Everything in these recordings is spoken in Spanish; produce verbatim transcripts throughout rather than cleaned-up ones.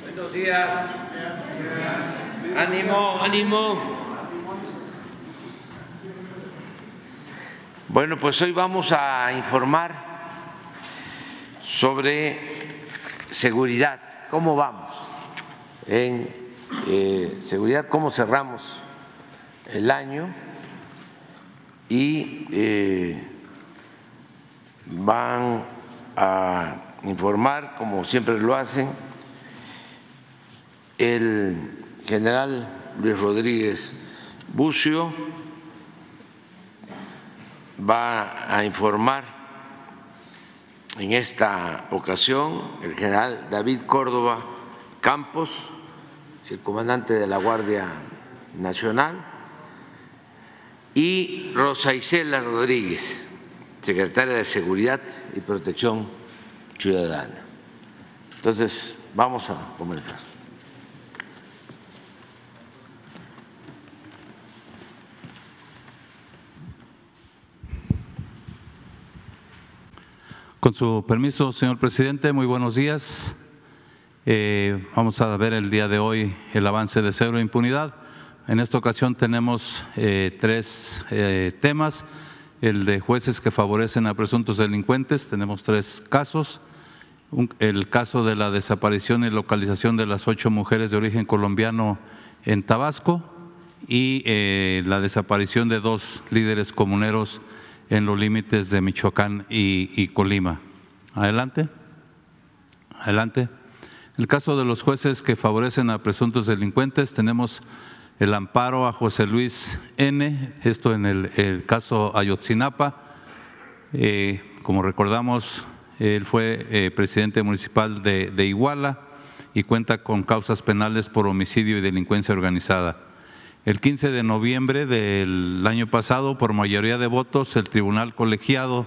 Buenos días. Ánimo, ánimo. Bueno, pues hoy vamos a informar sobre seguridad. ¿Cómo vamos en eh, seguridad? ¿Cómo cerramos el año? Y eh, van a informar, como siempre lo hacen, el general Luis Rodríguez Bucio, va a informar en esta ocasión el general David Córdoba Campos, el comandante de la Guardia Nacional, y Rosa Isela Rodríguez, secretaria de Seguridad y Protección Ciudadana. Entonces, vamos a comenzar. Con su permiso, señor presidente, muy buenos días. Eh, vamos a ver el día de hoy el avance de cero impunidad. En esta ocasión tenemos eh, tres eh, temas. El de jueces que favorecen a presuntos delincuentes, tenemos tres casos. Un, el caso de la desaparición y localización de las ocho mujeres de origen colombiano en Tabasco y eh, la desaparición de dos líderes comuneros en los límites de Michoacán y, y Colima. Adelante. Adelante. El caso de los jueces que favorecen a presuntos delincuentes, tenemos el amparo a José Luis N., esto en el, el caso Ayotzinapa. Eh, como recordamos, él fue eh, presidente municipal de, de Iguala y cuenta con causas penales por homicidio y delincuencia organizada. El quince de noviembre del año pasado, por mayoría de votos, el tribunal colegiado,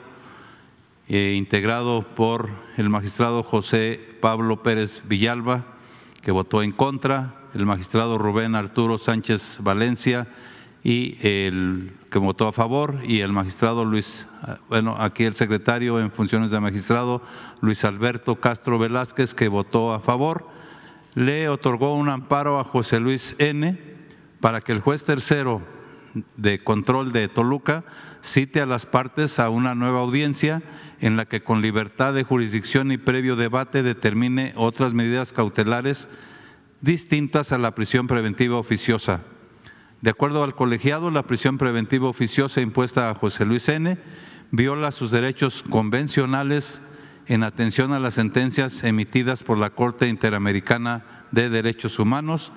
eh, integrado por el magistrado José Pablo Pérez Villalba, que votó en contra, el magistrado Rubén Arturo Sánchez Valencia, y el que votó a favor, y el magistrado Luis, bueno, aquí el secretario en funciones de magistrado, Luis Alberto Castro Velázquez, que votó a favor, le otorgó un amparo a José Luis N., para que el juez tercero de control de Toluca cite a las partes a una nueva audiencia en la que con libertad de jurisdicción y previo debate determine otras medidas cautelares distintas a la prisión preventiva oficiosa. De acuerdo al colegiado, la prisión preventiva oficiosa impuesta a José Luis N. viola sus derechos convencionales en atención a las sentencias emitidas por la Corte Interamericana de Derechos Humanos,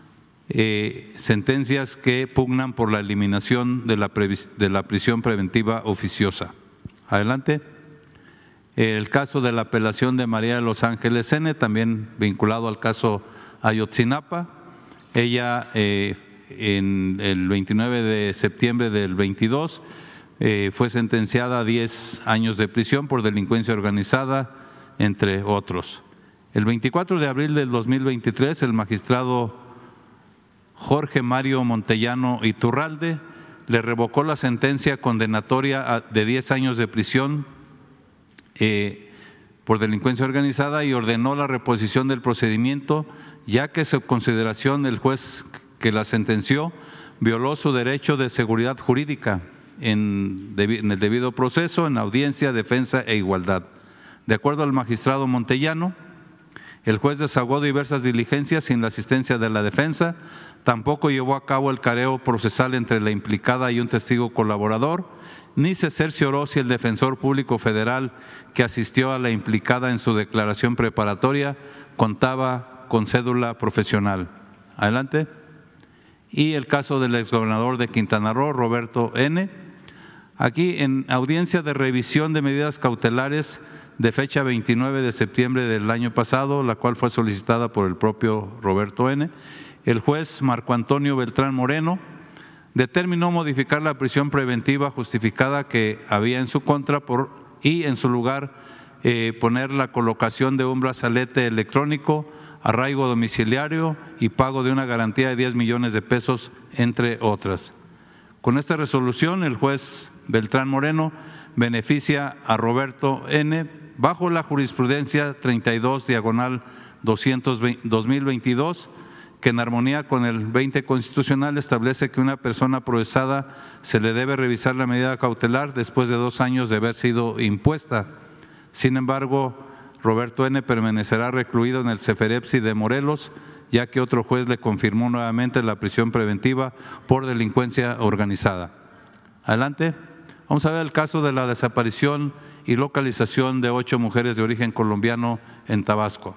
Eh, sentencias que pugnan por la eliminación de la, de la prisión preventiva oficiosa. Adelante. El caso de la apelación de María de los Ángeles N., también vinculado al caso Ayotzinapa. Ella eh, en el veintinueve de septiembre del veintidós eh, fue sentenciada a diez años de prisión por delincuencia organizada, entre otros. El veinticuatro de abril del dos mil veintitrés, el magistrado Jorge Mario Montellano Iturralde le revocó la sentencia condenatoria de diez años de prisión eh, por delincuencia organizada y ordenó la reposición del procedimiento, ya que su consideración el juez que la sentenció violó su derecho de seguridad jurídica en, en el debido proceso, en audiencia, defensa e igualdad. De acuerdo al magistrado Montellano, el juez desahogó diversas diligencias sin la asistencia de la defensa. Tampoco llevó a cabo el careo procesal entre la implicada y un testigo colaborador, ni se cercioró si el defensor público federal que asistió a la implicada en su declaración preparatoria contaba con cédula profesional. Adelante. Y el caso del exgobernador de Quintana Roo, Roberto N. Aquí en audiencia de revisión de medidas cautelares de fecha veintinueve de septiembre del año pasado, la cual fue solicitada por el propio Roberto N., el juez Marco Antonio Beltrán Moreno determinó modificar la prisión preventiva justificada que había en su contra por, y en su lugar eh, poner la colocación de un brazalete electrónico, arraigo domiciliario y pago de una garantía de diez millones de pesos, entre otras. Con esta resolución, el juez Beltrán Moreno beneficia a Roberto N. bajo la jurisprudencia treinta y dos diagonal dos mil veintidós, que en armonía con el veinte constitucional establece que una persona procesada se le debe revisar la medida cautelar después de dos años de haber sido impuesta. Sin embargo, Roberto N. permanecerá recluido en el Ceferepsi de Morelos, ya que otro juez le confirmó nuevamente la prisión preventiva por delincuencia organizada. Adelante. Vamos a ver el caso de la desaparición y localización de ocho mujeres de origen colombiano en Tabasco.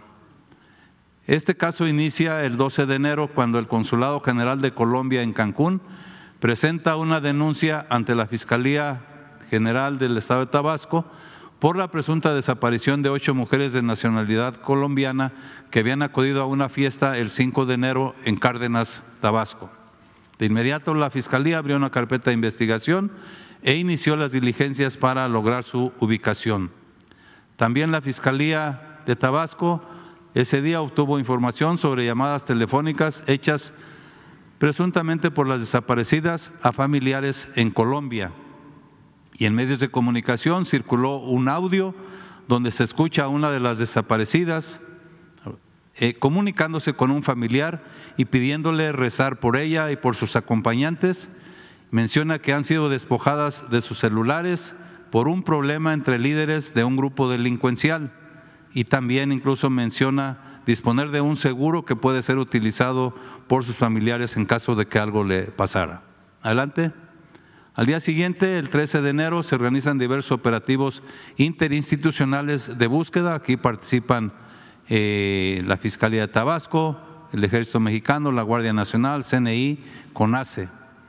Este caso inicia el doce de enero, cuando el Consulado General de Colombia en Cancún presenta una denuncia ante la Fiscalía General del Estado de Tabasco por la presunta desaparición de ocho mujeres de nacionalidad colombiana que habían acudido a una fiesta el cinco de enero en Cárdenas, Tabasco. De inmediato la Fiscalía abrió una carpeta de investigación e inició las diligencias para lograr su ubicación. También la Fiscalía de Tabasco ese día obtuvo información sobre llamadas telefónicas hechas presuntamente por las desaparecidas a familiares en Colombia. Y en medios de comunicación circuló un audio donde se escucha a una de las desaparecidas eh, comunicándose con un familiar y pidiéndole rezar por ella y por sus acompañantes. Menciona que han sido despojadas de sus celulares por un problema entre líderes de un grupo delincuencial, y también incluso menciona disponer de un seguro que puede ser utilizado por sus familiares en caso de que algo le pasara. Adelante. Al día siguiente, el trece de enero, se organizan diversos operativos interinstitucionales de búsqueda. Aquí participan eh, la Fiscalía de Tabasco, el Ejército Mexicano, la Guardia Nacional, C N I, CONACE.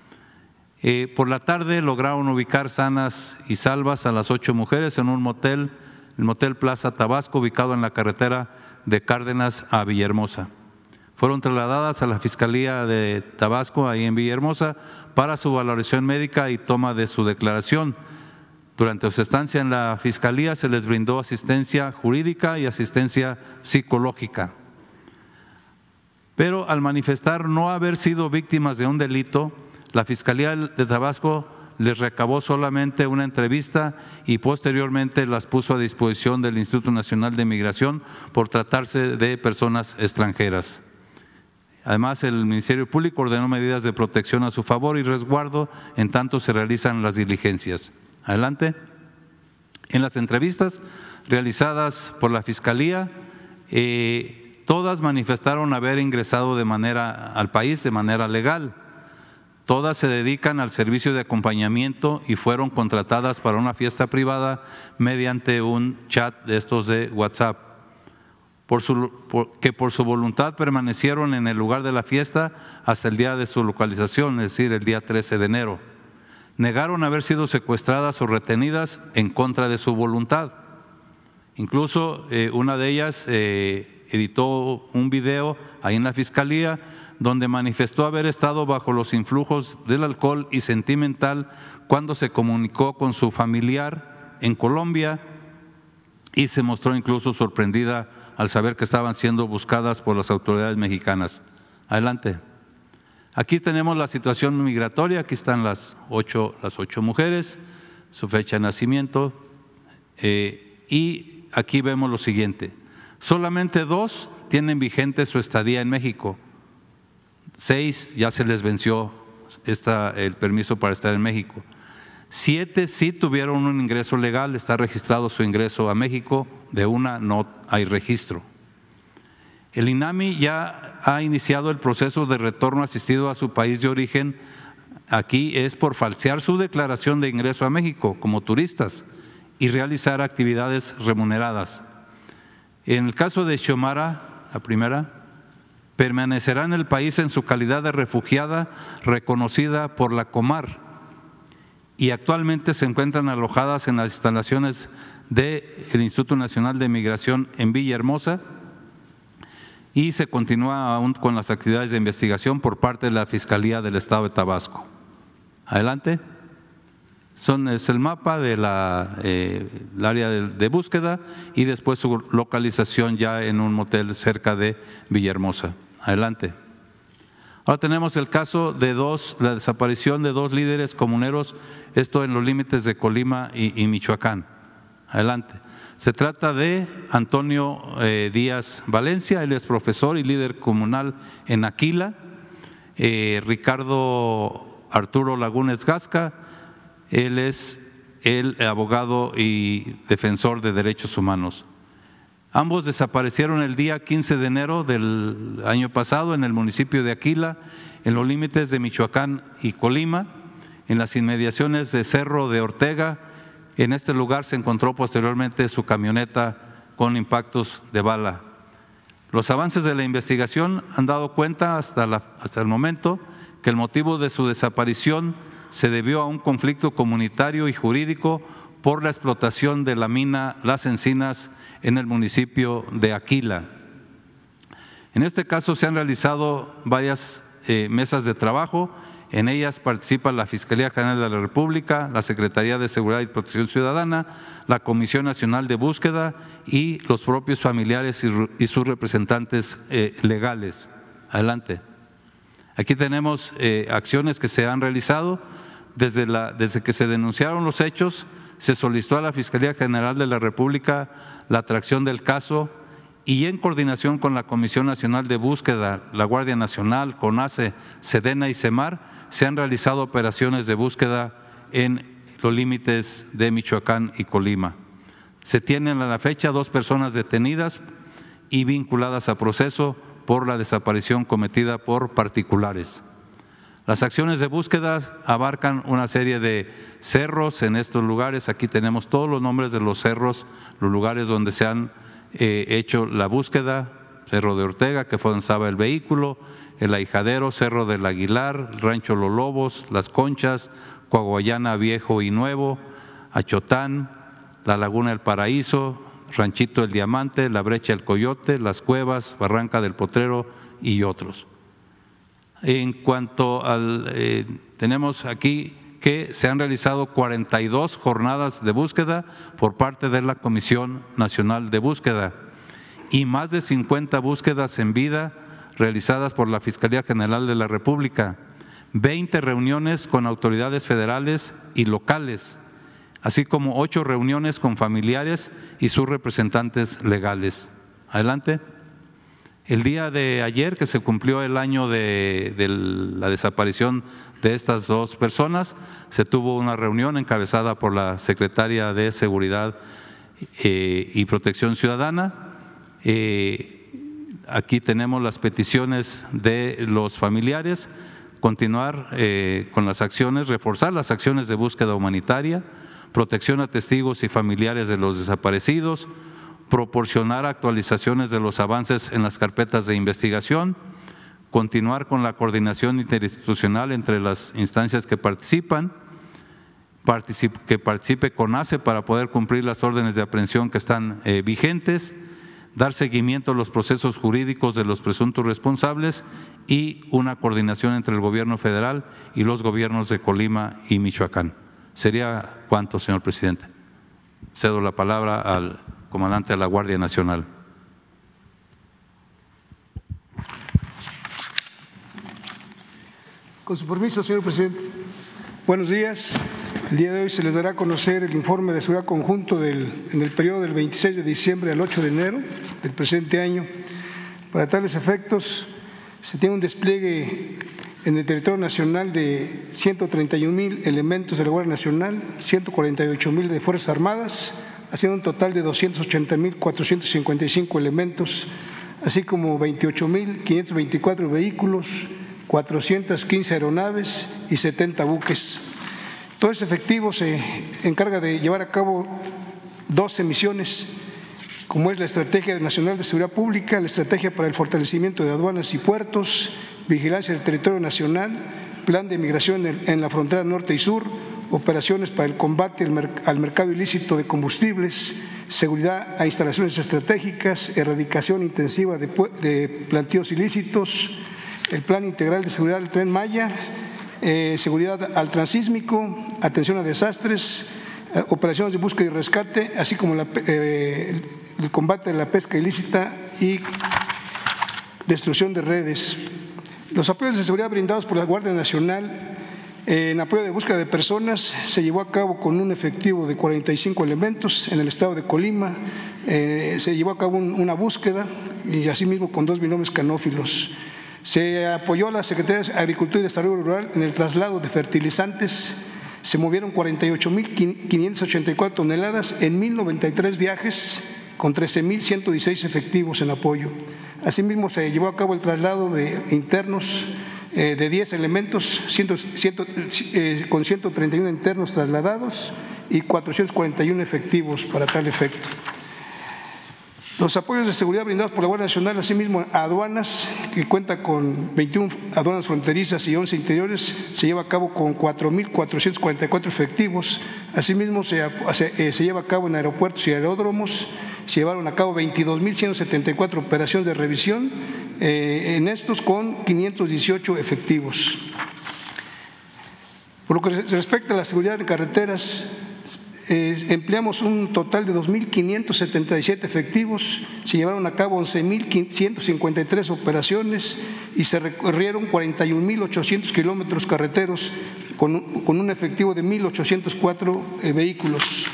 Eh, por la tarde lograron ubicar sanas y salvas a las ocho mujeres en un motel, el Motel Plaza Tabasco, ubicado en la carretera de Cárdenas a Villahermosa. Fueron trasladadas a la Fiscalía de Tabasco, ahí en Villahermosa, para su valoración médica y toma de su declaración. Durante su estancia en la Fiscalía se les brindó asistencia jurídica y asistencia psicológica. Pero al manifestar no haber sido víctimas de un delito, la Fiscalía de Tabasco les recabó solamente una entrevista y posteriormente las puso a disposición del Instituto Nacional de Migración por tratarse de personas extranjeras. Además, el Ministerio Público ordenó medidas de protección a su favor y resguardo en tanto se realizan las diligencias. Adelante. En las entrevistas realizadas por la Fiscalía, eh, todas manifestaron haber ingresado de manera al país de manera legal. Todas se dedican al servicio de acompañamiento y fueron contratadas para una fiesta privada mediante un chat de estos de WhatsApp. Por su, por, que por su voluntad permanecieron en el lugar de la fiesta hasta el día de su localización, es decir, el día trece de enero. Negaron haber sido secuestradas o retenidas en contra de su voluntad. Incluso eh, una de ellas eh, editó un video ahí en la Fiscalía donde manifestó haber estado bajo los influjos del alcohol y sentimental cuando se comunicó con su familiar en Colombia y se mostró incluso sorprendida al saber que estaban siendo buscadas por las autoridades mexicanas. Adelante. Aquí tenemos la situación migratoria, aquí están las ocho, las ocho mujeres, su fecha de nacimiento, eh, y aquí vemos lo siguiente. Solamente dos tienen vigente su estadía en México. Seis ya se les venció esta, el permiso para estar en México. Siete sí tuvieron un ingreso legal, está registrado su ingreso a México, de una no hay registro. El INAMI ya ha iniciado el proceso de retorno asistido a su país de origen. Aquí es por falsear su declaración de ingreso a México como turistas y realizar actividades remuneradas. En el caso de Xiomara, la primera, permanecerá en el país en su calidad de refugiada reconocida por la Comar y actualmente se encuentran alojadas en las instalaciones del Instituto Nacional de Migración en Villahermosa y se continúa aún con las actividades de investigación por parte de la Fiscalía del Estado de Tabasco. Adelante. Son, es el mapa del eh, área de, de búsqueda y después su localización ya en un motel cerca de Villahermosa. Adelante. Ahora tenemos el caso de dos, la desaparición de dos líderes comuneros, esto en los límites de Colima y, y Michoacán. Adelante. Se trata de Antonio eh, Díaz Valencia, él es profesor y líder comunal en Aquila, eh, Ricardo Arturo Lagunes Gasca, él es el abogado y defensor de derechos humanos. Ambos desaparecieron el día quince de enero del año pasado en el municipio de Aquila, en los límites de Michoacán y Colima, en las inmediaciones de Cerro de Ortega. En este lugar se encontró posteriormente su camioneta con impactos de bala. Los avances de la investigación han dado cuenta hasta, la, hasta el momento que el motivo de su desaparición se debió a un conflicto comunitario y jurídico por la explotación de la mina Las Encinas en el municipio de Aquila. En este caso se han realizado varias eh, mesas de trabajo. En ellas participa la Fiscalía General de la República, la Secretaría de Seguridad y Protección Ciudadana, la Comisión Nacional de Búsqueda y los propios familiares y sus representantes eh, legales. Adelante. Aquí tenemos eh, acciones que se han realizado. Desde, la, desde que se denunciaron los hechos, se solicitó a la Fiscalía General de la República la atracción del caso y en coordinación con la Comisión Nacional de Búsqueda, la Guardia Nacional, CONACE, SEDENA y SEMAR, se han realizado operaciones de búsqueda en los límites de Michoacán y Colima. Se tienen a la fecha dos personas detenidas y vinculadas a proceso por la desaparición cometida por particulares. Las acciones de búsqueda abarcan una serie de cerros en estos lugares. Aquí tenemos todos los nombres de los cerros, los lugares donde se han eh, hecho la búsqueda: Cerro de Ortega, que fue donde estaba el vehículo, El Ahijadero, Cerro del Aguilar, Rancho Los Lobos, Las Conchas, Coahuayana Viejo y Nuevo, Achotán, La Laguna del Paraíso, Ranchito El Diamante, La Brecha El Coyote, Las Cuevas, Barranca del Potrero y otros. En cuanto al, eh, tenemos aquí que se han realizado cuarenta y dos jornadas de búsqueda por parte de la Comisión Nacional de Búsqueda y más de cincuenta búsquedas en vida realizadas por la Fiscalía General de la República, veinte reuniones con autoridades federales y locales, así como ocho reuniones con familiares y sus representantes legales. Adelante. El día de ayer, que se cumplió el año de, de la desaparición de estas dos personas, se tuvo una reunión encabezada por la Secretaria de Seguridad eh, y Protección Ciudadana. Eh, aquí tenemos las peticiones de los familiares: continuar eh, con las acciones, reforzar las acciones de búsqueda humanitaria, protección a testigos y familiares de los desaparecidos, proporcionar actualizaciones de los avances en las carpetas de investigación, continuar con la coordinación interinstitucional entre las instancias que participan, particip que participe CONACE para poder cumplir las órdenes de aprehensión que están eh, vigentes, dar seguimiento a los procesos jurídicos de los presuntos responsables y una coordinación entre el gobierno federal y los gobiernos de Colima y Michoacán. ¿Sería cuánto, señor presidente? Cedo la palabra al comandante de la Guardia Nacional. Con su permiso, señor presidente. Buenos días. El día de hoy se les dará a conocer el informe de seguridad conjunto del, en el periodo del veintiséis de diciembre al ocho de enero del presente año. Para tales efectos, se tiene un despliegue en el territorio nacional de ciento treinta y un mil elementos de la Guardia Nacional, ciento cuarenta y ocho mil de Fuerzas Armadas, haciendo un total de doscientos ochenta mil cuatrocientos cincuenta y cinco elementos, así como veintiocho mil quinientos veinticuatro vehículos, cuatrocientas quince aeronaves y setenta buques. Todo ese efectivo se encarga de llevar a cabo doce misiones, como es la Estrategia Nacional de Seguridad Pública, la Estrategia para el Fortalecimiento de Aduanas y Puertos, Vigilancia del Territorio Nacional, Plan de Migración en la Frontera Norte y Sur, operaciones para el combate al mercado ilícito de combustibles, seguridad a instalaciones estratégicas, erradicación intensiva de, de plantíos ilícitos, el Plan Integral de Seguridad del Tren Maya, eh, seguridad al transísmico, atención a desastres, eh, operaciones de búsqueda y rescate, así como la, eh, el combate a la pesca ilícita y destrucción de redes. Los apoyos de seguridad brindados por la Guardia Nacional En apoyo de búsqueda de personas, se llevó a cabo con un efectivo de cuarenta y cinco elementos en el estado de Colima. Eh, se llevó a cabo un, una búsqueda y asimismo con dos binomios canófilos. Se apoyó a la Secretaría de Agricultura y Desarrollo Rural en el traslado de fertilizantes. Se movieron cuarenta y ocho mil quinientas ochenta y cuatro toneladas en mil noventa y tres viajes con trece mil ciento dieciséis efectivos en apoyo. Asimismo, se llevó a cabo el traslado de internos eh, de diez elementos cien, cien, eh, con ciento treinta y uno internos trasladados y cuatrocientos cuarenta y uno efectivos para tal efecto. Los apoyos de seguridad brindados por la Guardia Nacional, asimismo a aduanas, que cuenta con veintiuna aduanas fronterizas y once interiores, se lleva a cabo con cuatro mil cuatrocientos cuarenta y cuatro efectivos. Asimismo, se, se, se lleva a cabo en aeropuertos y aeródromos, se llevaron a cabo veintidós mil ciento setenta y cuatro operaciones de revisión, eh, en estos con quinientos dieciocho efectivos. Por lo que respecta a la seguridad de carreteras, Eh, empleamos un total de dos mil quinientos setenta y siete efectivos, se llevaron a cabo once mil ciento cincuenta y tres operaciones y se recorrieron cuarenta y un mil ochocientos kilómetros carreteros con, con un efectivo de mil ochocientos cuatro eh, vehículos.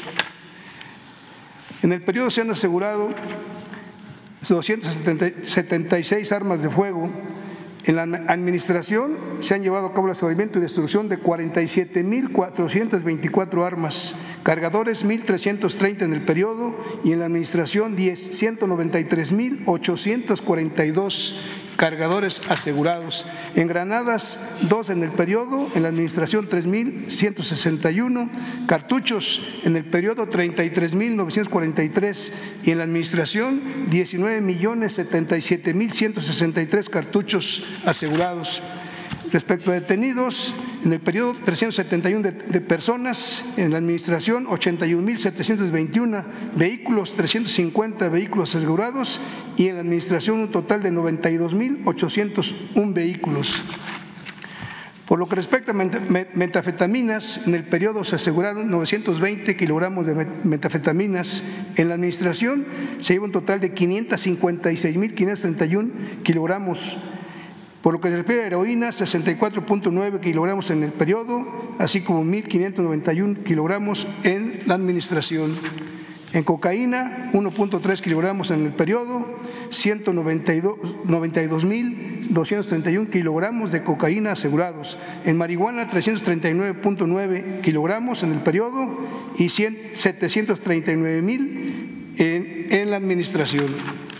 En el periodo se han asegurado doscientas setenta y seis armas de fuego. En la administración se han llevado a cabo el aseguramiento y destrucción de cuarenta y siete mil cuatrocientas veinticuatro armas, cargadores mil trescientos treinta en el periodo y en la administración ciento noventa y tres mil ochocientos cuarenta y dos cargadores asegurados. En granadas, dos en el periodo, en la administración tres mil ciento sesenta y uno, cartuchos en el periodo treinta y tres mil novecientos cuarenta y tres y en la administración diecinueve millones setenta y siete mil ciento sesenta y tres cartuchos asegurados. Respecto a detenidos, en el periodo trescientos setenta y uno de, de personas, en la administración ochenta y un mil setecientos veintiuno vehículos, trescientos cincuenta vehículos asegurados y en la administración un total de noventa y dos mil ochocientos uno vehículos. Por lo que respecta a metafetaminas, en el periodo se aseguraron novecientos veinte kilogramos de metafetaminas. En la administración se lleva un total de quinientos cincuenta y seis mil quinientos treinta y uno kilogramos. Por lo que se refiere a heroína, sesenta y cuatro punto nueve kilogramos en el periodo, así como mil quinientos noventa y uno kilogramos en la administración. En cocaína, uno punto tres kilogramos en el periodo, ciento noventa y dos mil doscientos treinta y uno kilogramos de cocaína asegurados. En marihuana, trescientos treinta y nueve punto nueve kilogramos en el periodo y setecientos treinta y nueve mil en, en la administración.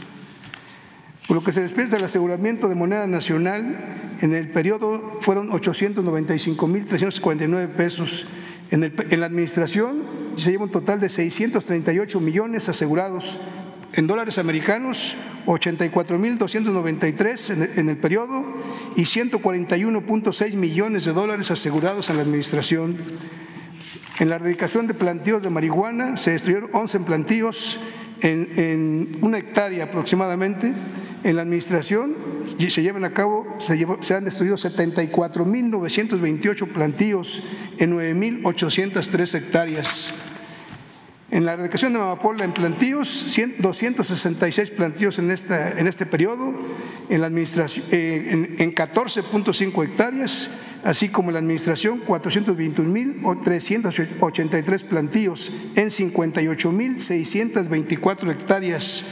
Por lo que se desprende del aseguramiento de moneda nacional, en el periodo fueron ochocientos noventa y cinco mil trescientos cuarenta y nueve pesos. En, el, en la administración se lleva un total de seiscientos treinta y ocho millones asegurados. En dólares americanos, ochenta y cuatro mil doscientos noventa y tres en el, en el periodo y ciento cuarenta y uno punto seis millones de dólares asegurados en la administración. En la erradicación de plantíos de marihuana se destruyeron once plantíos en, en una hectárea aproximadamente. En la administración se llevan a cabo, se, llevó, se han destruido setenta y cuatro mil novecientos veintiocho plantíos en nueve mil ochocientas tres hectáreas. En la erradicación de amapola en plantíos, doscientos sesenta y seis plantíos en, esta, en este periodo, en, la administración, eh, en, en catorce punto cinco hectáreas, así como en la administración cuatrocientos veintiún mil trescientos ochenta y tres plantíos en cincuenta y ocho mil seiscientas veinticuatro hectáreas.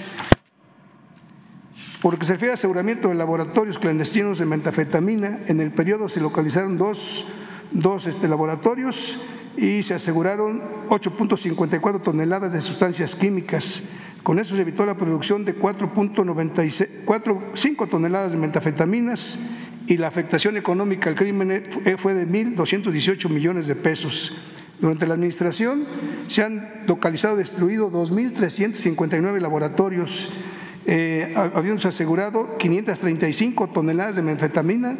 Por lo que se refiere al aseguramiento de laboratorios clandestinos de metafetamina, en el periodo se localizaron dos, dos este, laboratorios y se aseguraron ocho punto cincuenta y cuatro toneladas de sustancias químicas. Con eso se evitó la producción de cuatro punto noventa y cinco toneladas de metafetaminas y la afectación económica al crimen fue de mil doscientos dieciocho millones de pesos. Durante la administración se han localizado y destruido dos mil trescientos cincuenta y nueve laboratorios, Eh, habiéndose asegurado quinientas treinta y cinco toneladas de metanfetamina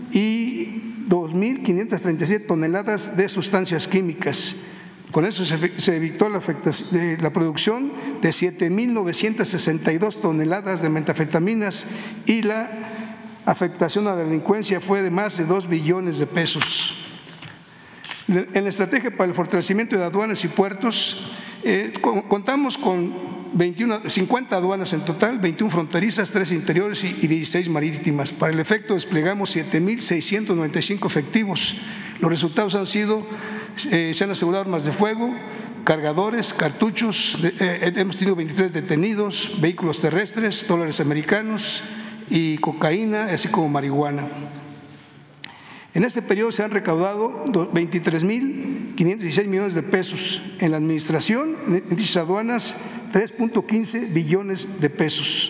y dos mil quinientas treinta y siete toneladas de sustancias químicas. Con eso se, se evitó la, de, la producción de siete mil novecientas sesenta y dos toneladas de metanfetaminas y la afectación a la delincuencia fue de más de dos billones de pesos. En la estrategia para el fortalecimiento de aduanas y puertos, Eh, contamos con veintiuno, cincuenta aduanas en total, veintiuna fronterizas, tres interiores y dieciséis marítimas. Para el efecto desplegamos siete mil seiscientos noventa y cinco efectivos. Los resultados han sido, eh, se han asegurado armas de fuego, cargadores, cartuchos, eh, hemos tenido veintitrés detenidos, vehículos terrestres, dólares americanos y cocaína, así como marihuana. En este periodo se han recaudado veintitrés mil quinientos dieciséis millones de pesos. En la administración, en dichas aduanas, tres punto quince billones de pesos.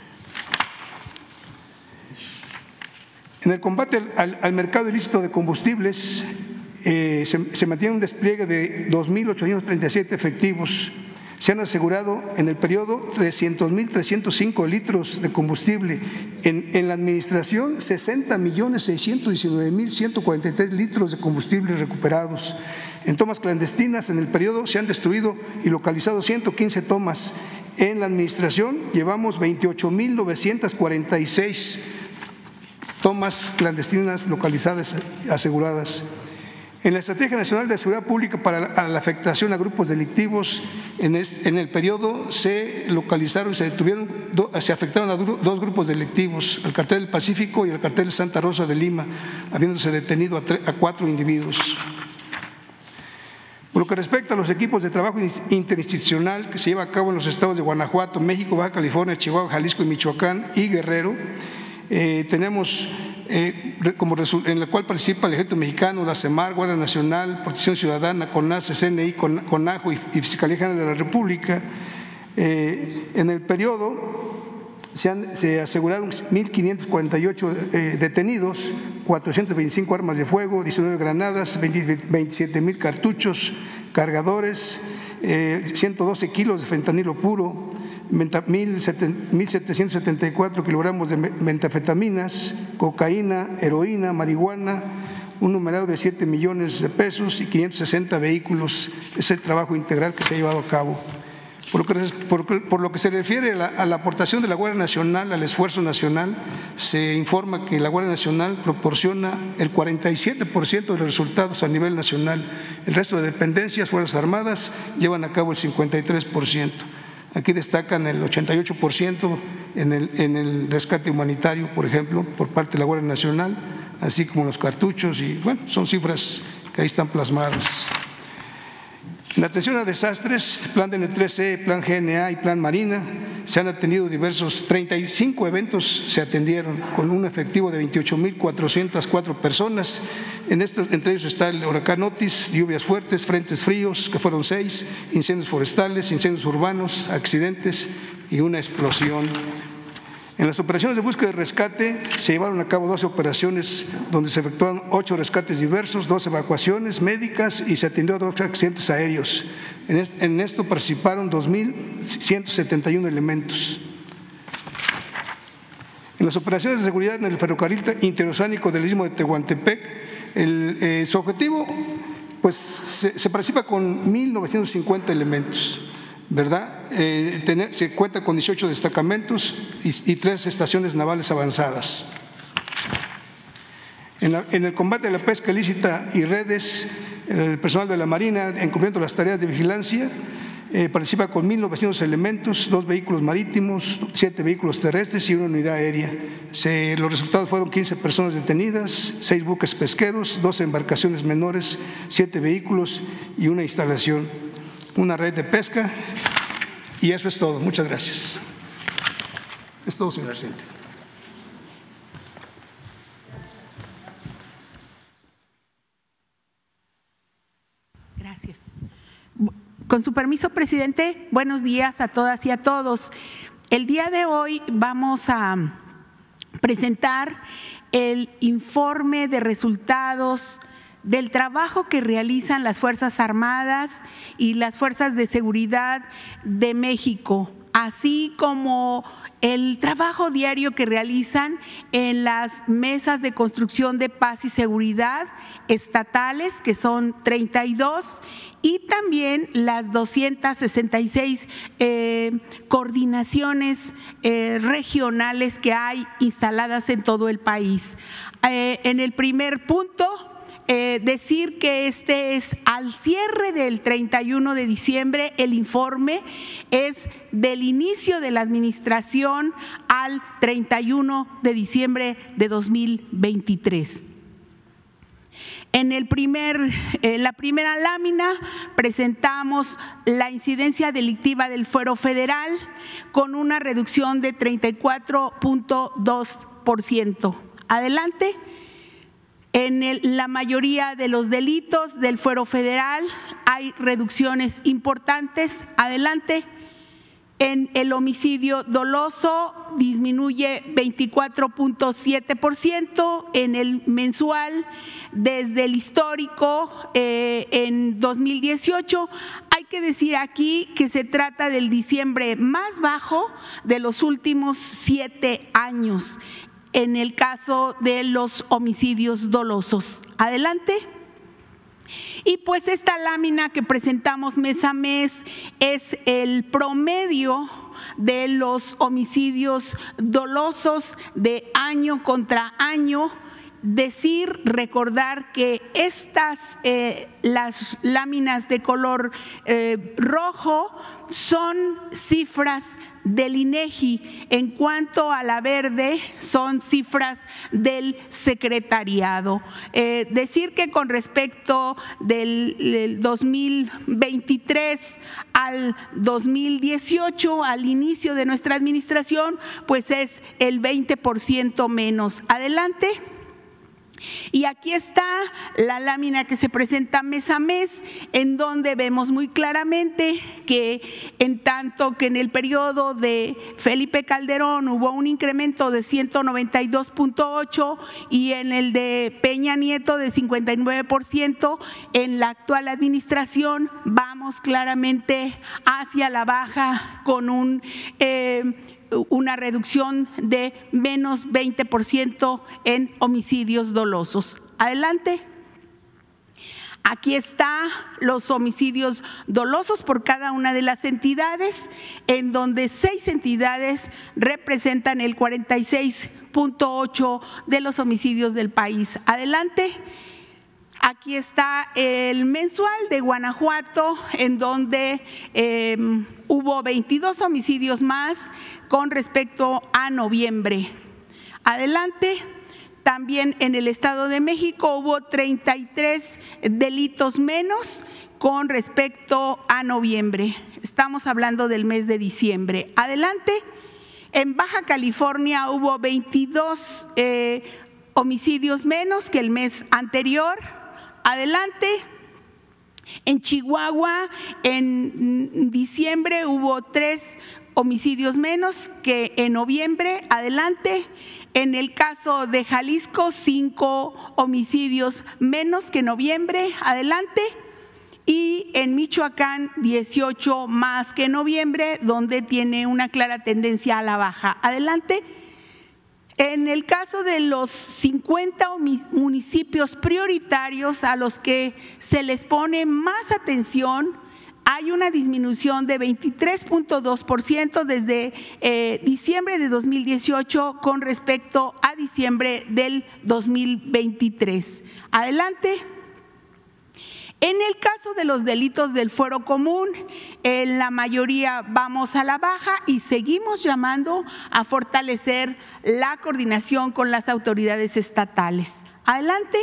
En el combate al, al, al mercado ilícito de combustibles, eh, se, se mantiene un despliegue de dos mil ochocientos treinta y siete efectivos. Se han asegurado en el periodo trescientos mil trescientos cinco litros de combustible. En, en la administración, sesenta millones seiscientos diecinueve mil ciento cuarenta y tres litros de combustible recuperados. En tomas clandestinas, en el periodo se han destruido y localizado ciento quince tomas. En la administración llevamos veintiocho mil novecientos cuarenta y seis tomas clandestinas localizadas aseguradas. En la Estrategia Nacional de Seguridad Pública para la, la afectación a grupos delictivos, en, este, en el periodo se localizaron, se detuvieron, do, se afectaron a do, dos grupos delictivos, el Cartel del Pacífico y el Cartel de Santa Rosa de Lima, habiéndose detenido a, tre, a cuatro individuos. Por lo que respecta a los equipos de trabajo interinstitucional que se lleva a cabo en los estados de Guanajuato, México, Baja California, Chihuahua, Jalisco y Michoacán y Guerrero, eh, tenemos eh, como en la cual participa el Ejército Mexicano, la CEMAR, Guardia Nacional, Protección Ciudadana, CONACE, C N I, CONAJO y, y Fiscalía General de la República. Eh, en el periodo se, han, se aseguraron mil quinientos cuarenta y ocho eh, detenidos, cuatrocientas veinticinco armas de fuego, diecinueve granadas, veintisiete mil cartuchos, cargadores, eh, ciento doce kilos de fentanilo puro, mil setecientos setenta y cuatro kilogramos de metanfetaminas, cocaína, heroína, marihuana, un numeral de siete millones de pesos y quinientos sesenta vehículos. Es el trabajo integral que se ha llevado a cabo. Por lo que, por, por lo que se refiere a la, a la aportación de la Guardia Nacional al esfuerzo nacional, se informa que la Guardia Nacional proporciona el cuarenta y siete por ciento de los resultados a nivel nacional. El resto de dependencias, Fuerzas Armadas, llevan a cabo el cincuenta y tres por ciento. Aquí destacan el ochenta y ocho por ciento en el, en el rescate humanitario, por ejemplo, por parte de la Guardia Nacional, así como los cartuchos y, bueno, son cifras que ahí están plasmadas. En atención a desastres, Plan D N tres E, Plan G N A y Plan Marina, se han atendido diversos, treinta y cinco eventos se atendieron con un efectivo de veintiocho mil cuatrocientas cuatro personas. En estos, entre ellos está el huracán Otis, lluvias fuertes, frentes fríos, que fueron seis, incendios forestales, incendios urbanos, accidentes y una explosión. En las operaciones de búsqueda y rescate se llevaron a cabo doce operaciones donde se efectuaron ocho rescates diversos, dos evacuaciones médicas y se atendió a dos accidentes aéreos. En, este, en esto participaron dos mil ciento setenta y uno elementos. En las operaciones de seguridad en el ferrocarril interoceánico del Istmo de Tehuantepec, el, eh, su objetivo, pues se, se participa con mil novecientos cincuenta elementos. ¿Verdad? Eh, tener, se cuenta con dieciocho destacamentos y, y tres estaciones navales avanzadas. En, la, en el combate a la pesca ilícita y redes, el personal de la Marina, en cumplimiento de las tareas de vigilancia, eh, participa con mil novecientos elementos, dos vehículos marítimos, siete vehículos terrestres y una unidad aérea. Se, los resultados fueron quince personas detenidas, seis buques pesqueros, doce embarcaciones menores, siete vehículos y una instalación. Una red de pesca y eso es todo. Muchas gracias. Es todo, señor presidente. Gracias. Con su permiso, presidente, buenos días a todas y a todos. El día de hoy vamos a presentar el informe de resultados del trabajo que realizan las Fuerzas Armadas y las Fuerzas de Seguridad de México, así como el trabajo diario que realizan en las mesas de construcción de paz y seguridad estatales, que son treinta y dos, y también las doscientas sesenta y seis eh, coordinaciones eh, regionales que hay instaladas en todo el país. Eh, en el primer punto, eh, decir que este es al cierre del treinta y uno de diciembre, el informe es del inicio de la administración al treinta y uno de diciembre de dos mil veintitrés. En el primer, eh, la primera lámina presentamos la incidencia delictiva del fuero federal con una reducción de treinta y cuatro punto dos por ciento. Adelante. En el, la mayoría de los delitos del fuero federal hay reducciones importantes. Adelante. En el homicidio doloso disminuye veinticuatro punto siete por ciento, en el mensual desde el histórico eh, en dos mil dieciocho. Hay que decir aquí que se trata del diciembre más bajo de los últimos siete años en el caso de los homicidios dolosos. Adelante. Y pues esta lámina que presentamos mes a mes es el promedio de los homicidios dolosos de año contra año. Decir, recordar que estas, eh, las láminas de color eh, rojo son cifras del INEGI, en cuanto a la verde son cifras del secretariado. Eh, decir que con respecto del, del dos mil veintitrés al dos mil dieciocho, al inicio de nuestra administración, pues es el veinte por ciento menos. Adelante. Y aquí está la lámina que se presenta mes a mes, en donde vemos muy claramente que en tanto que en el periodo de Felipe Calderón hubo un incremento de ciento noventa y dos punto ocho y en el de Peña Nieto de cincuenta y nueve por ciento, en la actual administración vamos claramente hacia la baja con un eh, una reducción de menos veinte por ciento en homicidios dolosos. Adelante. Aquí están los homicidios dolosos por cada una de las entidades, en donde seis entidades representan el cuarenta y seis punto ocho por ciento de los homicidios del país. Adelante. Aquí está el mensual de Guanajuato, en donde eh, hubo veintidós homicidios más con respecto a noviembre. Adelante. También en el Estado de México hubo treinta y tres delitos menos con respecto a noviembre. Estamos hablando del mes de diciembre. Adelante. En Baja California hubo veintidós eh, homicidios menos que el mes anterior. Adelante. En Chihuahua, en diciembre hubo tres homicidios menos que en noviembre. Adelante. En el caso de Jalisco, cinco homicidios menos que en noviembre. Adelante. Y en Michoacán, dieciocho más que en noviembre, donde tiene una clara tendencia a la baja. Adelante. En el caso de los cincuenta municipios prioritarios a los que se les pone más atención, hay una disminución de veintitrés punto dos por ciento desde eh, diciembre de dos mil dieciocho con respecto a diciembre del dos mil veintitrés. Adelante. En el caso de los delitos del fuero común, en la mayoría vamos a la baja y seguimos llamando a fortalecer la coordinación con las autoridades estatales. Adelante.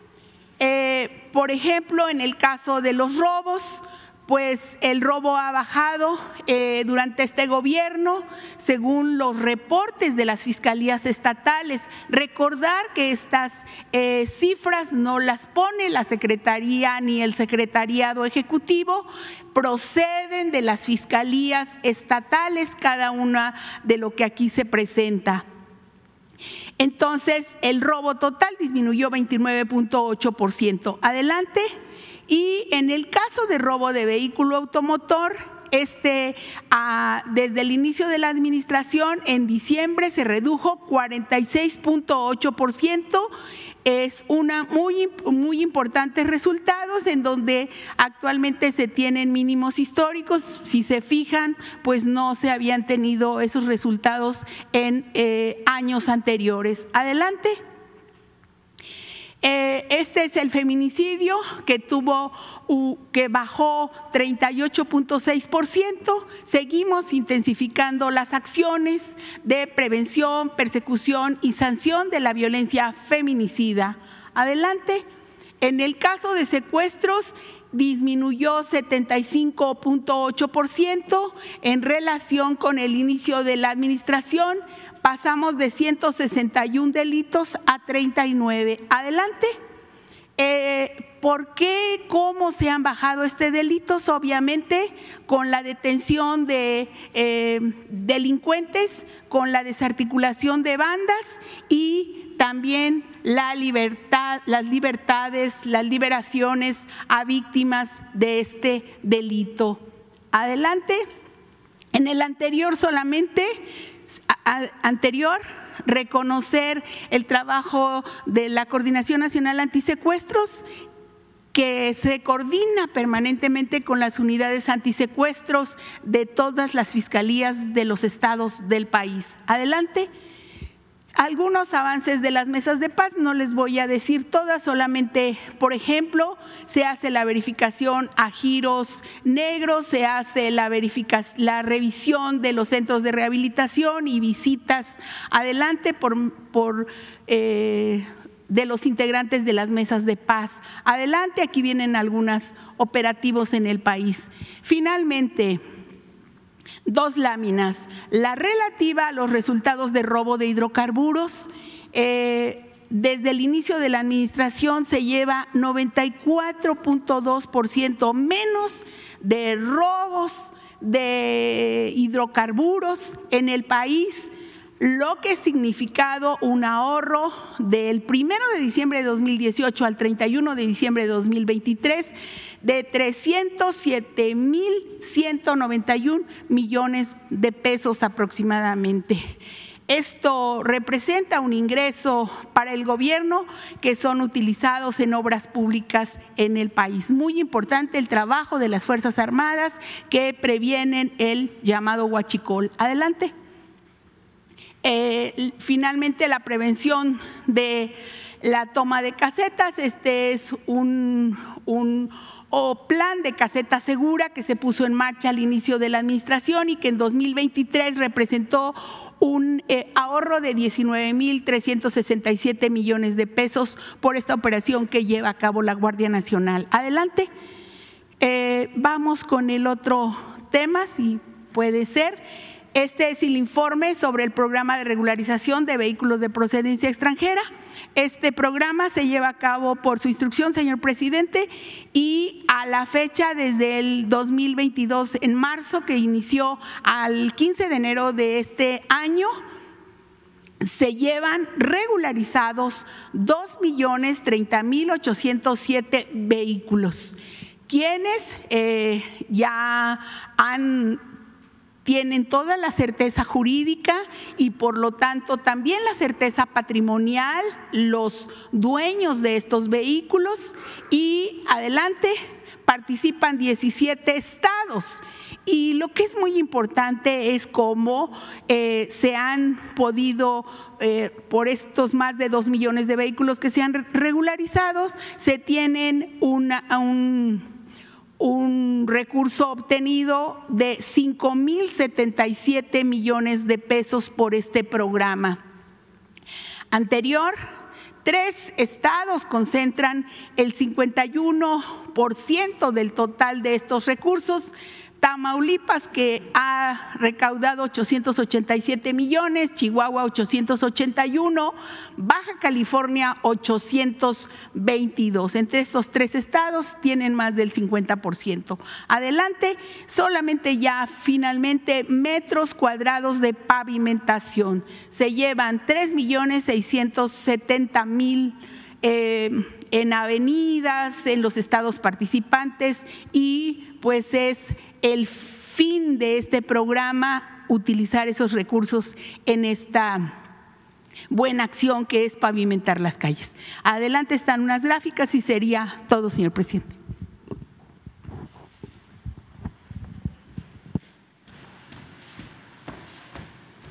Eh, por ejemplo, en el caso de los robos, pues el robo ha bajado eh, durante este gobierno, según los reportes de las fiscalías estatales. Recordar que estas eh, cifras no las pone la Secretaría ni el Secretariado Ejecutivo, proceden de las fiscalías estatales, cada una de lo que aquí se presenta. Entonces, el robo total disminuyó veintinueve punto ocho por ciento. Adelante. Y en el caso de robo de vehículo automotor, este, ah, desde el inicio de la administración, en diciembre se redujo cuarenta y seis punto ocho por ciento. Es una muy, muy importantes resultados en donde actualmente se tienen mínimos históricos. Si se fijan, pues no se habían tenido esos resultados en eh, años anteriores. Adelante. Eh, este es el feminicidio que tuvo, uh, que bajó treinta y ocho punto seis por ciento. Seguimos intensificando las acciones de prevención, persecución y sanción de la violencia feminicida. Adelante. En el caso de secuestros, disminuyó setenta y cinco punto ocho por ciento en relación con el inicio de la administración. Pasamos de ciento sesenta y un delitos a treinta y nueve. Adelante. Eh, ¿Por qué? ¿Cómo se han bajado este delitos? Obviamente con la detención de eh, delincuentes, con la desarticulación de bandas y también la libertad, las libertades, las liberaciones a víctimas de este delito. Adelante. En el anterior solamente, a, anterior, reconocer el trabajo de la Coordinación Nacional Antisecuestros, que se coordina permanentemente con las unidades antisecuestros de todas las fiscalías de los estados del país. Adelante. Algunos avances de las mesas de paz, no les voy a decir todas, solamente, por ejemplo, se hace la verificación a giros negros, se hace la, verificación, la revisión de los centros de rehabilitación y visitas adelante por, por eh, de los integrantes de las mesas de paz. Adelante, aquí vienen algunos operativos en el país. Finalmente, dos láminas, la relativa a los resultados de robo de hidrocarburos. Eh, desde el inicio de la administración se lleva noventa y cuatro punto dos por ciento menos de robos de hidrocarburos en el país, lo que ha significado un ahorro del primero de diciembre de dos mil dieciocho al treinta y uno de diciembre de dos mil veintitrés de trescientos siete mil ciento noventa y un millones de pesos aproximadamente. Esto representa un ingreso para el gobierno que son utilizados en obras públicas en el país. Muy importante el trabajo de las Fuerzas Armadas que previenen el llamado huachicol. Adelante. Eh, finalmente, la prevención de la toma de casetas. Este es un, un o plan de caseta segura que se puso en marcha al inicio de la administración y que en dos mil veintitrés representó un eh, ahorro de diecinueve mil trescientos sesenta y siete millones de pesos por esta operación que lleva a cabo la Guardia Nacional. Adelante. Eh, vamos con el otro tema, si puede ser. Este es el informe sobre el programa de regularización de vehículos de procedencia extranjera. Este programa se lleva a cabo por su instrucción, señor presidente, y a la fecha desde el dos mil veintidós, en marzo, que inició al quince de enero de este año, se llevan regularizados dos millones treinta mil ochocientos siete vehículos, quienes eh, ya han tienen toda la certeza jurídica y por lo tanto también la certeza patrimonial, los dueños de estos vehículos. Y adelante, participan diecisiete estados. Y lo que es muy importante es cómo eh, se han podido, eh, por estos más de dos millones de vehículos que se han regularizados, se tienen una, un… un recurso obtenido de cinco mil setenta y siete millones de pesos por este programa. Anterior, tres estados concentran el cincuenta y uno por ciento del total de estos recursos. Tamaulipas, que ha recaudado ochocientos ochenta y siete millones, Chihuahua ochocientos ochenta y uno, Baja California ochocientos veintidós. Entre estos tres estados tienen más del cincuenta por ciento. Adelante, solamente ya finalmente metros cuadrados de pavimentación. Se llevan tres millones seiscientos setenta mil eh, en avenidas, en los estados participantes, y pues es el fin de este programa utilizar esos recursos en esta buena acción que es pavimentar las calles. Adelante están unas gráficas y sería todo, señor presidente.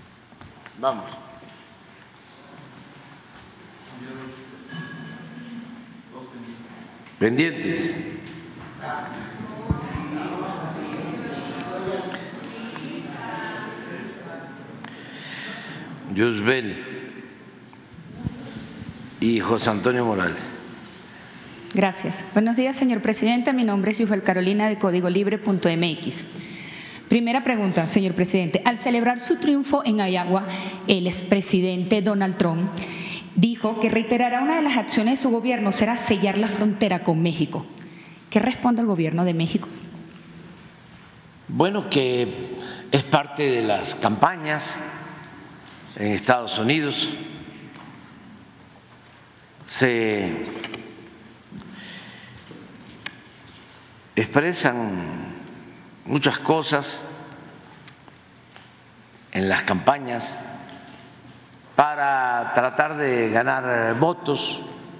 Vamos. pendientes. Yusbel y José Antonio Morales. Gracias. Buenos días, señor presidente. Mi nombre es Yusbel Carolina de Código Libre punto M X. Primera pregunta, señor presidente. Al celebrar su triunfo en Iowa, el expresidente Donald Trump dijo que reiterará una de las acciones de su gobierno será sellar la frontera con México. ¿Qué responde el gobierno de México? Bueno, que es parte de las campañas en Estados Unidos. Se expresan muchas cosas en las campañas para tratar de ganar votos.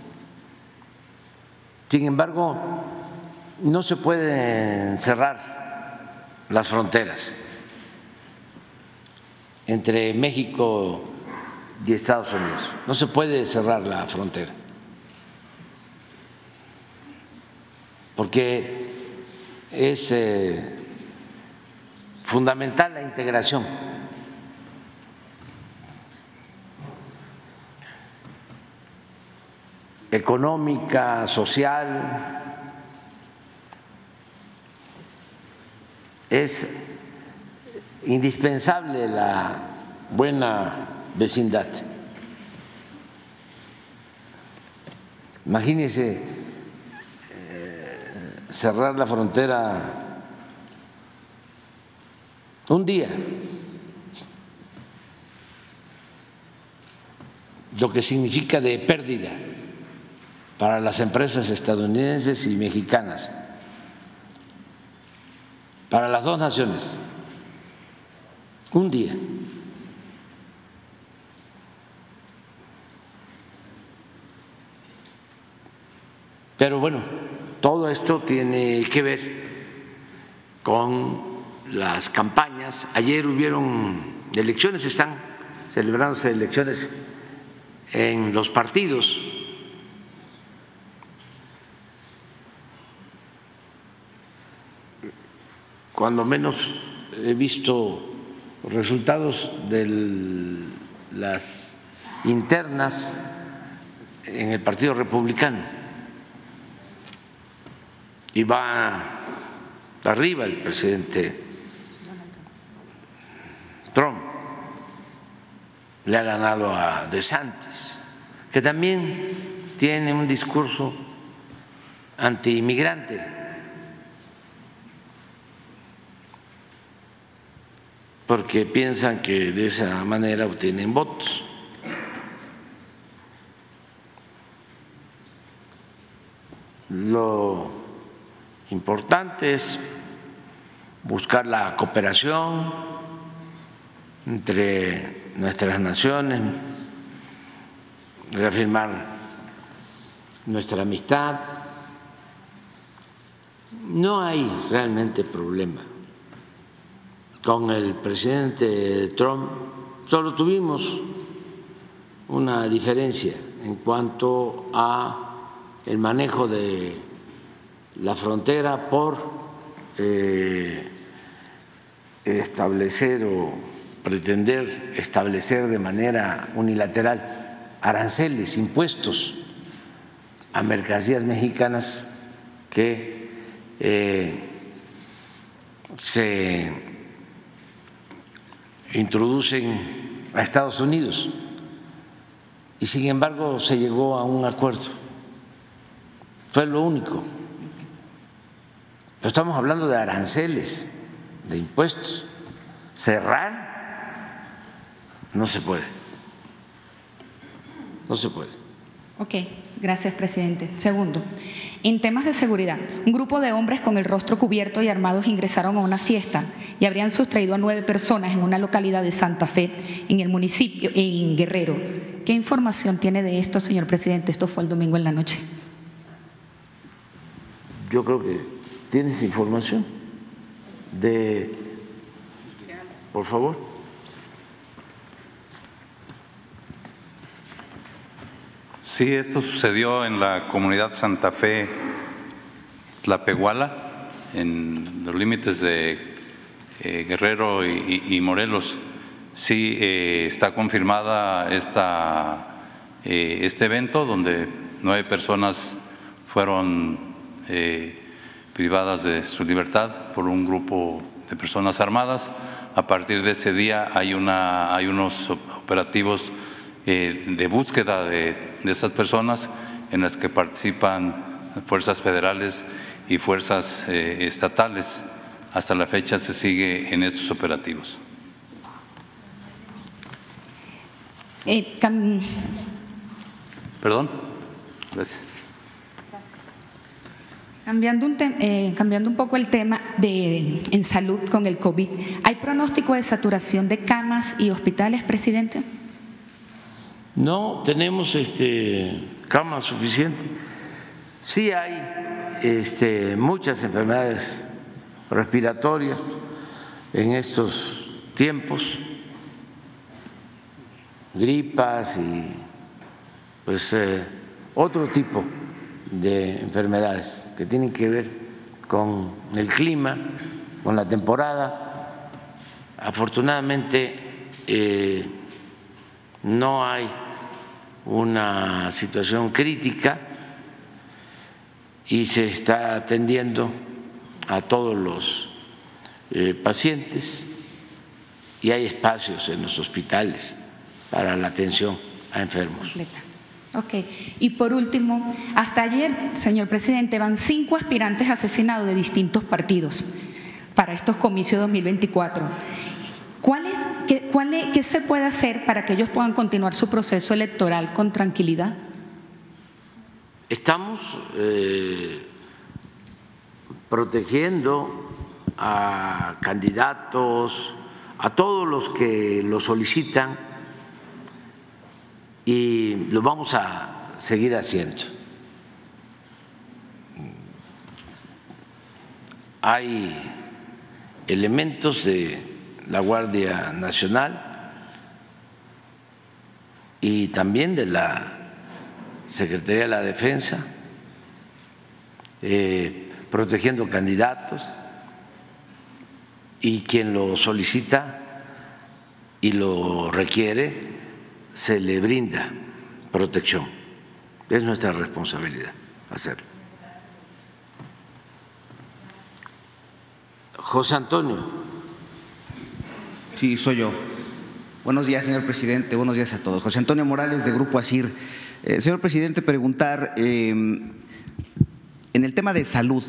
Sin embargo, no se pueden cerrar las fronteras entre México y Estados Unidos. No se puede cerrar la frontera, porque es eh, fundamental la integración. Económica, social, es indispensable la buena vecindad. Imagínense eh, cerrar la frontera un día, lo que significa de pérdida para las empresas estadounidenses y mexicanas, para las dos naciones, un día. Pero bueno, todo esto tiene que ver con las campañas. Ayer hubieron elecciones, están celebrándose elecciones en los partidos. Cuando menos he visto resultados de las internas en el Partido Republicano y va arriba el presidente Trump, le ha ganado a DeSantis, que también tiene un discurso antiinmigrante, porque piensan que de esa manera obtienen votos. Lo importante es buscar la cooperación entre nuestras naciones, reafirmar nuestra amistad. No hay realmente problema con el presidente Trump, solo tuvimos una diferencia en cuanto a el manejo de la frontera por eh, establecer o pretender establecer de manera unilateral aranceles, impuestos a mercancías mexicanas que eh, se introducen a Estados Unidos, y sin embargo se llegó a un acuerdo. Fue lo único. Pero estamos hablando de aranceles, de impuestos. Cerrar no se puede. No se puede. Ok, gracias, presidente. Segundo, en temas de seguridad, un grupo de hombres con el rostro cubierto y armados ingresaron a una fiesta y habrían sustraído a nueve personas en una localidad de Santa Fe, en el municipio, en Guerrero. ¿Qué información tiene de esto, señor presidente? Esto fue el domingo en la noche. Yo creo que tienes información de… Por favor. Sí, esto sucedió en la comunidad Santa Fe Tlapehuala, en los límites de eh, Guerrero y, y Morelos. Sí eh, está confirmada esta, eh, este evento donde nueve personas fueron eh, privadas de su libertad por un grupo de personas armadas. A partir de ese día hay, una, hay unos operativos eh, de búsqueda de, de estas personas en las que participan fuerzas federales y fuerzas eh, estatales. Hasta la fecha se sigue en estos operativos. Eh, cam... Perdón. Gracias. Cambiando un, eh, cambiando un poco el tema de en salud con el COVID, ¿hay pronóstico de saturación de camas y hospitales, presidente? No tenemos este, camas suficientes. Sí hay este, muchas enfermedades respiratorias en estos tiempos, gripas y pues eh, otro tipo de enfermedades que tienen que ver con el clima, con la temporada. Afortunadamente eh, no hay una situación crítica y se está atendiendo a todos los eh, pacientes y hay espacios en los hospitales para la atención a enfermos. Completa. Ok. Y por último, hasta ayer, señor presidente, van cinco aspirantes asesinados de distintos partidos para estos comicios dos mil veinticuatro. ¿Cuál es, qué, cuál es, ¿Qué se puede hacer para que ellos puedan continuar su proceso electoral con tranquilidad? Estamos eh, protegiendo a candidatos, a todos los que lo solicitan, y lo vamos a seguir haciendo. Hay elementos de la Guardia Nacional y también de la Secretaría de la Defensa eh, protegiendo candidatos, y quien lo solicita y lo requiere se le brinda protección. Es nuestra responsabilidad hacerlo. José Antonio. Sí, soy yo. Buenos días, señor presidente. Buenos días a todos. José Antonio Morales, de Grupo ASIR. Eh, señor presidente, preguntar, eh, en el tema de salud,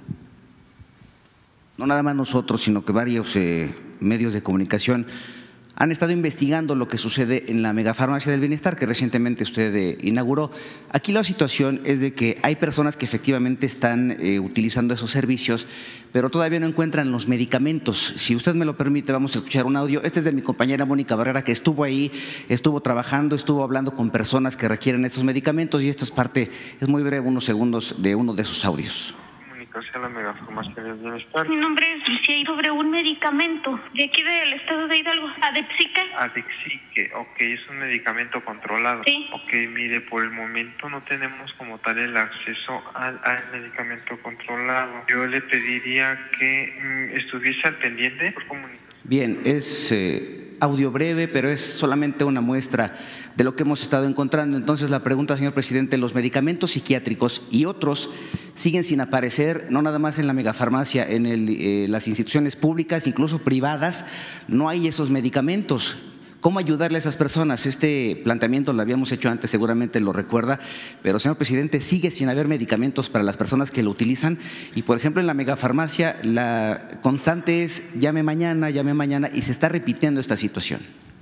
no nada más nosotros, sino que varios eh, medios de comunicación han estado investigando lo que sucede en la megafarmacia del bienestar que recientemente usted eh, inauguró. Aquí la situación es de que hay personas que efectivamente están eh, utilizando esos servicios, pero todavía no encuentran los medicamentos. Si usted me lo permite, vamos a escuchar un audio. Este es de mi compañera Mónica Barrera, que estuvo ahí, estuvo trabajando, estuvo hablando con personas que requieren esos medicamentos, y esto es parte, es muy breve, unos segundos de uno de esos audios. A la megafarmacia del bienestar. Mi nombre es Lucía y sobre un medicamento de aquí del estado de Hidalgo, Adexica. Adexique, ok, es un medicamento controlado. Sí. Ok, mire, por el momento no tenemos como tal el acceso al, al medicamento controlado. Yo le pediría que mmm, estuviese al pendiente por comunicación. Bien, es eh, audio breve, pero es solamente una muestra de lo que hemos estado encontrando. Entonces, la pregunta, señor presidente, los medicamentos psiquiátricos y otros siguen sin aparecer, no nada más en la megafarmacia, en el, eh, las instituciones públicas, incluso privadas, no hay esos medicamentos. ¿Cómo ayudarle a esas personas? Este planteamiento lo habíamos hecho antes, seguramente lo recuerda, pero, señor presidente, sigue sin haber medicamentos para las personas que lo utilizan. Y, por ejemplo, en la megafarmacia, la constante es llame mañana, llame mañana, y se está repitiendo esta situación.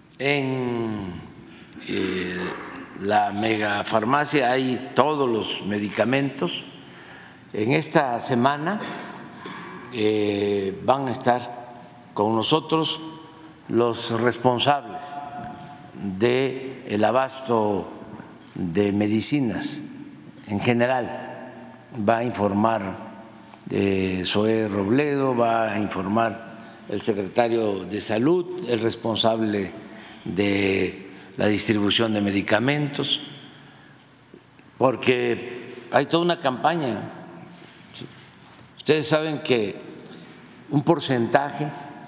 En eh, la megafarmacia hay todos los medicamentos. En esta semana eh, van a estar con nosotros los responsables del abasto de medicinas en general. Va a informar eh, Zoé Robledo, va a informar el secretario de Salud, el responsable de la distribución de medicamentos, porque hay toda una campaña Ustedes saben que un porcentaje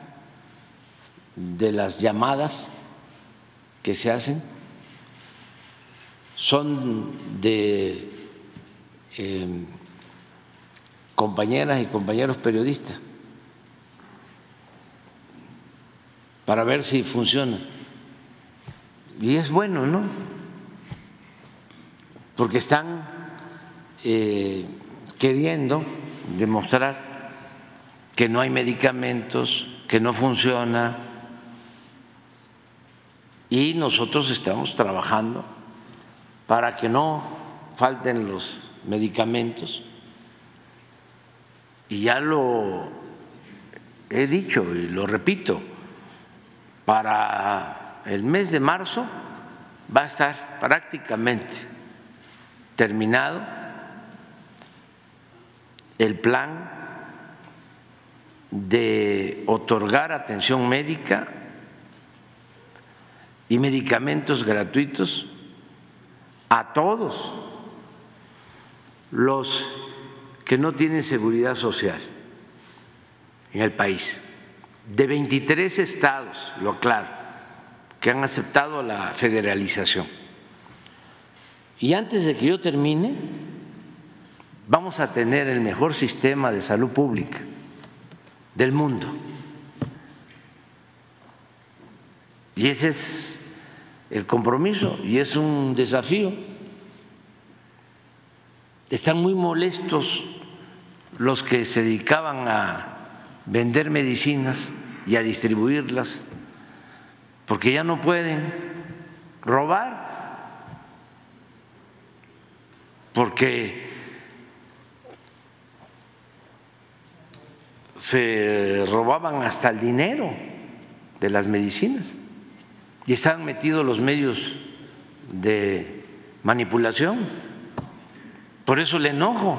de las llamadas que se hacen son de eh, compañeras y compañeros periodistas para ver si funciona. Y es bueno, ¿no? Porque están eh, queriendo demostrar que no hay medicamentos, que no funciona, y nosotros estamos trabajando para que no falten los medicamentos. Y ya lo he dicho y lo repito, para el mes de marzo va a estar prácticamente terminado el plan de otorgar atención médica y medicamentos gratuitos a todos los que no tienen seguridad social en el país, de veintitrés estados, lo aclaro, que han aceptado la federalización. Y antes de que yo termine, vamos a tener el mejor sistema de salud pública del mundo. Y ese es el compromiso y es un desafío. Están muy molestos los que se dedicaban a vender medicinas y a distribuirlas, porque ya no pueden robar, porque se robaban hasta el dinero de las medicinas y estaban metidos los medios de manipulación. Por eso el enojo.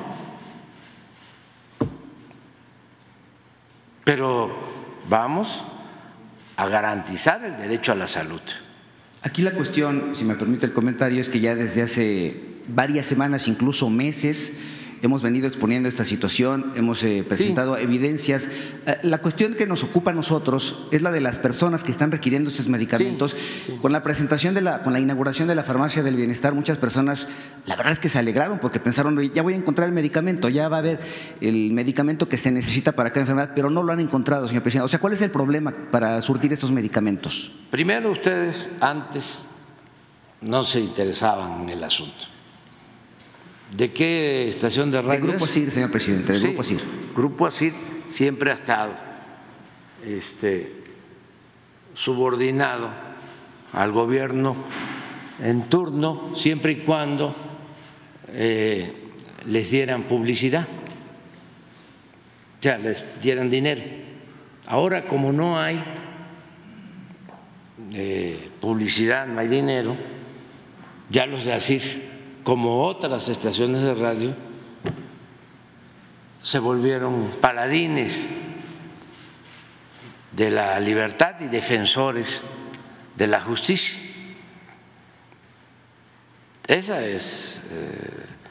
Pero vamos a garantizar el derecho a la salud. Aquí la cuestión, si me permite el comentario, es que ya desde hace varias semanas, incluso meses, hemos venido exponiendo esta situación, hemos eh, presentado sí. evidencias. La cuestión que nos ocupa a nosotros es la de las personas que están requiriendo estos medicamentos. Sí, sí. Con la presentación de la, con la inauguración de la farmacia del bienestar, muchas personas, la verdad es que se alegraron porque pensaron, ya voy a encontrar el medicamento, ya va a haber el medicamento que se necesita para cada enfermedad, pero no lo han encontrado, señor presidente. O sea, ¿cuál es el problema para surtir estos medicamentos? Primero, ustedes antes no se interesaban en el asunto. ¿De qué estación de radio? De Grupo ASIR, señor presidente, de sí, Grupo ASIR. Grupo ASIR siempre ha estado este, subordinado al gobierno en turno, siempre y cuando eh, les dieran publicidad, o sea, les dieran dinero. Ahora, como no hay eh, publicidad, no hay dinero, ya los de ASIR, como otras estaciones de radio, se volvieron paladines de la libertad y defensores de la justicia. Esa es eh,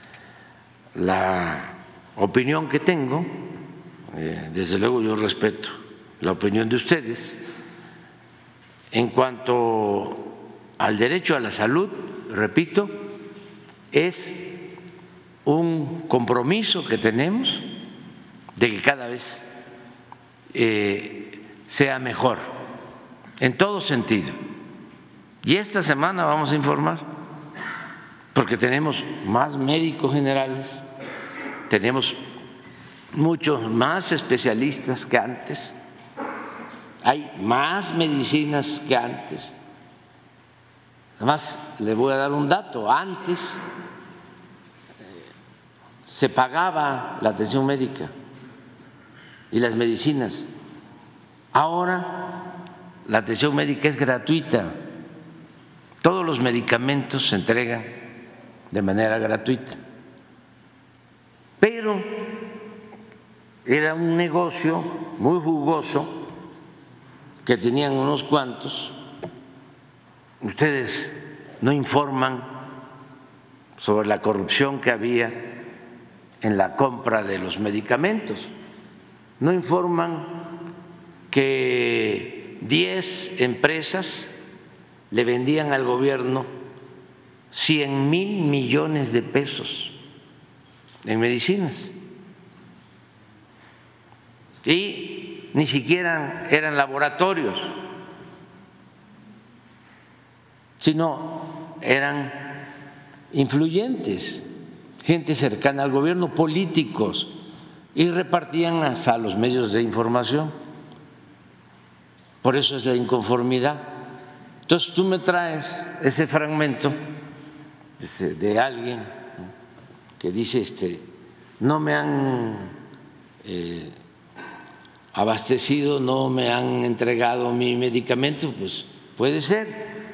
la opinión que tengo. Eh, desde luego yo respeto la opinión de ustedes. En cuanto al derecho a la salud, repito, es un compromiso que tenemos de que cada vez eh, sea mejor en todo sentido. Y esta semana vamos a informar, porque tenemos más médicos generales, tenemos muchos más especialistas que antes, hay más medicinas que antes. Además, le voy a dar un dato, antes se pagaba la atención médica y las medicinas. Ahora la atención médica es gratuita. Todos los medicamentos se entregan de manera gratuita. Pero era un negocio muy jugoso que tenían unos cuantos. Ustedes no informan sobre la corrupción que había en la compra de los medicamentos. No informan que diez empresas le vendían al gobierno cien mil millones de pesos en medicinas y ni siquiera eran laboratorios, sino eran influyentes, gente cercana al gobierno, políticos, y repartían hasta a los medios de información. Por eso es la inconformidad. Entonces tú me traes ese fragmento de alguien que dice, este, no me han eh, abastecido, no me han entregado mi medicamento, pues puede ser,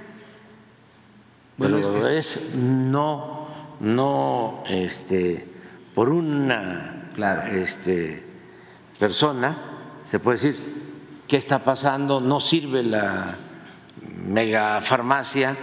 pero bueno, es, es no, no este, por una claro. este, persona se puede decir qué está pasando, no sirve la megafarmacia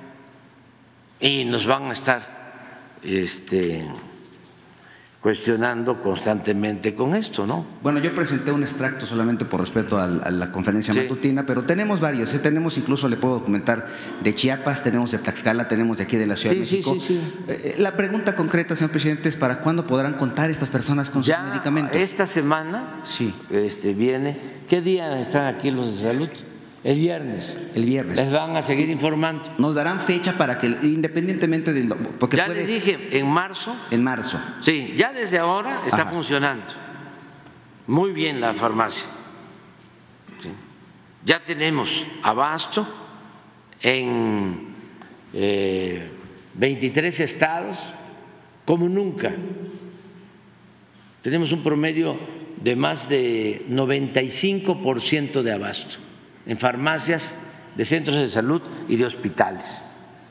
y nos van a estar este, cuestionando constantemente con esto, ¿no? Bueno, yo presenté un extracto solamente por respeto a, a la conferencia sí. matutina, pero tenemos varios, ¿eh? Tenemos incluso, le puedo documentar, de Chiapas, tenemos de Tlaxcala, tenemos de aquí de la Ciudad sí, de México. Sí, sí, sí. Eh, la pregunta concreta, señor presidente, es ¿para cuándo podrán contar estas personas con ya sus medicamentos? Esta semana sí. este, viene. ¿Qué día están aquí los de salud? El viernes. El viernes. Les van a seguir informando. ¿Nos darán fecha para que, independientemente de lo, porque ya puede, les dije, en marzo. En marzo. Sí, ya desde ahora está Ajá. funcionando muy bien la farmacia. Sí. Ya tenemos abasto en eh, veintitrés estados como nunca. Tenemos un promedio de más de noventa y cinco por ciento de abasto en farmacias de centros de salud y de hospitales.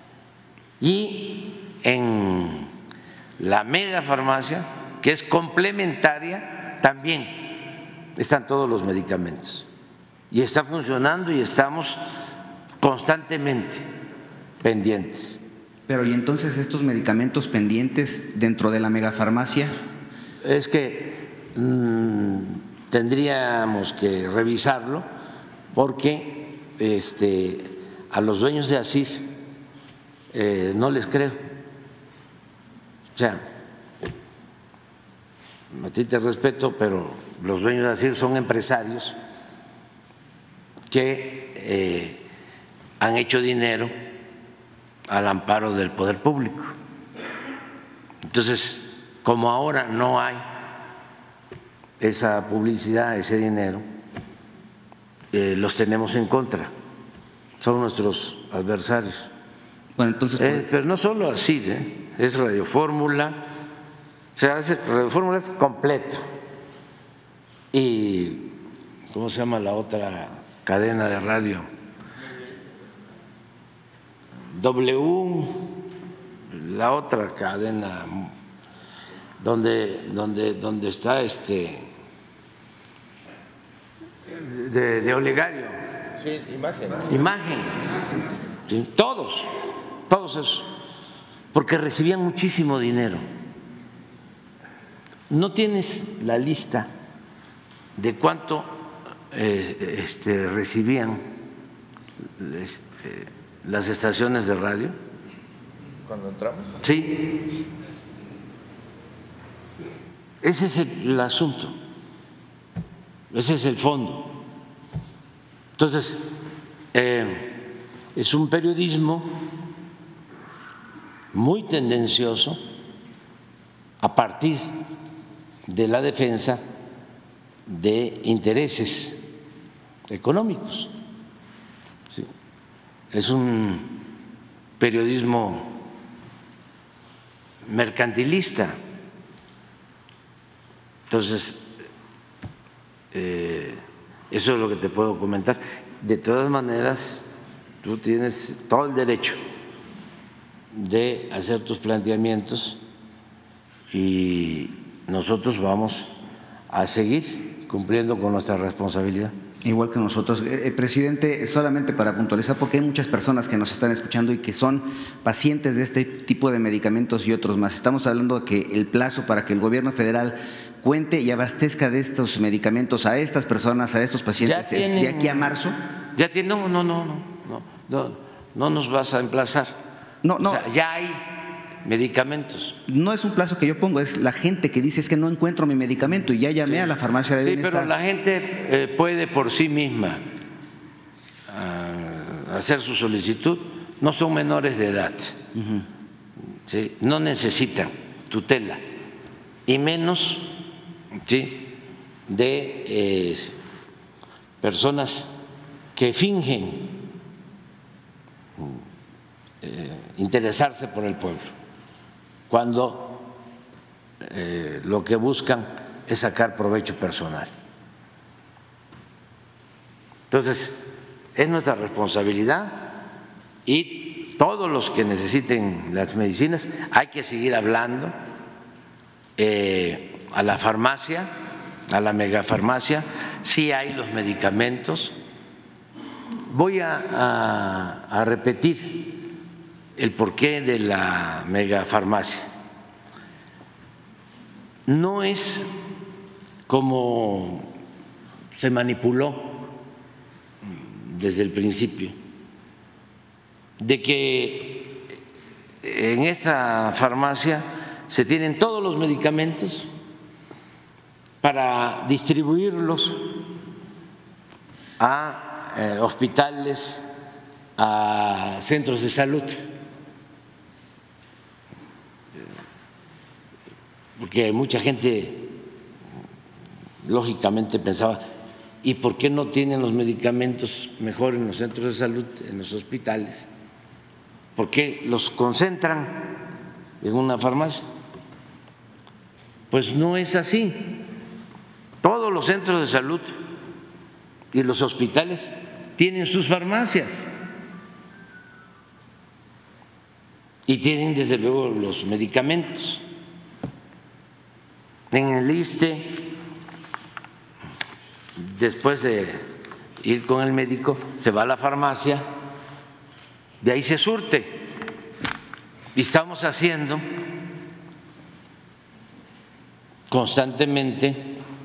Y en la megafarmacia, que es complementaria, también están todos los medicamentos. Y está funcionando y estamos constantemente pendientes. Pero ¿y entonces estos medicamentos pendientes dentro de la megafarmacia? Es que mmm, tendríamos que revisarlo porque este, a los dueños de ASIR eh, no les creo. O sea, a ti te respeto, pero los dueños de ASIR son empresarios que eh, han hecho dinero al amparo del poder público. Entonces, como ahora no hay esa publicidad, ese dinero, eh, los tenemos en contra, son nuestros adversarios. Bueno, entonces, eh, pero no solo así, ¿eh? Es Radio Fórmula, o sea, Radio Fórmula es completo. Y ¿cómo se llama la otra cadena de radio? W, la otra cadena donde donde donde está este de, de Olegario. Sí, imagen. Imagen. Sí, todos, todos esos, porque recibían muchísimo dinero. ¿No tienes la lista de cuánto eh, este, recibían este, las estaciones de radio? ¿Cuando entramos? Sí. Ese es el, el asunto, ese es el fondo. Entonces, eh, es un periodismo muy tendencioso a partir de la defensa de intereses económicos. ¿Sí? Es un periodismo mercantilista. Entonces, eh, eso es lo que te puedo comentar. De todas maneras, tú tienes todo el derecho de hacer tus planteamientos y nosotros vamos a seguir cumpliendo con nuestra responsabilidad. Igual que nosotros. Eh, presidente, solamente para puntualizar, porque hay muchas personas que nos están escuchando y que son pacientes de este tipo de medicamentos y otros más. Estamos hablando de que el plazo para que el gobierno federal cuente y abastezca de estos medicamentos a estas personas, a estos pacientes, tienen, es de aquí a marzo. Ya tiene, no, no, no, no, no, no, no nos vas a emplazar. No, no. O sea, ya hay medicamentos. No es un plazo que yo pongo, es la gente que dice es que no encuentro mi medicamento y ya llamé sí. a la farmacia de Sí, bienestar. pero la gente eh, puede por sí misma uh, hacer su solicitud. No son menores de edad, uh-huh. ¿sí? No necesitan tutela y menos, ¿sí?, de eh, personas que fingen eh, interesarse por el pueblo, cuando eh, lo que buscan es sacar provecho personal. Entonces, es nuestra responsabilidad y todos los que necesiten las medicinas hay que seguir hablando eh, a la farmacia, a la megafarmacia, sí hay los medicamentos. Voy a, a, a repetir el porqué de la megafarmacia. No es como se manipuló desde el principio, de que en esta farmacia se tienen todos los medicamentos para distribuirlos a eh, hospitales, a centros de salud. Porque mucha gente lógicamente pensaba, ¿y por qué no tienen los medicamentos mejor en los centros de salud, en los hospitales? ¿Por qué los concentran en una farmacia? Pues no es así. Todos los centros de salud y los hospitales tienen sus farmacias y tienen desde luego los medicamentos. En el ISSSTE, después de ir con el médico, se va a la farmacia, de ahí se surte. Y estamos haciendo constantemente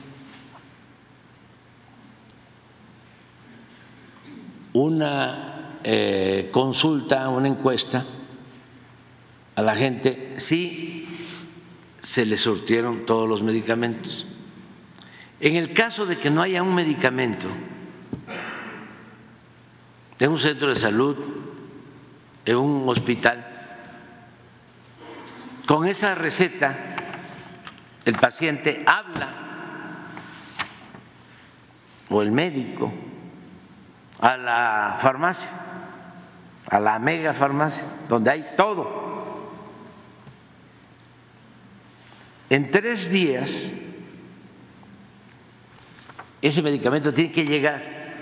una eh, consulta, una encuesta a la gente si se le surtieron todos los medicamentos. En el caso de que no haya un medicamento en un centro de salud, en un hospital, con esa receta el paciente habla o el médico a la farmacia, a la mega farmacia, donde hay todo. En tres días ese medicamento tiene que llegar.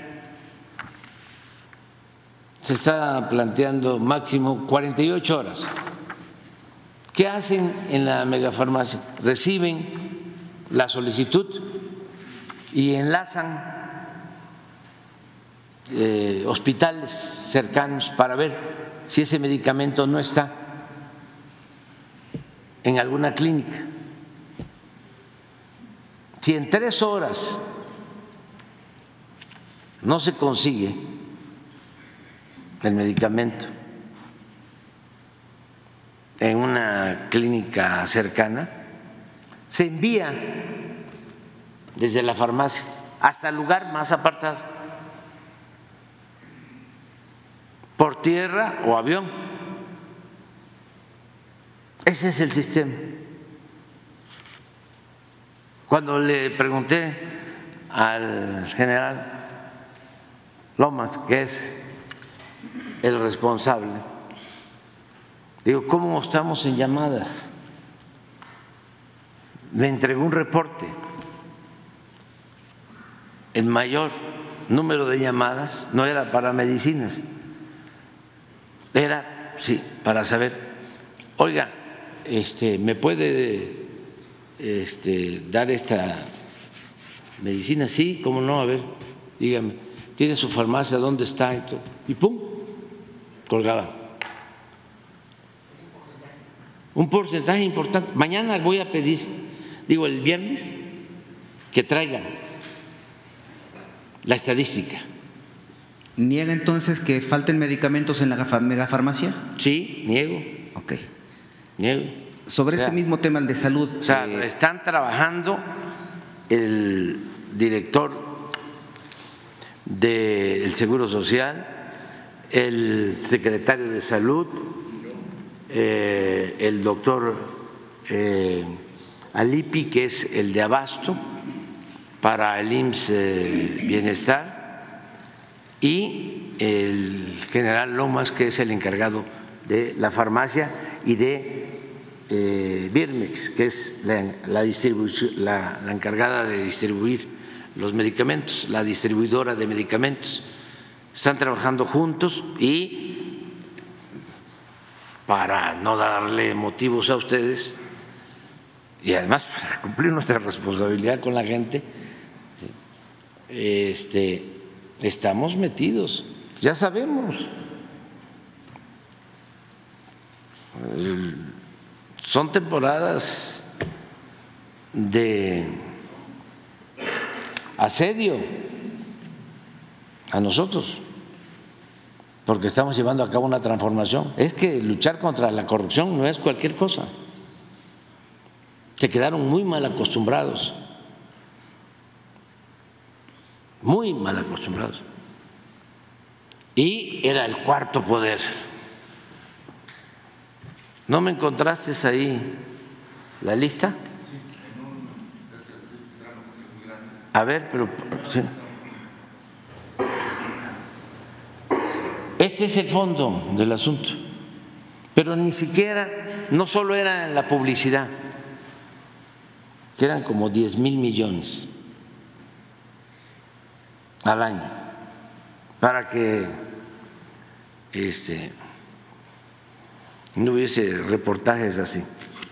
Se está planteando máximo cuarenta y ocho horas. ¿Qué hacen en la megafarmacia? Reciben la solicitud y enlazan eh, hospitales cercanos para ver si ese medicamento no está en alguna clínica. Si en tres horas no se consigue el medicamento en una clínica cercana, se envía desde la farmacia hasta el lugar más apartado, por tierra o avión. Ese es el sistema. Cuando le pregunté al general Lomas, que es el responsable, digo, ¿cómo estamos en llamadas? Me entregó un reporte. El mayor número de llamadas no era para medicinas, era, sí, para saber, oiga, este, ¿me puede este, dar esta medicina? Sí, ¿cómo no? A ver. dígame, ¿tiene su farmacia? ¿Dónde está? Y, todo. Y pum, colgaba. Un porcentaje importante. Mañana voy a pedir, digo, el viernes, que traigan la estadística. ¿Niega entonces que falten medicamentos en la megafarmacia? Sí, niego. Ok. Niego. Sobre O sea, este mismo tema, el de salud. O sea, eh, están trabajando el director del Seguro Social, el secretario de Salud, eh, el doctor eh, Alipi, que es el de Abasto, para el I M S S eh, Bienestar, y el general Lomas, que es el encargado de la farmacia, y de eh, Birmex, que es la, la, la, la encargada de distribuir los medicamentos, la distribuidora de medicamentos. Están trabajando juntos y, para no darle motivos a ustedes y además para cumplir nuestra responsabilidad con la gente, este, estamos metidos, ya sabemos. Son temporadas de asedio a nosotros, porque estamos llevando a cabo una transformación. Es que luchar contra la corrupción no es cualquier cosa. Se quedaron muy mal acostumbrados, muy mal acostumbrados. Y era el cuarto poder. ¿No me encontraste ahí la lista? A ver, pero sí. Este es el fondo del asunto. Pero ni siquiera, no solo era la publicidad, que eran como diez mil millones al año para que este, no hubiese reportajes así,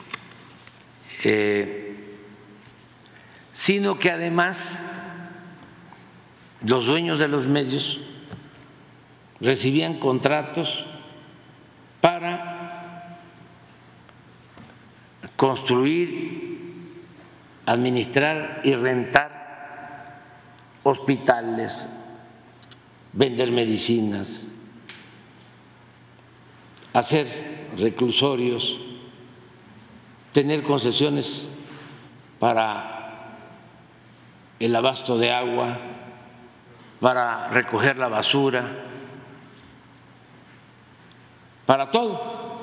eh, sino que además los dueños de los medios recibían contratos para construir, administrar y rentar hospitales, vender medicinas, hacer reclusorios, tener concesiones para el abasto de agua, para recoger la basura, para todo.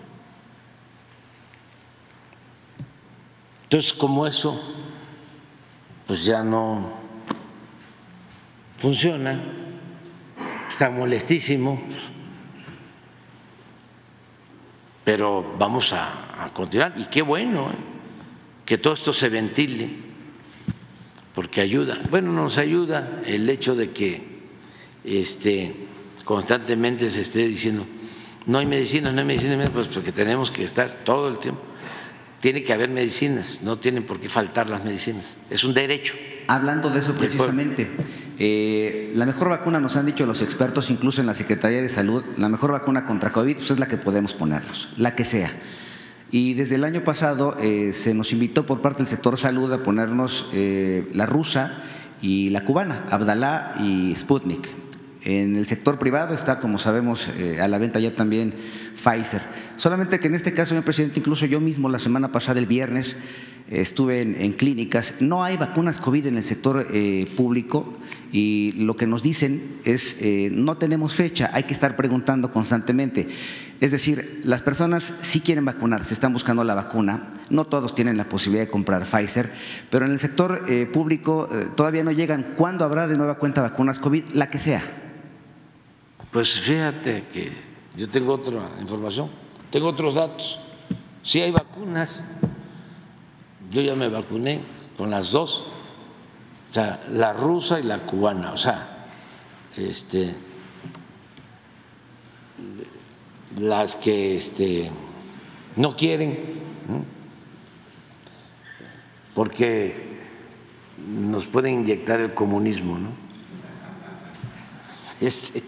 Entonces, como eso pues ya no funciona, está molestísimo, pero vamos a, a continuar. Y qué bueno ¿eh? que todo esto se ventile, porque ayuda. Bueno, nos ayuda el hecho de que este, constantemente se esté diciendo no hay medicinas, no hay medicinas, pues porque tenemos que estar todo el tiempo. Tiene que haber medicinas, no tienen por qué faltar las medicinas, es un derecho. Hablando de eso precisamente, eh, la mejor vacuna, nos han dicho los expertos, incluso en la Secretaría de Salud, la mejor vacuna contra COVID pues es la que podemos ponernos, la que sea. Y desde el año pasado eh, se nos invitó por parte del sector salud a ponernos eh, la rusa y la cubana, Abdalá y Sputnik. En el sector privado está, como sabemos, eh, a la venta ya también Pfizer. Solamente que en este caso, señor presidente, incluso yo mismo la semana pasada, el viernes, eh, estuve en, en clínicas. No hay vacunas COVID en el sector eh, público y lo que nos dicen es eh, no tenemos fecha, hay que estar preguntando constantemente. Es decir, las personas sí quieren vacunarse, están buscando la vacuna. No todos tienen la posibilidad de comprar Pfizer, pero en el sector eh, público eh, todavía no llegan. ¿Cuándo habrá de nueva cuenta vacunas COVID? La que sea. Pues fíjate que yo tengo otra información, tengo otros datos. Sí hay vacunas, yo ya me vacuné con las dos, o sea, la rusa y la cubana, o sea, este, las que este, no quieren, ¿no? Porque nos pueden inyectar el comunismo, ¿no? este,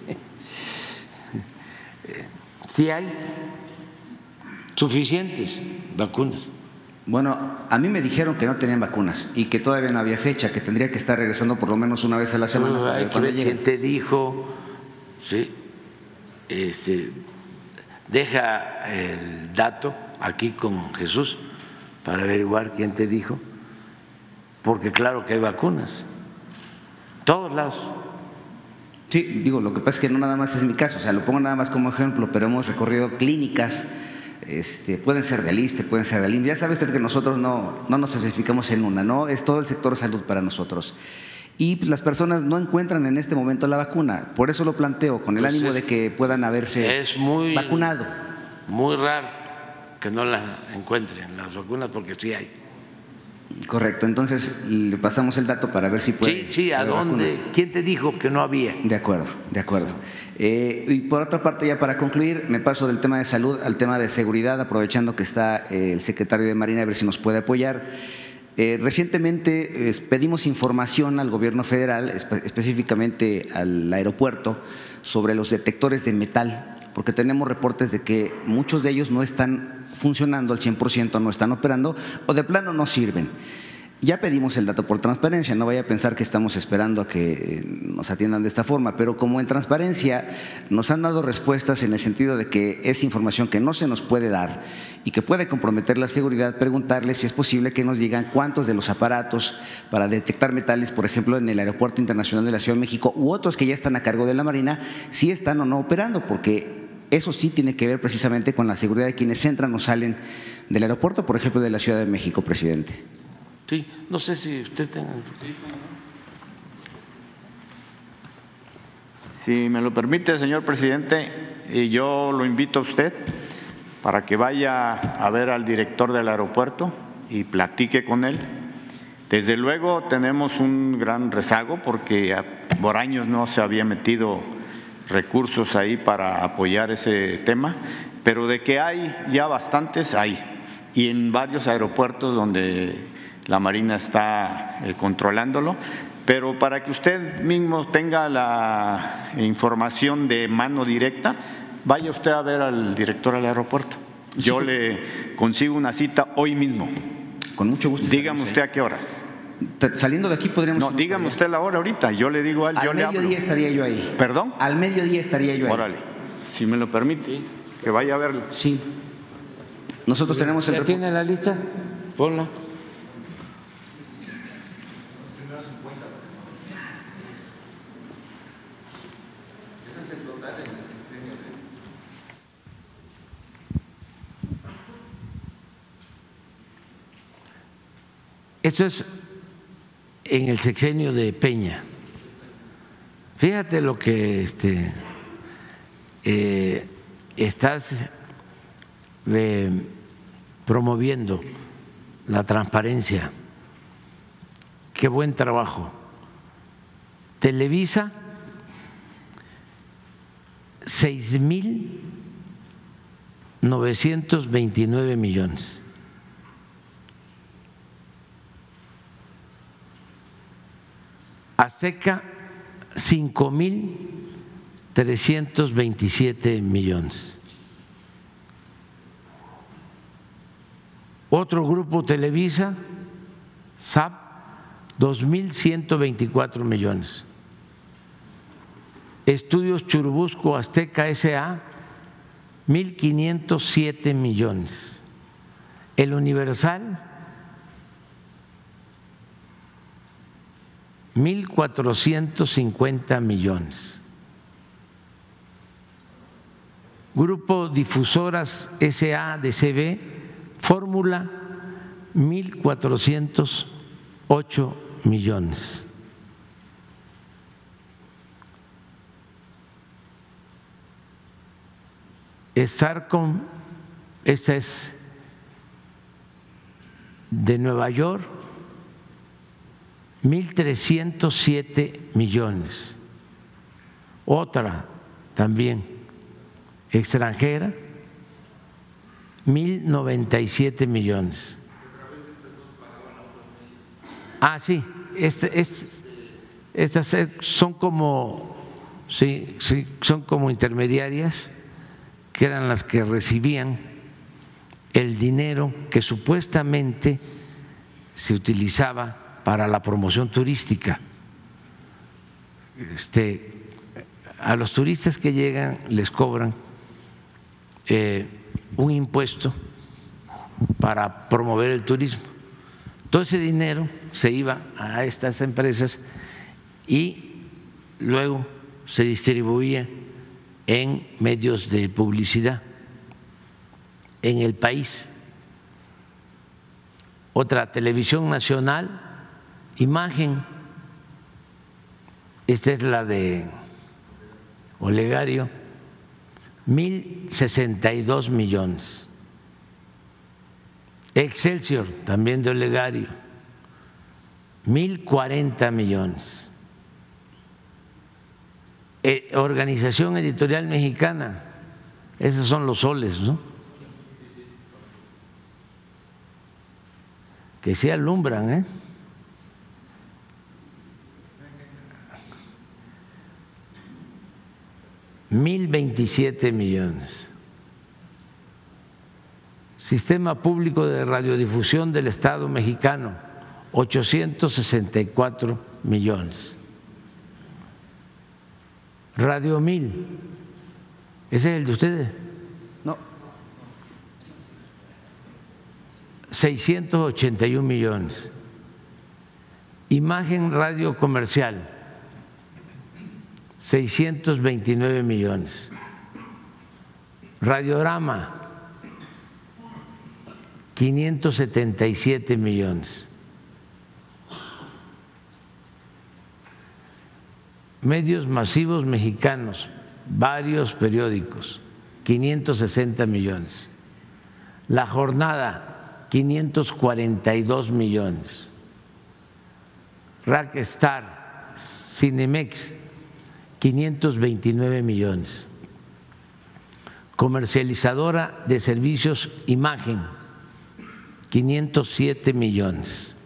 sí hay suficientes vacunas. Bueno, a mí me dijeron que no tenían vacunas y que todavía no había fecha, que tendría que estar regresando por lo menos una vez a la semana. No, hay que ver quién te dijo, sí, este, deja el dato aquí con Jesús para averiguar quién te dijo, porque claro que hay vacunas, todos lados. Sí, digo, lo que pasa es que no nada más es mi caso, o sea, lo pongo nada más como ejemplo, pero hemos recorrido clínicas. Este, pueden ser del I S S S T E, pueden ser del I N S S, ya sabe usted que nosotros no, no nos especificamos en una, no, es todo el sector salud para nosotros. Y pues, las personas no encuentran en este momento la vacuna, por eso lo planteo, con el pues ánimo es, de que puedan haberse es muy, vacunado. Muy raro que no la encuentren las vacunas, porque sí hay. Correcto, entonces le pasamos el dato para ver si puede. Sí, sí, ¿a dónde? Vacunas. ¿Quién te dijo que no había? De acuerdo, de acuerdo. Eh, y por otra parte, ya para concluir, me paso del tema de salud al tema de seguridad, aprovechando que está eh, el secretario de Marina, a ver si nos puede apoyar. Eh, recientemente eh, pedimos información al gobierno federal, espe específicamente al aeropuerto, sobre los detectores de metal, porque tenemos reportes de que muchos de ellos no están funcionando al cien por ciento, no están operando o de plano no sirven. Ya pedimos el dato por transparencia, no vaya a pensar que estamos esperando a que nos atiendan de esta forma, pero como en transparencia nos han dado respuestas en el sentido de que es información que no se nos puede dar y que puede comprometer la seguridad, preguntarles si es posible que nos digan cuántos de los aparatos para detectar metales, por ejemplo, en el Aeropuerto Internacional de la Ciudad de México u otros que ya están a cargo de la Marina, si están o no operando, porque eso sí tiene que ver precisamente con la seguridad de quienes entran o salen del aeropuerto, por ejemplo, de la Ciudad de México, presidente. Sí, no sé si usted tenga. Si me lo permite, señor presidente, y yo lo invito a usted para que vaya a ver al director del aeropuerto y platique con él. Desde luego tenemos un gran rezago porque por años no se había metido recursos ahí para apoyar ese tema, pero de que hay ya bastantes, hay, y en varios aeropuertos donde la Marina está eh, controlándolo, pero para que usted mismo tenga la información de mano directa, vaya usted a ver al director del aeropuerto. Yo sí, le consigo una cita hoy mismo. Con mucho gusto. Dígame usted a qué horas. Saliendo de aquí podríamos… No, dígame usted la hora ahorita, yo le digo a él, yo le hablo. Al mediodía estaría yo ahí. ¿Perdón? Al mediodía estaría yo ahí. Órale, si me lo permite, sí, que vaya a verlo. Sí. Nosotros tenemos el… ¿Ya tiene la lista? Ponla. Esto es en el sexenio de Peña. Fíjate lo que este, eh, estás eh, promoviendo, la transparencia. Qué buen trabajo. Televisa, seis mil novecientos veintinueve millones. Azteca, cinco mil trescientos veintisiete millones. Otro grupo Televisa, S A P, dos mil ciento veinticuatro millones. Estudios Churubusco Azteca S A, mil quinientos siete millones. El Universal, mil cuatrocientos cincuenta millones. Grupo Difusoras S A de C B, Fórmula, mil cuatrocientos ocho millones. Starcom, esta es de Nueva York, mil trescientos siete millones. Otra también extranjera, mil noventa y siete millones. Ah, sí, este, este, estas son como sí, sí, son como intermediarias que eran las que recibían el dinero que supuestamente se utilizaba para la promoción turística. Este, a los turistas que llegan les cobran eh, un impuesto para promover el turismo. Todo ese dinero se iba a estas empresas y luego se distribuía en medios de publicidad en el país. Otra, Televisión Nacional, Imagen, esta es la de Olegario, mil sesenta y dos millones. Excelsior, también de Olegario, mil cuarenta millones. Eh, Organización Editorial Mexicana, esos son los soles, ¿no? Que se alumbran, ¿eh? Mil veintisiete millones. Sistema Público de Radiodifusión del Estado Mexicano, ochocientos sesenta y cuatro millones. Radio Mil, ¿ese es el de ustedes? No. seiscientos ochenta y un millones. Imagen Radio Comercial, seiscientos veintinueve millones. Radiorama, quinientos setenta y siete millones. Medios masivos mexicanos, varios periódicos, quinientos sesenta millones. La Jornada, quinientos cuarenta y dos millones. Rackstar, Cinemex, quinientos veintinueve millones. Comercializadora de Servicios Imagen, quinientos siete millones.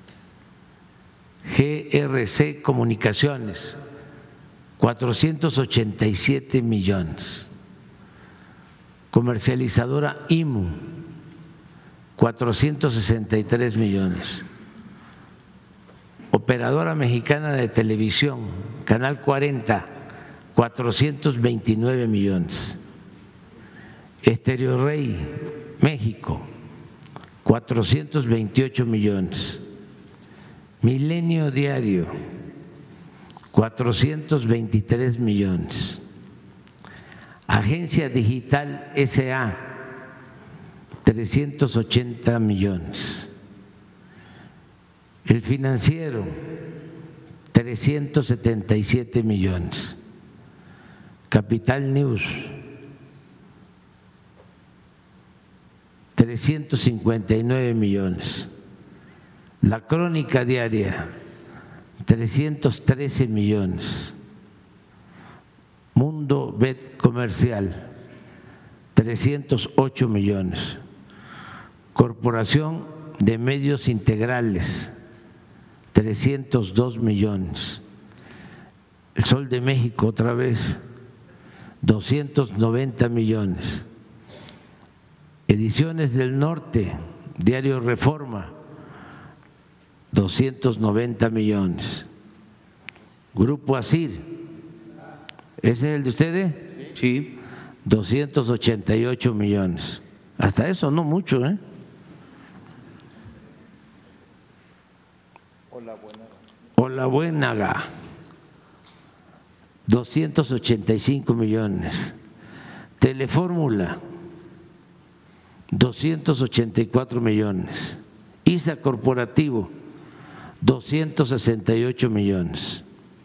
G R C Comunicaciones, cuatrocientos ochenta y siete millones. Comercializadora I M U, cuatrocientos sesenta y tres millones. Operadora Mexicana de Televisión, Canal cuarenta, cuatrocientos veintinueve millones. Estéreo Rey, México, cuatrocientos veintiocho millones. Milenio Diario, cuatrocientos veintitrés millones. Agencia Digital S A, trescientos ochenta millones. El Financiero, trescientos setenta y siete millones. Capital News, trescientos cincuenta y nueve millones. La Crónica Diaria, trescientos trece millones. Mundo Bet Comercial, trescientos ocho millones. Corporación de Medios Integrales, trescientos dos millones. El Sol de México otra vez, doscientos noventa millones. Ediciones del Norte, Diario Reforma, doscientos noventa millones. Grupo Asir, ¿ese es el de ustedes? Sí. doscientos ochenta y ocho millones. Hasta eso no mucho, ¿eh? Hola Buenaga, doscientos ochenta y cinco millones. Telefórmula, doscientos ochenta y cuatro millones. I S A Corporativo, doscientos sesenta y ocho millones.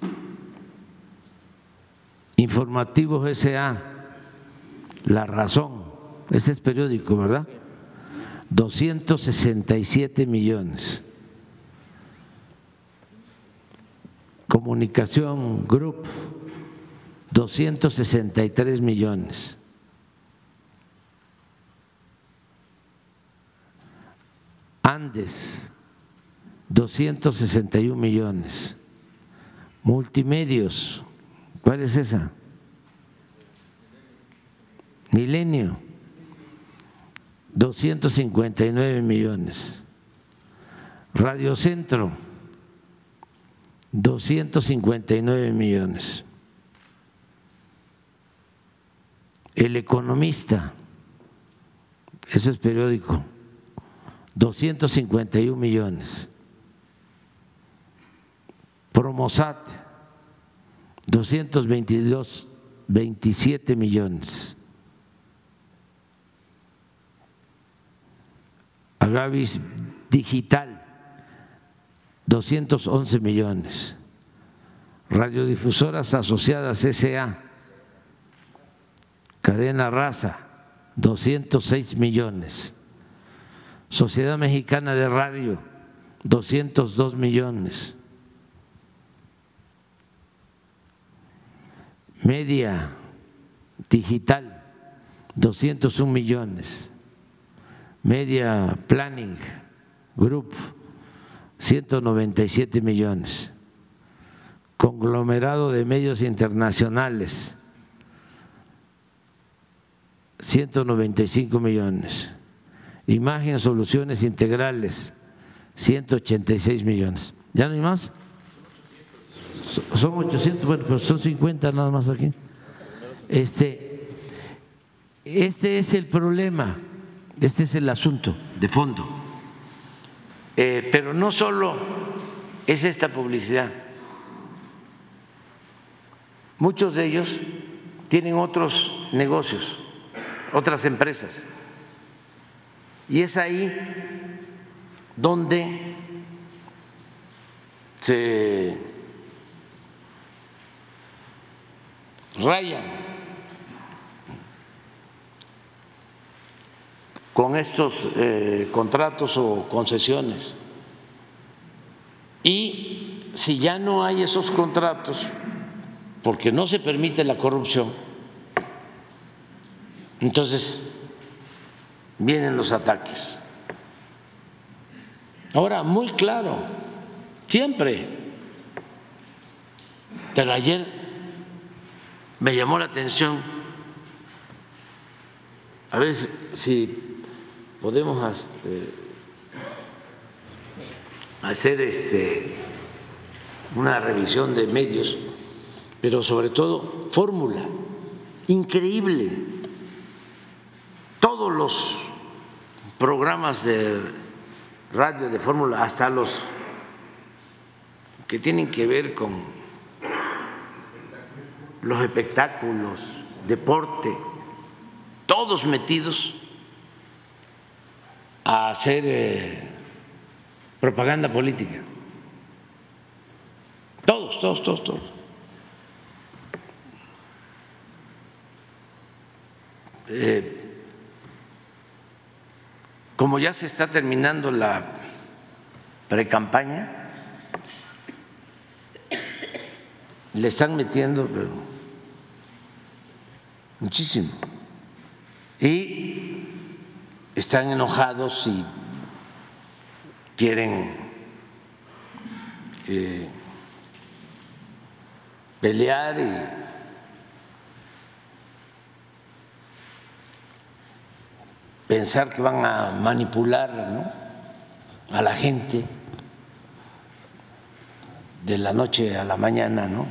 Informativos S A, La Razón, ese es periódico, ¿verdad? doscientos sesenta y siete millones. Comunicación Group, doscientos sesenta y tres millones. Andes, doscientos sesenta y un millones. Multimedios, ¿Cuál es esa? Milenio, doscientos cincuenta y nueve millones. Radio Centro, doscientos cincuenta y nueve millones. El Economista, eso es periódico, doscientos cincuenta y un millones. Promosat, doscientos veintidós, veintisiete millones. Agavis Digital, doscientos once millones. Radiodifusoras Asociadas S A, Cadena Raza, doscientos seis millones. Sociedad Mexicana de Radio, doscientos dos millones. Media Digital, doscientos un millones. Media Planning Group, ciento noventa y siete millones. Conglomerado de Medios Internacionales, ciento noventa y cinco millones. Imagen Soluciones Integrales, ciento ochenta y seis millones. ¿Ya no hay más? Son ochocientos, bueno, pero son cincuenta nada más aquí. Este, este es el problema, este es el asunto de fondo. Eh, pero no solo es esta publicidad. Muchos de ellos tienen otros negocios, otras empresas. Y es ahí donde se rayan con estos eh, contratos o concesiones. Y si ya no hay esos contratos, porque no se permite la corrupción, entonces vienen los ataques. Ahora, muy claro, siempre, pero ayer me llamó la atención, a ver si podemos eh, hacer este, una revisión de medios, pero sobre todo Fórmula, increíble, todos los programas de radio de Fórmula, hasta los que tienen que ver con los espectáculos, deporte, todos metidos a hacer eh, propaganda política. Todos, todos, todos, todos. Eh, como ya se está terminando la precampaña, le están metiendo pero, muchísimo. Y están enojados y quieren eh, pelear y pensar que van a manipular, ¿no?, a la gente de la noche a la mañana, ¿no?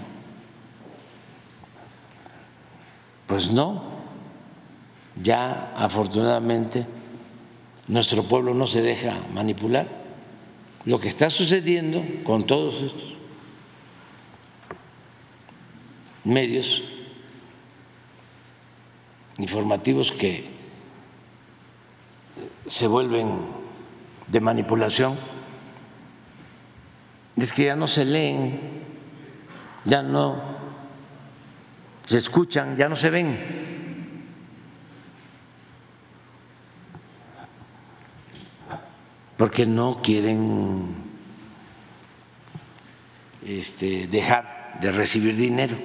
Pues no, ya afortunadamente nuestro pueblo no se deja manipular. Lo que está sucediendo con todos estos medios informativos que se vuelven de manipulación es que ya no se leen, ya no se escuchan, ya no se ven. Porque no quieren este, dejar de recibir dinero.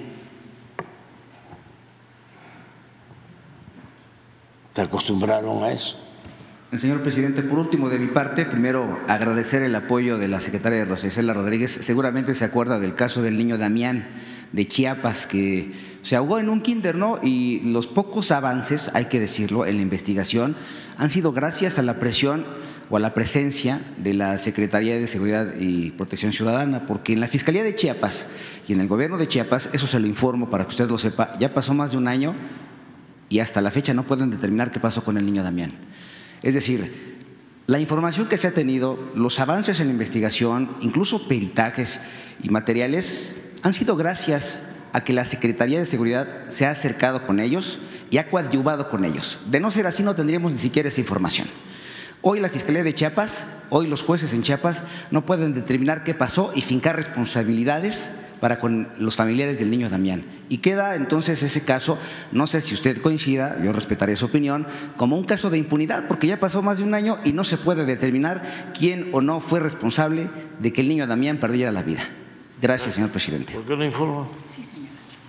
Se acostumbraron a eso. Señor presidente, por último de mi parte, primero agradecer el apoyo de la secretaria de Rosa Isela Rodríguez. Seguramente se acuerda del caso del niño Damián, de Chiapas que se ahogó en un kinder, ¿no? Y los pocos avances, hay que decirlo, en la investigación han sido gracias a la presión o a la presencia de la Secretaría de Seguridad y Protección Ciudadana, porque en la Fiscalía de Chiapas y en el gobierno de Chiapas, eso se lo informo para que usted lo sepa, ya pasó más de un año y hasta la fecha no pueden determinar qué pasó con el niño Damián. Es decir, la información que se ha tenido, los avances en la investigación, incluso peritajes y materiales, han sido gracias a que la Secretaría de Seguridad se ha acercado con ellos y ha coadyuvado con ellos. De no ser así, no tendríamos ni siquiera esa información. Hoy la Fiscalía de Chiapas, hoy los jueces en Chiapas no pueden determinar qué pasó y fincar responsabilidades para con los familiares del niño Damián. Y queda entonces ese caso, no sé si usted coincida, yo respetaré su opinión, como un caso de impunidad, porque ya pasó más de un año y no se puede determinar quién o no fue responsable de que el niño Damián perdiera la vida. Gracias, señor presidente. ¿Por qué lo informo? Sí, señora.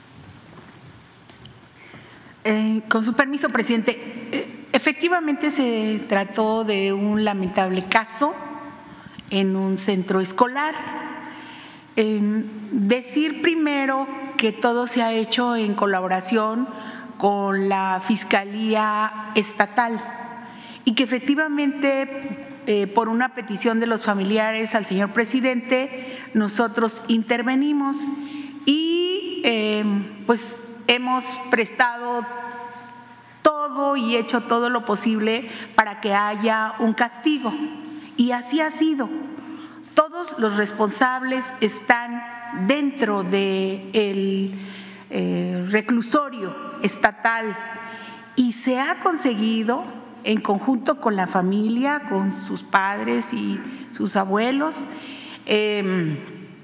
Eh, con su permiso, presidente, eh, efectivamente se trató de un lamentable caso en un centro escolar. Eh, decir primero que todo se ha hecho en colaboración con la Fiscalía Estatal y que efectivamente eh, por una petición de los familiares al señor presidente nosotros intervenimos y eh, pues hemos prestado todo y hecho todo lo posible para que haya un castigo y así ha sido. Todos los responsables están dentro del eh, reclusorio estatal y se ha conseguido en conjunto con la familia, con sus padres y sus abuelos, eh,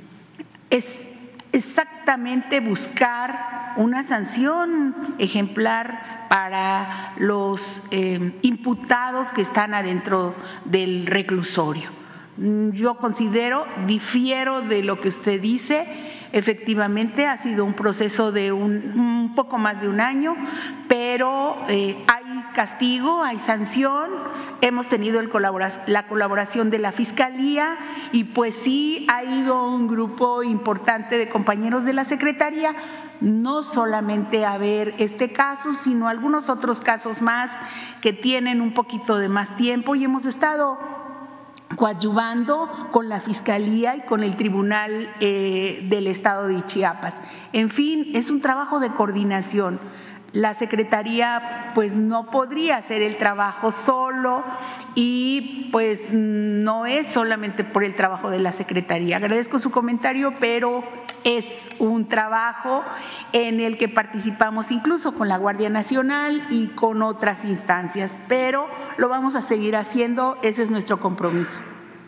es exactamente buscar una sanción ejemplar para los eh, imputados que están adentro del reclusorio. Yo considero, difiero de lo que usted dice, efectivamente ha sido un proceso de un, un poco más de un año, pero eh, hay castigo, hay sanción, hemos tenido el colabora- la colaboración de la Fiscalía y pues sí ha ido un grupo importante de compañeros de la Secretaría, no solamente a ver este caso, sino algunos otros casos más que tienen un poquito de más tiempo y hemos estado coadyuvando con la Fiscalía y con el Tribunal eh, del Estado de Chiapas. En fin, es un trabajo de coordinación. La Secretaría pues no podría hacer el trabajo solo y pues no es solamente por el trabajo de la Secretaría. Agradezco su comentario, pero es un trabajo en el que participamos incluso con la Guardia Nacional y con otras instancias, pero lo vamos a seguir haciendo, ese es nuestro compromiso.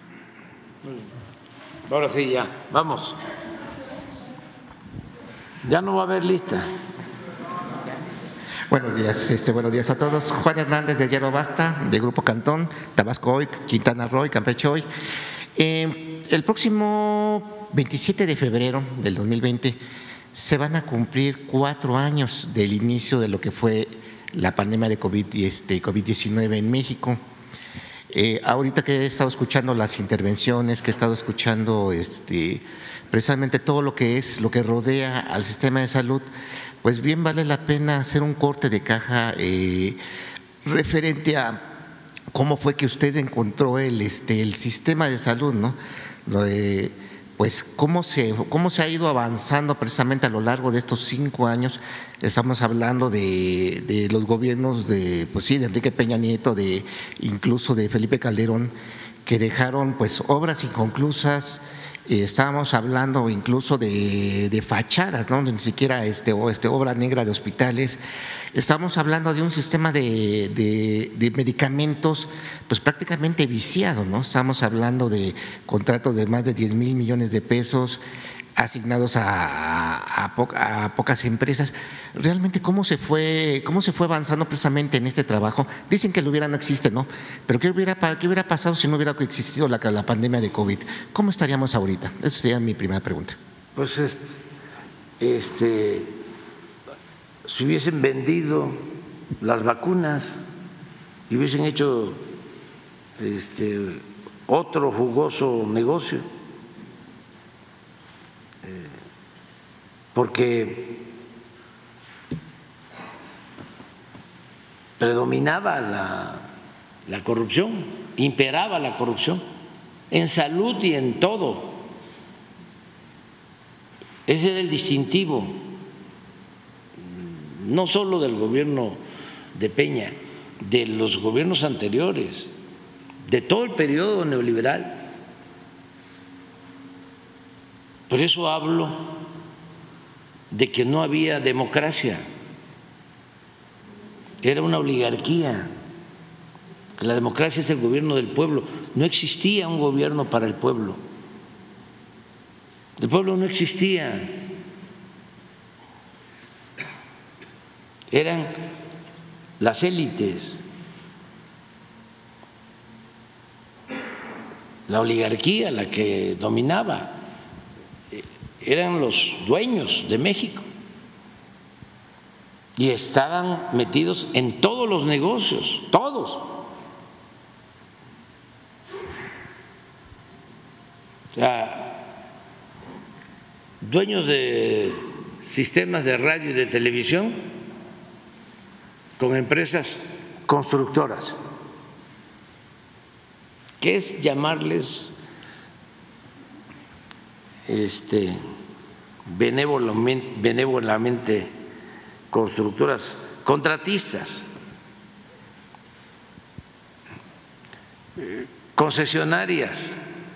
Ahora sí, ya, vamos. Ya no va a haber lista. Buenos días, este, buenos días a todos. Juan Hernández de Hierro Basta, de Grupo Cantón, Tabasco Hoy, Quintana Roo y Campeche Hoy. Eh, el próximo veintisiete de febrero del dos mil veinte se van a cumplir cuatro años del inicio de lo que fue la pandemia de COVID diecinueve en México. Eh, ahorita que he estado escuchando las intervenciones, que he estado escuchando este, precisamente todo lo que es, lo que rodea al sistema de salud, pues bien vale la pena hacer un corte de caja eh, referente a cómo fue que usted encontró el, este, el sistema de salud, ¿no? Lo de, pues cómo se, cómo se ha ido avanzando precisamente a lo largo de estos cinco años. Estamos hablando de, de los gobiernos de, pues sí, de Enrique Peña Nieto, de incluso de Felipe Calderón, que dejaron pues obras inconclusas. Eh, estábamos hablando incluso de, de fachadas, ¿no? Ni siquiera este, este, obra negra de hospitales. Estamos hablando de un sistema de, de, de medicamentos pues prácticamente viciado, ¿no? Estamos hablando de contratos de más de diez mil millones de pesos asignados a, a, po, a pocas empresas. Realmente cómo se fue, cómo se fue avanzando precisamente en este trabajo. Dicen que lo hubiera no existe, ¿no? Pero ¿qué hubiera, qué hubiera pasado si no hubiera existido la, la pandemia de COVID? ¿Cómo estaríamos ahorita? Esa sería mi primera pregunta. Pues este, si hubiesen vendido las vacunas y hubiesen hecho este, otro jugoso negocio, porque predominaba la, la corrupción, imperaba la corrupción en salud y en todo. Ese era el distintivo, no solo del gobierno de Peña, de los gobiernos anteriores, de todo el periodo neoliberal. Por eso hablo de que no había democracia, era una oligarquía. La democracia es el gobierno del pueblo, no existía un gobierno para el pueblo, el pueblo no existía, eran las élites, la oligarquía la que dominaba, eran los dueños de México y estaban metidos en todos los negocios, todos. O sea, dueños de sistemas de radio y de televisión con empresas constructoras, que es llamarles este, benévolamente, benévolamente constructoras, contratistas, concesionarias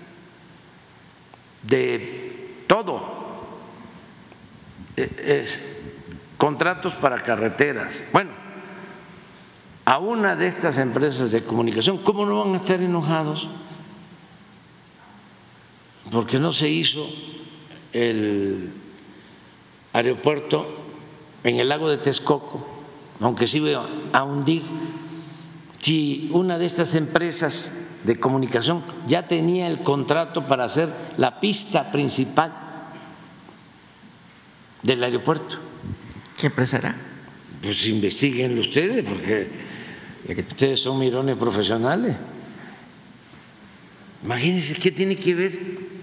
de todo, es, contratos para carreteras. Bueno, a una de estas empresas de comunicación, ¿cómo no van a estar enojados? Porque no se hizo el aeropuerto en el lago de Texcoco, aunque se iba a hundir, si una de estas empresas de comunicación ya tenía el contrato para hacer la pista principal del aeropuerto. ¿Qué empresa era? Pues investíguenlo ustedes, porque ustedes son mirones profesionales. Imagínense qué tiene que ver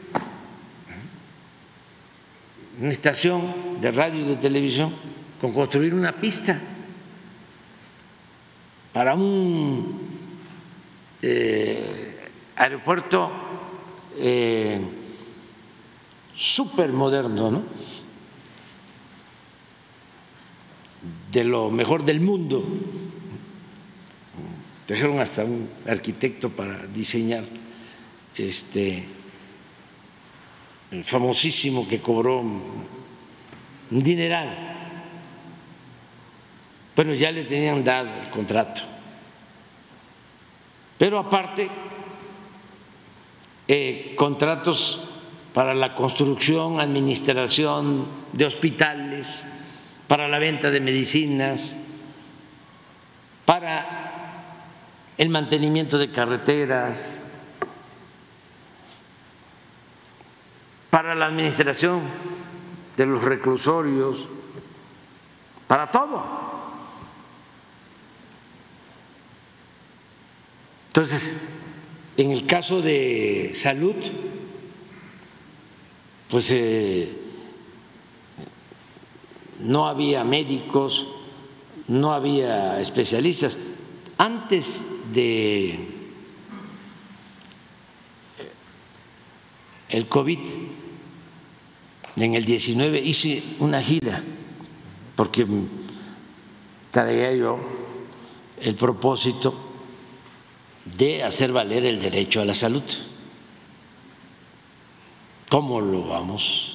una estación de radio y de televisión con construir una pista para un eh, aeropuerto eh, súper moderno, ¿no? De lo mejor del mundo. Trajeron hasta un arquitecto para diseñar este el famosísimo que cobró un dineral. Bueno, ya le tenían dado el contrato. Pero aparte, eh, contratos para la construcción, administración de hospitales, para la venta de medicinas, para el mantenimiento de carreteras, para la administración de los reclusorios, para todo. Entonces, en el caso de salud, pues eh, no había médicos, no había especialistas. Antes de el COVID, en el diecinueve, hice una gira porque traía yo el propósito de hacer valer el derecho a la salud. ¿Cómo lo vamos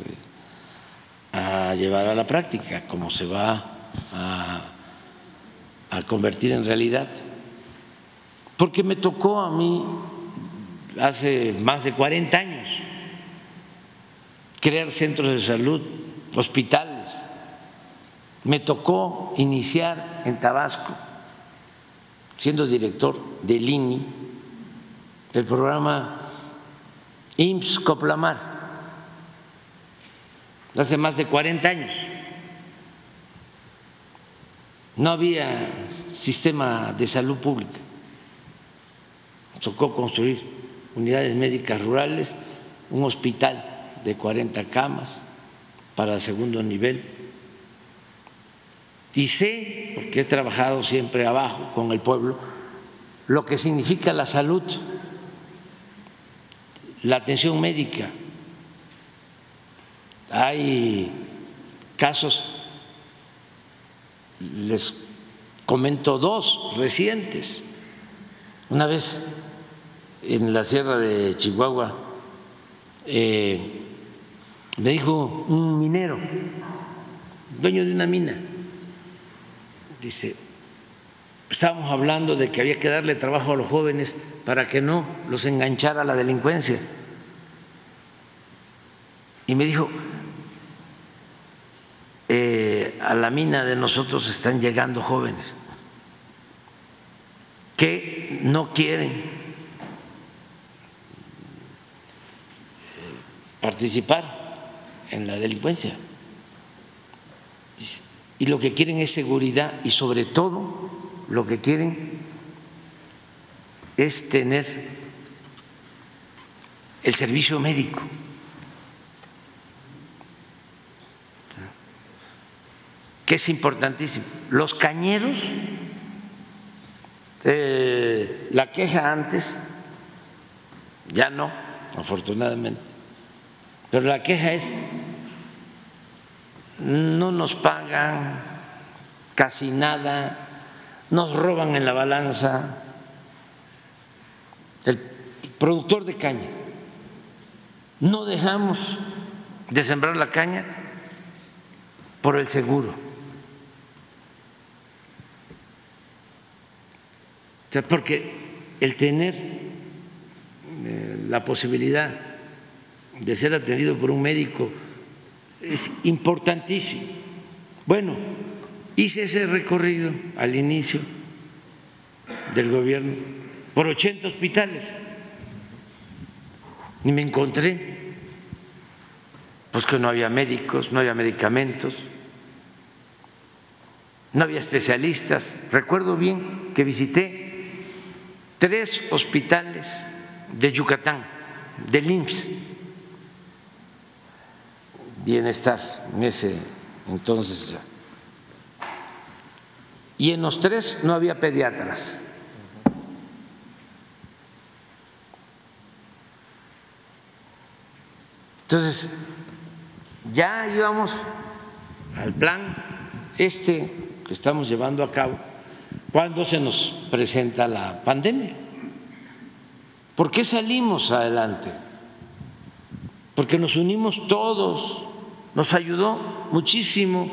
a llevar a la práctica? ¿Cómo se va a, a convertir en realidad? Porque me tocó a mí hace más de cuarenta años crear centros de salud, hospitales. Me tocó iniciar en Tabasco, siendo director del I N I, el programa I M S S Coplamar, hace más de cuarenta años. No había sistema de salud pública. Tocó construir unidades médicas rurales, un hospital de cuarenta camas para segundo nivel. Y sé, porque he trabajado siempre abajo con el pueblo, lo que significa la salud, la atención médica. Hay casos, les comento dos recientes. Una vez en la sierra de Chihuahua eh, me dijo un minero, dueño de una mina, dice, estábamos hablando de que había que darle trabajo a los jóvenes para que no los enganchara la delincuencia. Y me dijo, eh, a la mina de nosotros están llegando jóvenes que no quieren participar en la delincuencia y lo que quieren es seguridad y sobre todo lo que quieren es tener el servicio médico. Que es importantísimo. Los cañeros, eh, la queja antes, ya no, afortunadamente, pero la queja es, no nos pagan casi nada, nos roban en la balanza. El productor de caña, no dejamos de sembrar la caña por el seguro. O sea, porque el tener eh, la posibilidad de ser atendido por un médico es importantísimo. Bueno, hice ese recorrido al inicio del gobierno por ochenta hospitales y me encontré pues que no había médicos, no había medicamentos, no había especialistas. Recuerdo bien que visité tres hospitales de Yucatán, del I M S S, Bienestar, en ese entonces, y en los tres no había pediatras. Entonces, ya íbamos al plan este que estamos llevando a cabo cuando se nos presenta la pandemia. ¿Por qué salimos adelante? Porque nos unimos todos, nos ayudó muchísimo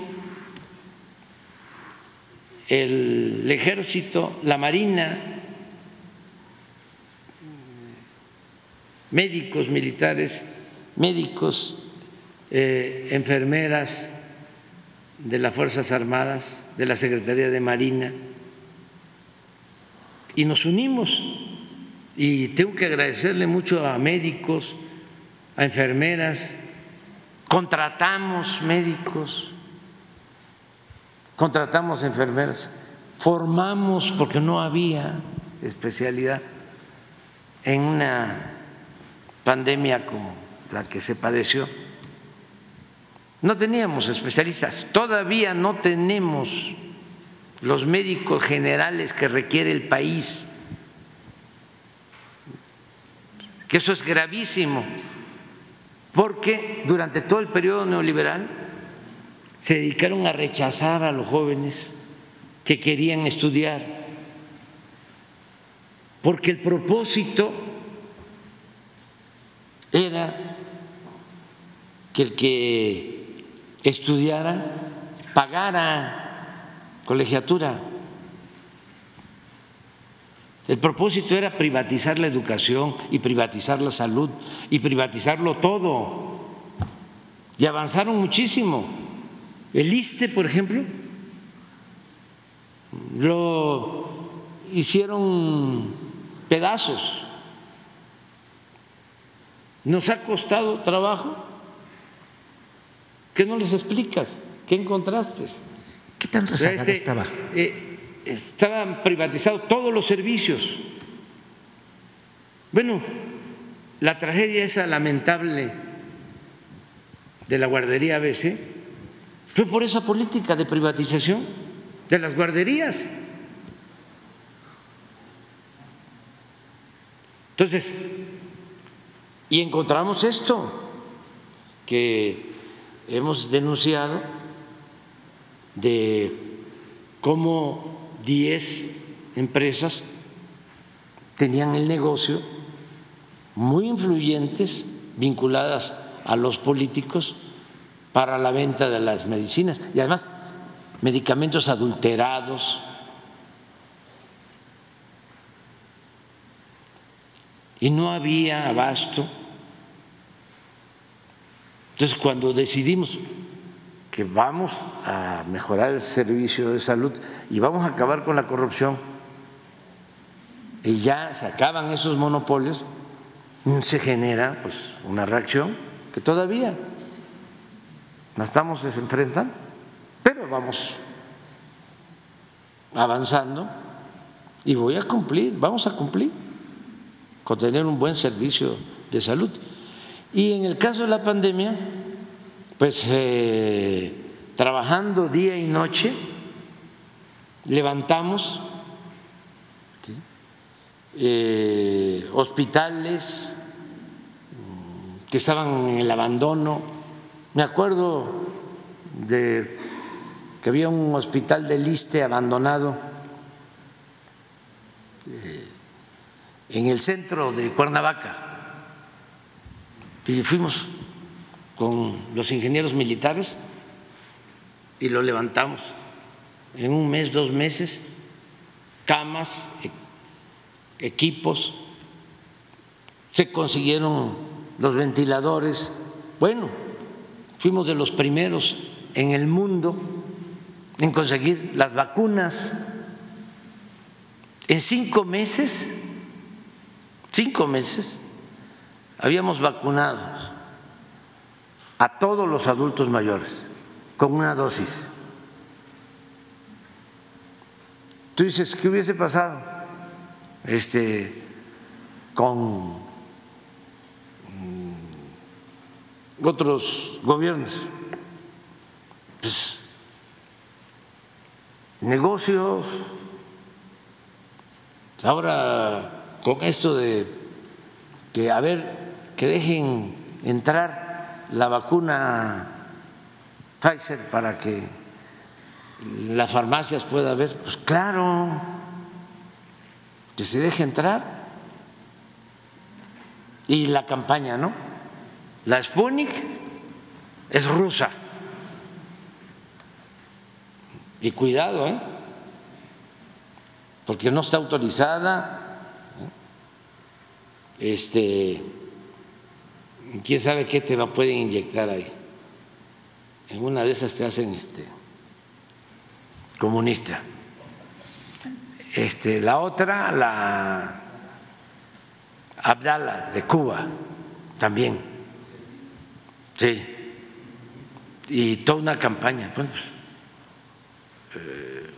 el ejército, la marina, médicos, militares, médicos, eh, enfermeras de las Fuerzas Armadas, de la Secretaría de Marina, y nos unimos. Y tengo que agradecerle mucho a médicos, a enfermeras, contratamos médicos, contratamos enfermeras, formamos, porque no había especialidad en una pandemia como la que se padeció. No teníamos especialistas, todavía no tenemos los médicos generales que requiere el país, que eso es gravísimo, porque durante todo el periodo neoliberal se dedicaron a rechazar a los jóvenes que querían estudiar, porque el propósito era que el que estudiara pagara colegiatura. El propósito era privatizar la educación y privatizar la salud y privatizarlo todo. Y avanzaron muchísimo. El ISSSTE, por ejemplo, lo hicieron pedazos. Nos ha costado trabajo. ¿Qué no les explicas? ¿Qué encontraste? ¿Qué tan rezagada este, estaba? Eh, estaban privatizados todos los servicios. Bueno, la tragedia esa lamentable de la guardería A B C fue por esa política de privatización de las guarderías. Entonces, y encontramos esto que hemos denunciado de cómo diez empresas tenían el negocio, muy influyentes, vinculadas a los políticos para la venta de las medicinas y además medicamentos adulterados. Y no había abasto. Entonces, cuando decidimos que vamos a mejorar el servicio de salud y vamos a acabar con la corrupción y ya se acaban esos monopolios, se genera pues una reacción que todavía la estamos enfrentando, pero vamos avanzando y voy a cumplir, vamos a cumplir con tener un buen servicio de salud. Y en el caso de la pandemia, pues eh, trabajando día y noche, levantamos ¿sí? eh, hospitales que estaban en el abandono. Me acuerdo de que había un hospital del Iste abandonado eh, en el centro de Cuernavaca. Y fuimos con los ingenieros militares y lo levantamos en un mes, dos meses, camas, equipos, se consiguieron los ventiladores. Bueno, fuimos de los primeros en el mundo en conseguir las vacunas. En cinco meses, cinco meses, habíamos vacunado a todos los adultos mayores con una dosis. Tú dices, ¿qué hubiese pasado este, con otros gobiernos? Pues negocios. Ahora con esto de que a ver que dejen entrar la vacuna Pfizer para que las farmacias puedan ver, pues claro, que se deje entrar. Y la campaña, ¿no? La Sputnik es rusa. Y cuidado, ¿eh? Porque no está autorizada. Este, quién sabe qué te pueden inyectar ahí. En una de esas te hacen este comunista. Este, la otra, la Abdala de Cuba, también. Sí. Y toda una campaña. Bueno, pues, eh,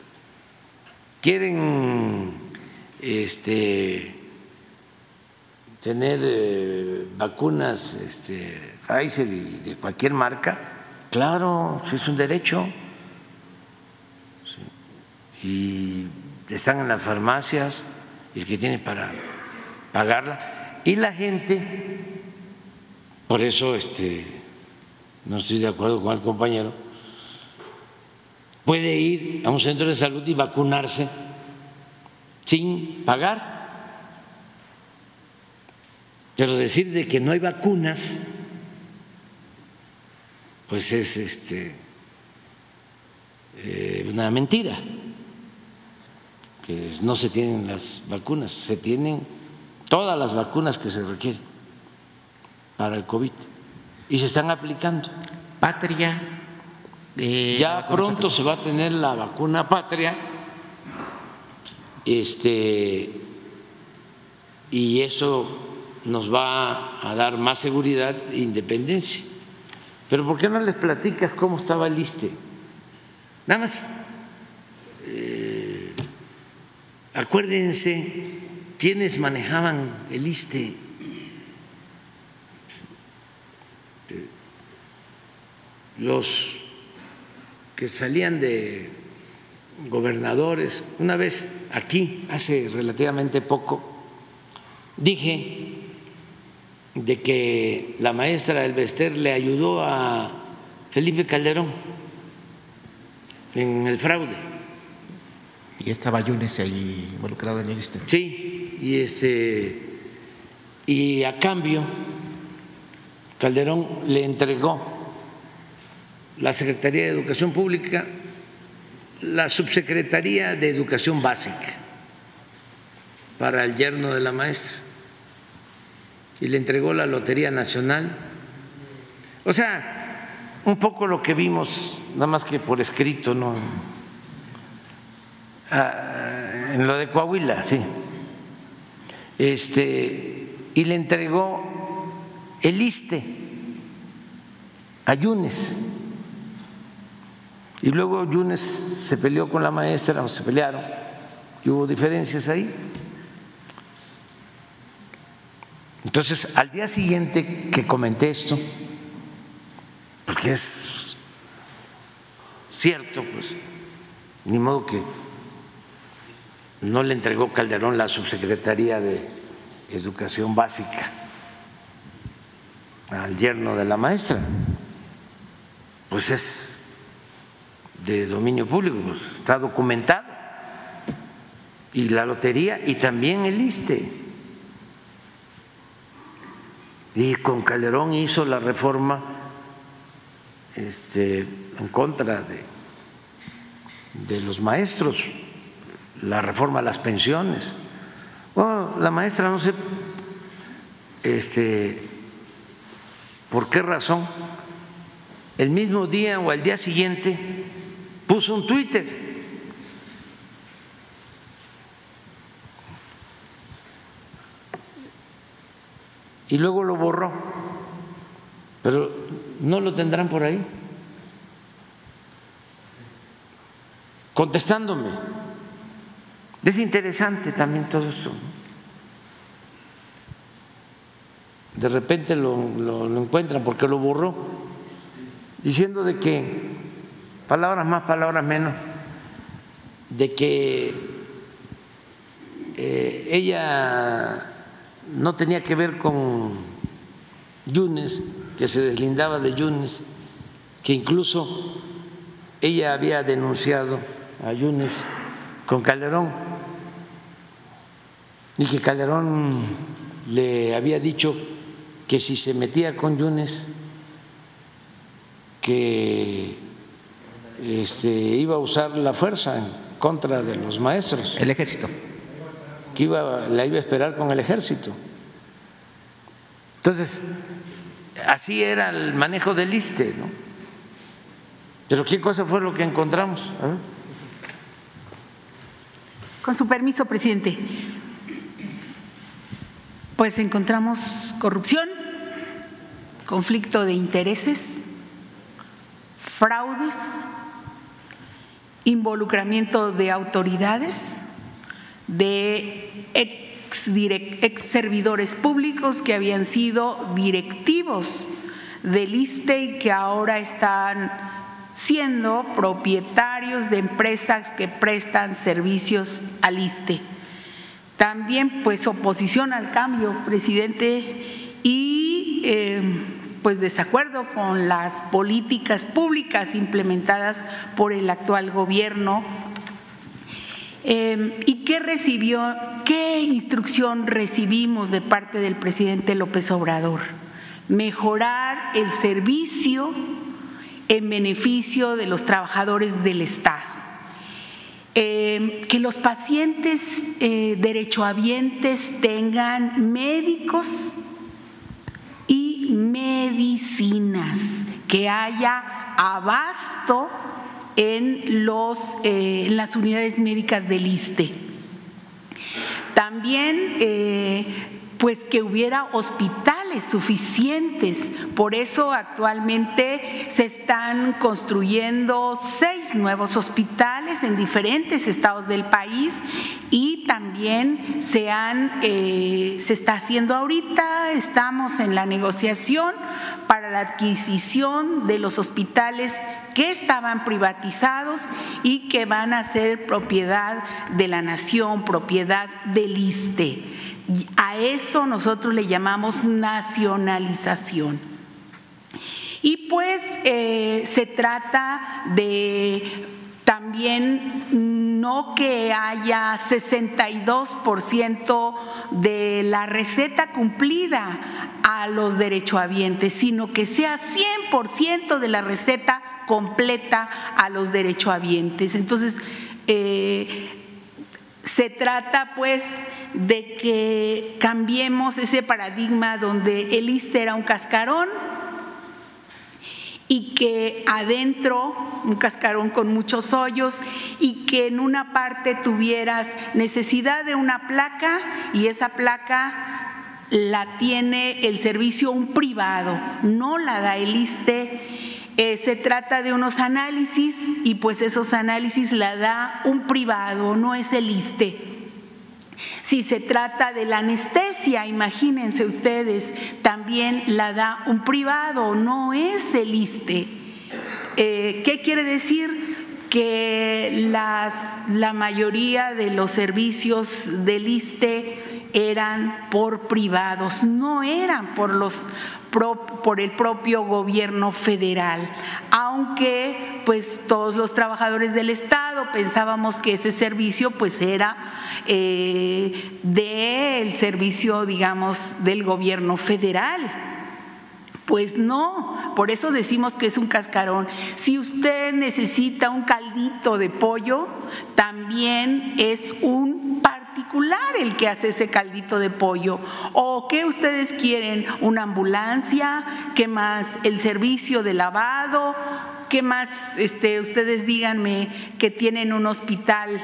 quieren este tener eh, vacunas este, Pfizer y de cualquier marca, claro, sí es un derecho. Sí. Y están en las farmacias, y el que tiene para pagarla. Y la gente, por eso este, no estoy de acuerdo con el compañero, puede ir a un centro de salud y vacunarse sin pagar. Pero decir de que no hay vacunas, pues es este, eh, una mentira, que no se tienen las vacunas, se tienen todas las vacunas que se requieren para el COVID y se están aplicando. Patria. Eh, ya pronto Patria. Se va a tener la vacuna Patria, este, y eso nos va a dar más seguridad e independencia. Pero ¿por qué no les platicas cómo estaba el Iste? Nada más, eh, acuérdense quiénes manejaban el Iste. los que salían de gobernadores. Una vez aquí, hace relativamente poco, dije de que la maestra Elbester le ayudó a Felipe Calderón en el fraude. Y estaba Yunes ahí involucrado en el ISSSTE. Sí, y, este, y a cambio Calderón le entregó la Secretaría de Educación Pública, la Subsecretaría de Educación Básica para el yerno de la maestra, y le entregó la Lotería Nacional. O sea, un poco lo que vimos, nada más que por escrito, ¿no? Ah, en lo de Coahuila, sí. Este, y le entregó el ISSSTE a Yunes. Y luego Yunes se peleó con la maestra, o se pelearon, y hubo diferencias ahí. Entonces, al día siguiente que comenté esto, porque es cierto, pues, ni modo que no le entregó Calderón la Subsecretaría de Educación Básica al yerno de la maestra, pues es de dominio público, pues está documentado, y la lotería y también el ISSSTE. Y con Calderón hizo la reforma este, en contra de, de los maestros, la reforma a las pensiones. Bueno, la maestra no sé este, por qué razón, el mismo día o al día siguiente puso un Twitter y luego lo borró, pero no lo tendrán por ahí contestándome. Es interesante también todo esto. De repente lo, lo, lo encuentran porque lo borró, diciendo de que, palabras más, palabras menos, de que eh, ella no tenía que ver con Yunes, que se deslindaba de Yunes, que incluso ella había denunciado a Yunes con Calderón y que Calderón le había dicho que si se metía con Yunes que este, iba a usar la fuerza en contra de los maestros. El ejército. Que iba, la iba a esperar con el ejército. Entonces, así era el manejo del ISSSTE, ¿no? Pero ¿qué cosa fue lo que encontramos? A ver. Con su permiso, presidente. Pues encontramos corrupción, conflicto de intereses, fraudes, involucramiento de autoridades, de ex, direct, ex servidores públicos que habían sido directivos del ISSSTE y que ahora están siendo propietarios de empresas que prestan servicios al ISSSTE. También pues oposición al cambio, presidente, y eh, pues desacuerdo con las políticas públicas implementadas por el actual gobierno. Eh, ¿Y qué recibió, qué instrucción recibimos de parte del presidente López Obrador? Mejorar el servicio en beneficio de los trabajadores del Estado. Eh, que los pacientes eh, derechohabientes tengan médicos y medicinas, que haya abasto en, los, eh, en las unidades médicas del ISSSTE. También eh, pues que hubiera hospitales suficientes. Por eso actualmente se están construyendo seis nuevos hospitales en diferentes estados del país y también se, han, eh, se está haciendo ahorita, estamos en la negociación para la adquisición de los hospitales que estaban privatizados y que van a ser propiedad de la nación, propiedad del ISSSTE. A eso nosotros le llamamos nacionalización. Y pues eh, se trata de también no que haya sesenta y dos por ciento de la receta cumplida a los derechohabientes, sino que sea cien por ciento de la receta completa a los derechohabientes. Entonces, eh, se trata pues de que cambiemos ese paradigma donde el ISSSTE era un cascarón y que adentro, un cascarón con muchos hoyos, y que en una parte tuvieras necesidad de una placa y esa placa la tiene el servicio un privado, no la da el ISSSTE. Eh, se trata de unos análisis y pues esos análisis la da un privado, no es el ISSSTE. Si se trata de la anestesia, imagínense ustedes, también la da un privado, no es el ISSSTE. Eh, ¿Qué quiere decir? Que las, la mayoría de los servicios del ISSSTE eran por privados, no eran por los por el propio gobierno federal, aunque pues todos los trabajadores del Estado pensábamos que ese servicio pues era eh, del servicio, digamos, del gobierno federal. Pues no, por eso decimos que es un cascarón. Si usted necesita un caldito de pollo, también es un particular el que hace ese caldito de pollo. ¿O qué ustedes quieren? ¿Una ambulancia? ¿Qué más? ¿El servicio de lavado? ¿Qué más? Este, ustedes díganme que tienen un hospital.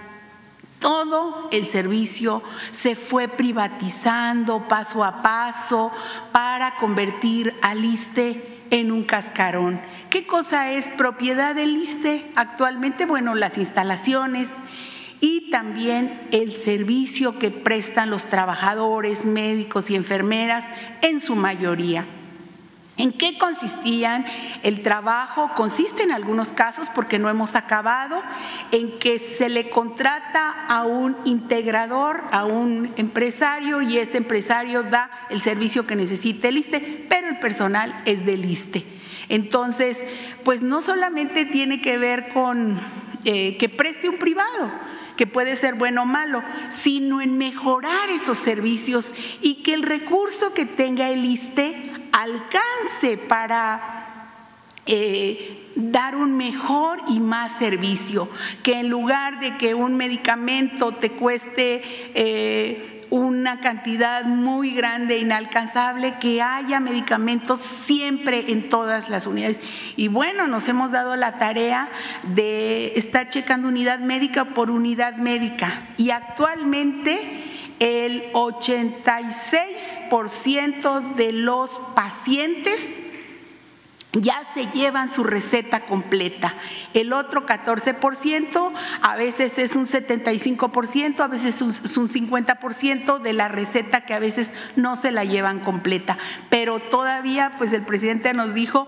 Todo el servicio se fue privatizando paso a paso para convertir al ISSSTE en un cascarón. ¿Qué cosa es propiedad del ISSSTE actualmente? Bueno, las instalaciones y también el servicio que prestan los trabajadores, médicos y enfermeras en su mayoría. ¿En qué consistían? El trabajo consiste en algunos casos, porque no hemos acabado, en que se le contrata a un integrador, a un empresario, y ese empresario da el servicio que necesita el ISSSTE, pero el personal es del ISSSTE. Entonces, pues no solamente tiene que ver con eh, que preste un privado, que puede ser bueno o malo, sino en mejorar esos servicios y que el recurso que tenga el ISSSTE alcance para eh, dar un mejor y más servicio, que en lugar de que un medicamento te cueste eh, una cantidad muy grande, inalcanzable, que haya medicamentos siempre en todas las unidades. Y bueno, nos hemos dado la tarea de estar checando unidad médica por unidad médica y actualmente el ochenta y seis por ciento de los pacientes ya se llevan su receta completa. El otro catorce por ciento, a veces es un setenta y cinco por ciento, a veces es un cincuenta por ciento de la receta que a veces no se la llevan completa. Pero todavía, pues el presidente nos dijo,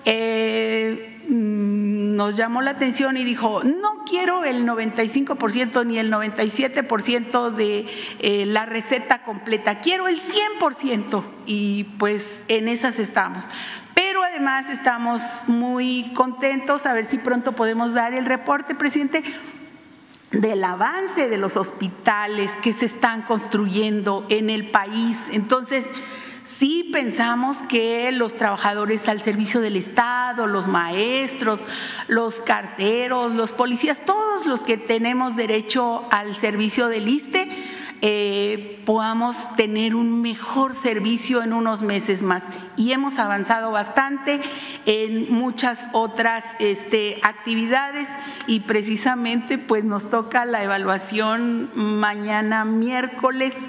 eh, nos llamó la atención y dijo, no quiero el noventa y cinco por ciento ni el noventa y siete por ciento de eh, la receta completa, quiero el cien por ciento, y pues en esas estamos. Pero además estamos muy contentos, a ver si pronto podemos dar el reporte, presidente, del avance de los hospitales que se están construyendo en el país. Entonces, sí pensamos que los trabajadores al servicio del Estado, los maestros, los carteros, los policías, todos los que tenemos derecho al servicio del ISSSTE, eh, podamos tener un mejor servicio en unos meses más. Y hemos avanzado bastante en muchas otras este, actividades y precisamente pues nos toca la evaluación mañana miércoles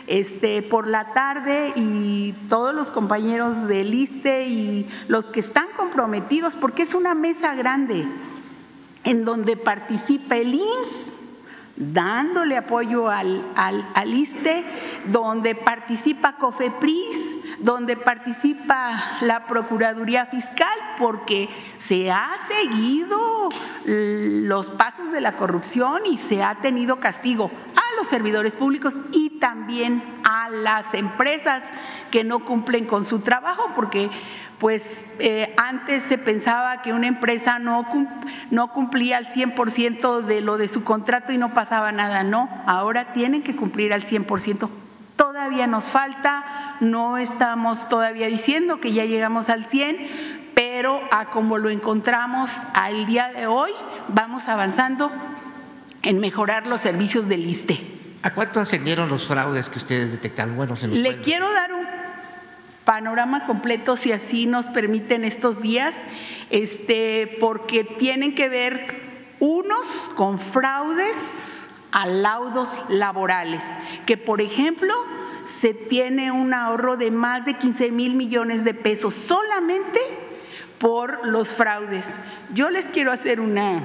este, por la tarde, y todos los compañeros del ISSSTE y los que están comprometidos, porque es una mesa grande en donde participa el I M S S, dándole apoyo al, al, al ISSSTE, donde participa COFEPRIS, donde participa la Procuraduría Fiscal, porque se ha seguido los pasos de la corrupción y se ha tenido castigo a los servidores públicos y también a las empresas que no cumplen con su trabajo, porque pues eh, antes se pensaba que una empresa no, no cumplía al cien por ciento de lo de su contrato y no pasaba nada. No, ahora tienen que cumplir al cien por ciento. Todavía nos falta, no estamos todavía diciendo que ya llegamos al cien, pero a como lo encontramos al día de hoy, vamos avanzando en mejorar los servicios del ISSSTE. ¿A cuánto ascendieron los fraudes que ustedes detectaron? Bueno, se nos Le pueden... quiero dar un panorama completo, si así nos permiten estos días, este, porque tienen que ver unos con fraudes a laudos laborales, que por ejemplo se tiene un ahorro de más de quince mil millones de pesos solamente por los fraudes. Yo les quiero hacer una,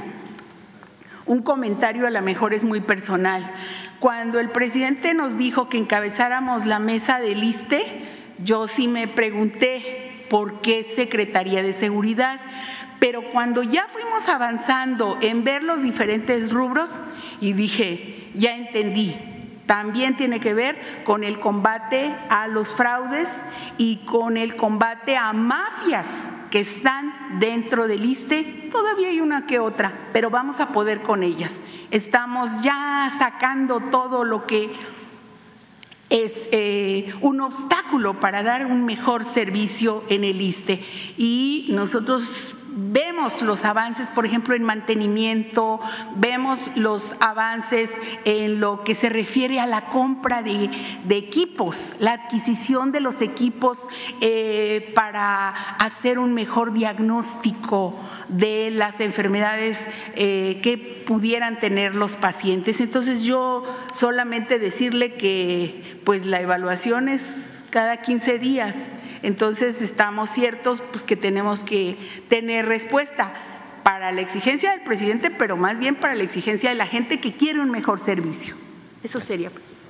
un comentario, a lo mejor es muy personal. Cuando el presidente nos dijo que encabezáramos la mesa del ISSSTE, yo sí me pregunté por qué Secretaría de Seguridad, pero cuando ya fuimos avanzando en ver los diferentes rubros y dije, ya entendí, también tiene que ver con el combate a los fraudes y con el combate a mafias que están dentro del ISSSTE. Todavía hay una que otra, pero vamos a poder con ellas. Estamos ya sacando todo lo que es eh, un obstáculo para dar un mejor servicio en el ISSSTE, y nosotros vemos los avances, por ejemplo, en mantenimiento, vemos los avances en lo que se refiere a la compra de, de equipos, la adquisición de los equipos eh, para hacer un mejor diagnóstico de las enfermedades eh, que pudieran tener los pacientes. Entonces yo solamente decirle que pues la evaluación es cada quince días. Entonces estamos ciertos pues que tenemos que tener respuesta para la exigencia del presidente, pero más bien para la exigencia de la gente que quiere un mejor servicio. Eso sería, presidente.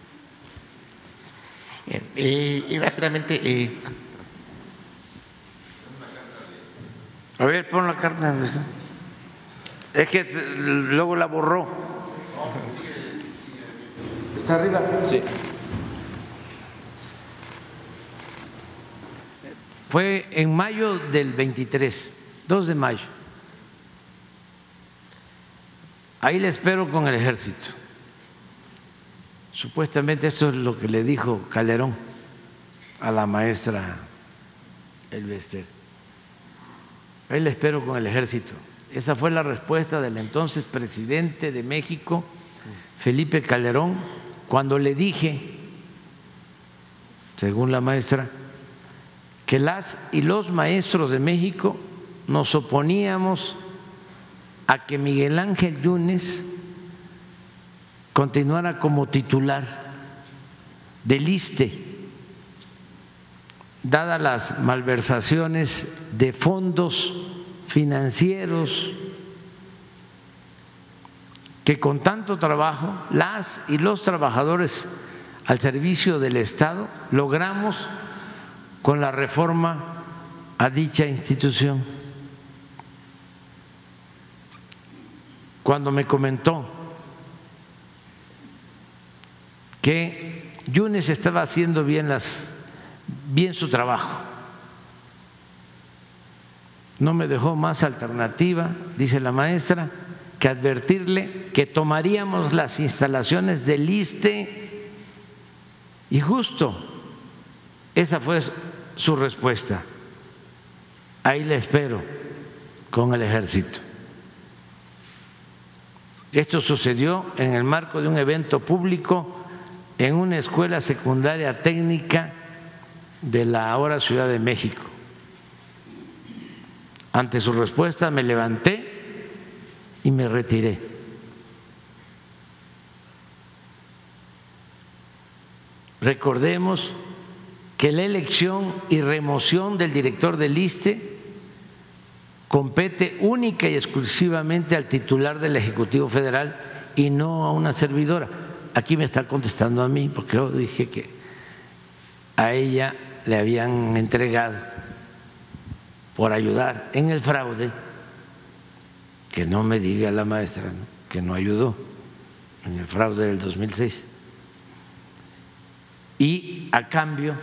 Bien, eh, y rápidamente. Eh. A ver, pon la carta. Es que luego la borró. ¿Está arriba? Sí. Fue en mayo del veintitrés, dos de mayo. Ahí le espero con el ejército. Supuestamente esto es lo que le dijo Calderón a la maestra Elvester. Ahí le espero con el ejército. Esa fue la respuesta del entonces presidente de México, Felipe Calderón, cuando le dije, según la maestra, que las y los maestros de México nos oponíamos a que Miguel Ángel Yunes continuara como titular del ISSSTE, dadas las malversaciones de fondos financieros que con tanto trabajo las y los trabajadores al servicio del Estado logramos con la reforma a dicha institución. Cuando me comentó que Yunes estaba haciendo bien, las, bien su trabajo, no me dejó más alternativa, dice la maestra, que advertirle que tomaríamos las instalaciones del ISSSTE, y justo esa fue su respuesta. Ahí le espero con el ejército. Esto sucedió en el marco de un evento público en una escuela secundaria técnica de la ahora Ciudad de México. Ante su respuesta me levanté y me retiré. recordemos que la elección y remoción del director del ISSSTE compete única y exclusivamente al titular del Ejecutivo Federal y no a una servidora. Aquí me está contestando a mí porque yo dije que a ella le habían entregado por ayudar en el fraude, que no me diga la maestra, ¿no?, que no ayudó en el fraude del dos mil seis. Y a cambio,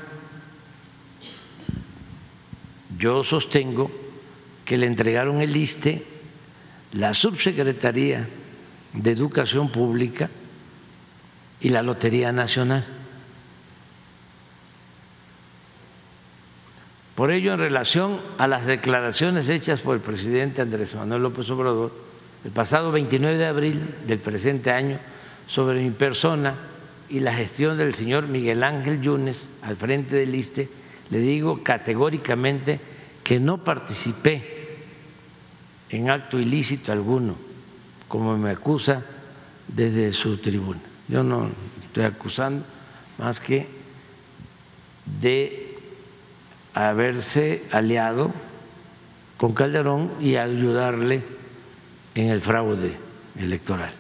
yo sostengo que le entregaron el ISSSTE, la Subsecretaría de Educación Pública y la Lotería Nacional. Por ello, en relación a las declaraciones hechas por el presidente Andrés Manuel López Obrador el pasado veintinueve de abril del presente año sobre mi persona y la gestión del señor Miguel Ángel Yunes al frente del ISSSTE, le digo categóricamente que no participé en acto ilícito alguno, como me acusa desde su tribuna. Yo no estoy acusando más que de haberse aliado con Calderón y ayudarle en el fraude electoral.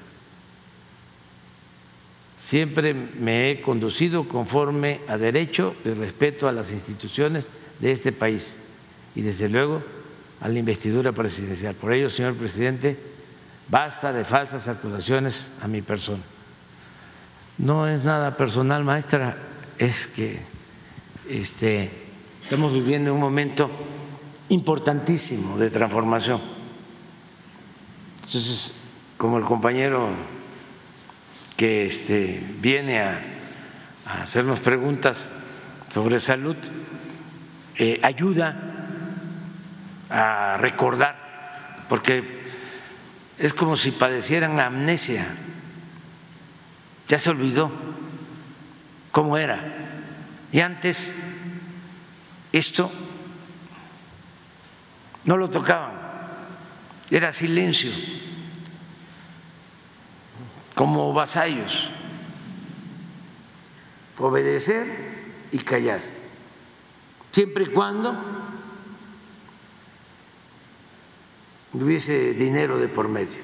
Siempre me he conducido conforme a derecho y respeto a las instituciones de este país y desde luego a la investidura presidencial. Por ello, señor presidente, basta de falsas acusaciones a mi persona. No es nada personal, maestra, es que este, estamos viviendo un momento importantísimo de transformación. Entonces, como el compañero que este, viene a, a hacernos preguntas sobre salud, eh, ayuda a recordar, porque es como si padecieran amnesia, ya se olvidó cómo era. Y antes esto no lo tocaban, era silencio, como vasallos, obedecer y callar, siempre y cuando hubiese dinero de por medio,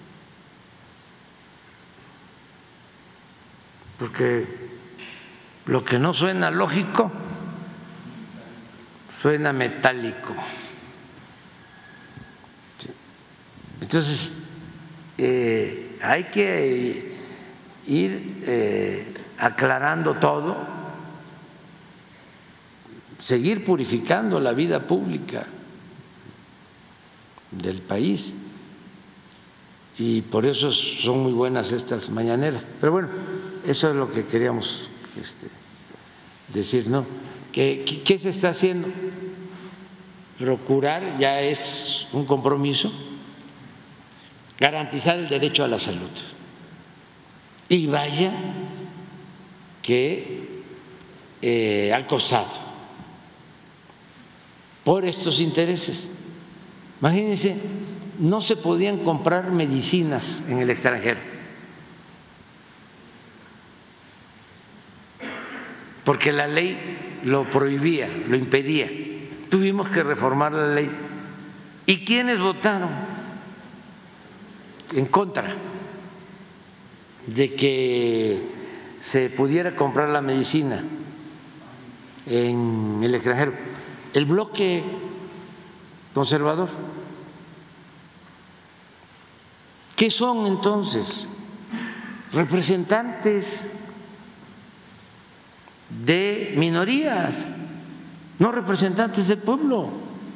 porque lo que no suena lógico suena metálico. Entonces, eh, hay que ir eh, aclarando todo, seguir purificando la vida pública del país, y por eso son muy buenas estas mañaneras. Pero bueno, eso es lo que queríamos este, decir, ¿no? ¿Qué, qué, ¿Qué se está haciendo? Procurar, ya es un compromiso, garantizar el derecho a la salud. Y vaya que eh, ha costado por estos intereses. Imagínense, no se podían comprar medicinas en el extranjero porque la ley lo prohibía, lo impedía. Tuvimos que reformar la ley. ¿Y quiénes votaron en contra de que se pudiera comprar la medicina en el extranjero? El bloque conservador. ¿Qué son entonces? Representantes de minorías, no representantes del pueblo.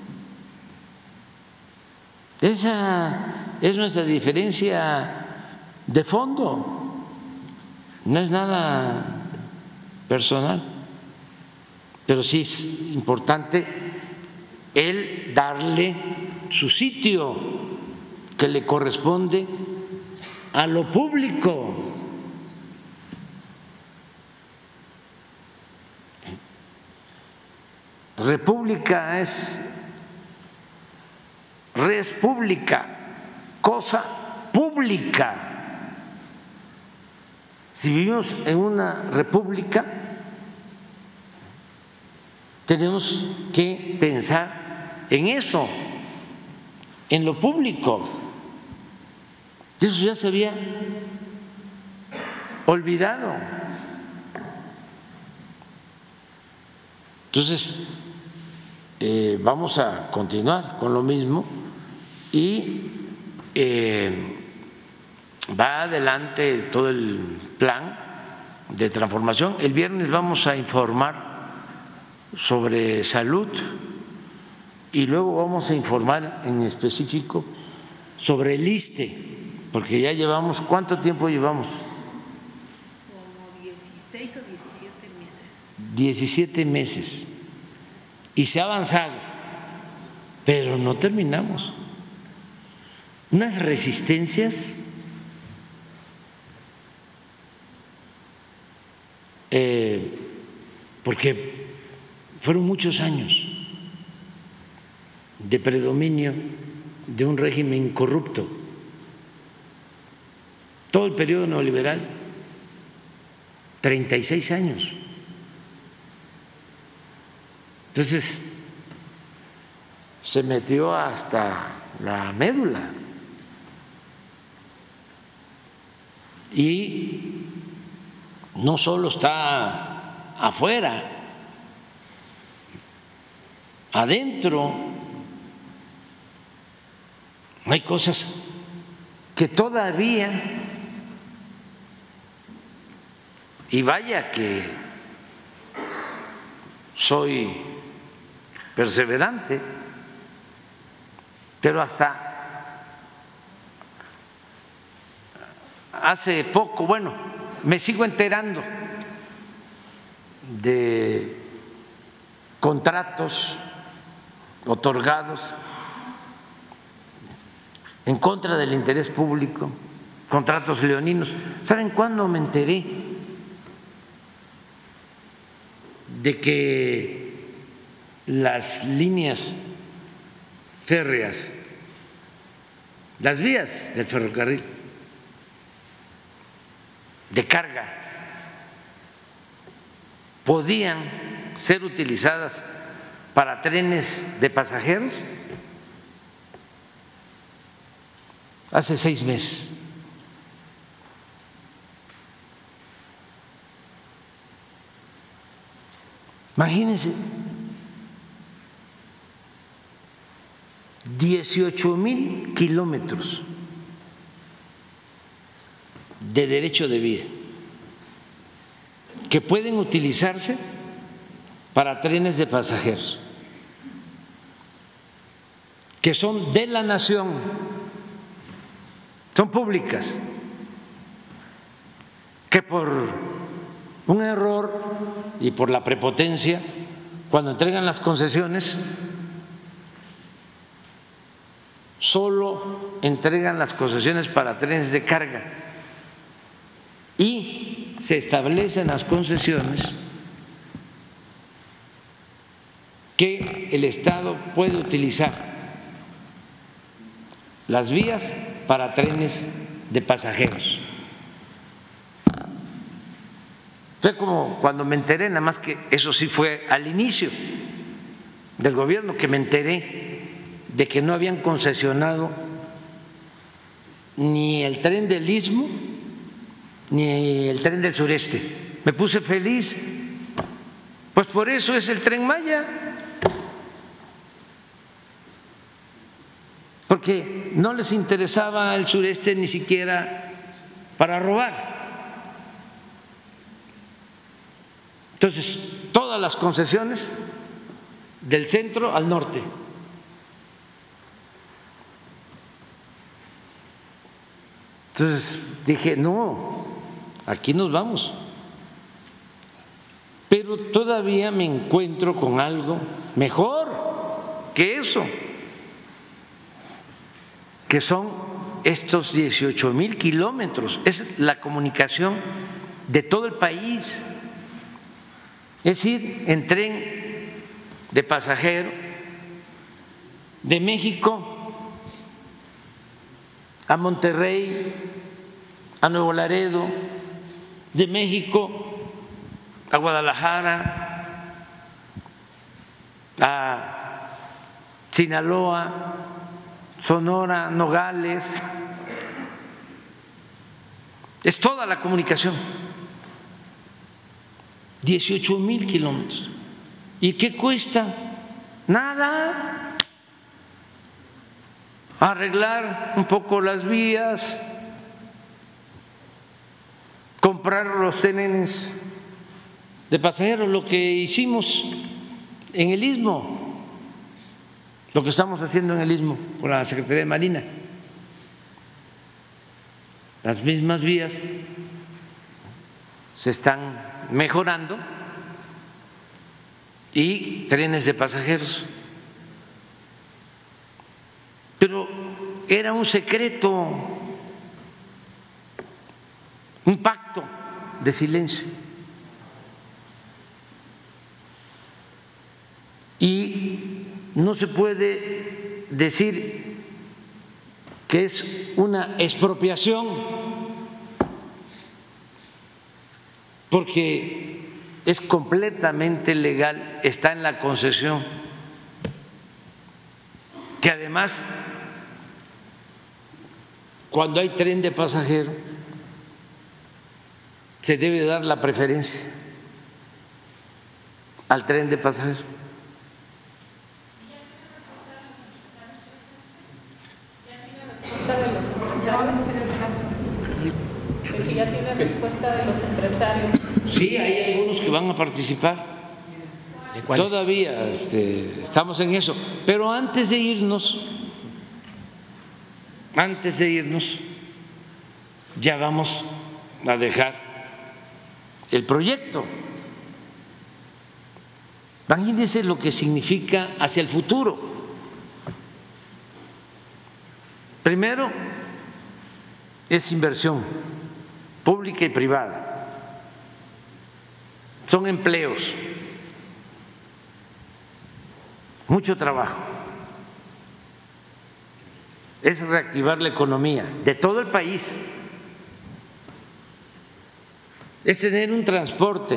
Esa es nuestra diferencia de fondo, no es nada personal, pero sí es importante el darle su sitio que le corresponde a lo público. República es res pública, cosa pública. Si vivimos en una república, tenemos que pensar en eso, en lo público. Eso ya se había olvidado. Entonces, eh, vamos a continuar con lo mismo y eh, va adelante todo el plan de transformación. El viernes vamos a informar sobre salud y luego vamos a informar en específico sobre el ISSSTE, porque ya llevamos, ¿cuánto tiempo llevamos? Como dieciséis o diecisiete meses. diecisiete meses. Y se ha avanzado, pero no terminamos. Unas resistencias eh, porque fueron muchos años de predominio de un régimen corrupto. Todo el periodo neoliberal, treinta y seis años. Entonces, se metió hasta la médula. Y no solo está afuera, adentro hay cosas que todavía, y vaya que soy perseverante, pero hasta hace poco, bueno, me sigo enterando de contratos otorgados en contra del interés público, contratos leoninos. ¿Saben cuándo me enteré de que las líneas férreas, las vías del ferrocarril de carga podían ser utilizadas para trenes de pasajeros? Hace seis meses. Imagínense, dieciocho mil kilómetros de derecho de vía que pueden utilizarse para trenes de pasajeros, que son de la nación, son públicas, que por un error y por la prepotencia, cuando entregan las concesiones, solo entregan las concesiones para trenes de carga y se establecen las concesiones que el Estado puede utilizar las vías para trenes de pasajeros. Fue como cuando me enteré, nada más que eso sí fue al inicio del gobierno, que me enteré de que no habían concesionado ni el tren del Istmo ni el tren del Sureste. Me puse feliz, pues por eso es el Tren Maya, porque no les interesaba el Sureste ni siquiera para robar. Entonces, todas las concesiones del centro al norte. Entonces dije, no, aquí nos vamos. Pero todavía me encuentro con algo mejor que eso, que son estos dieciocho mil kilómetros. Es la comunicación de todo el país. Es decir, en tren de pasajero de México a Monterrey, a Nuevo Laredo, de México a Guadalajara, a Sinaloa, Sonora, Nogales. Es toda la comunicación. dieciocho mil kilómetros. ¿Y qué cuesta? Nada. Arreglar un poco las vías, comprar los trenes de pasajeros, lo que hicimos en el Istmo, lo que estamos haciendo en el Istmo con la Secretaría de Marina. Las mismas vías se están mejorando y trenes de pasajeros. Pero era un secreto, un pacto de silencio. Y no se puede decir que es una expropiación, porque es completamente legal, está en la concesión, que además, cuando hay tren de pasajero, se debe dar la preferencia al tren de pasajeros. ¿Ya tiene respuesta de los empresarios? Sí, hay algunos que van a participar. Todavía este, estamos en eso. Pero antes de irnos, antes de irnos, ya vamos a dejar el proyecto. Imagínense lo que significa hacia el futuro. Primero, es inversión pública y privada. Son empleos, mucho trabajo. Es reactivar la economía de todo el país. Es tener un transporte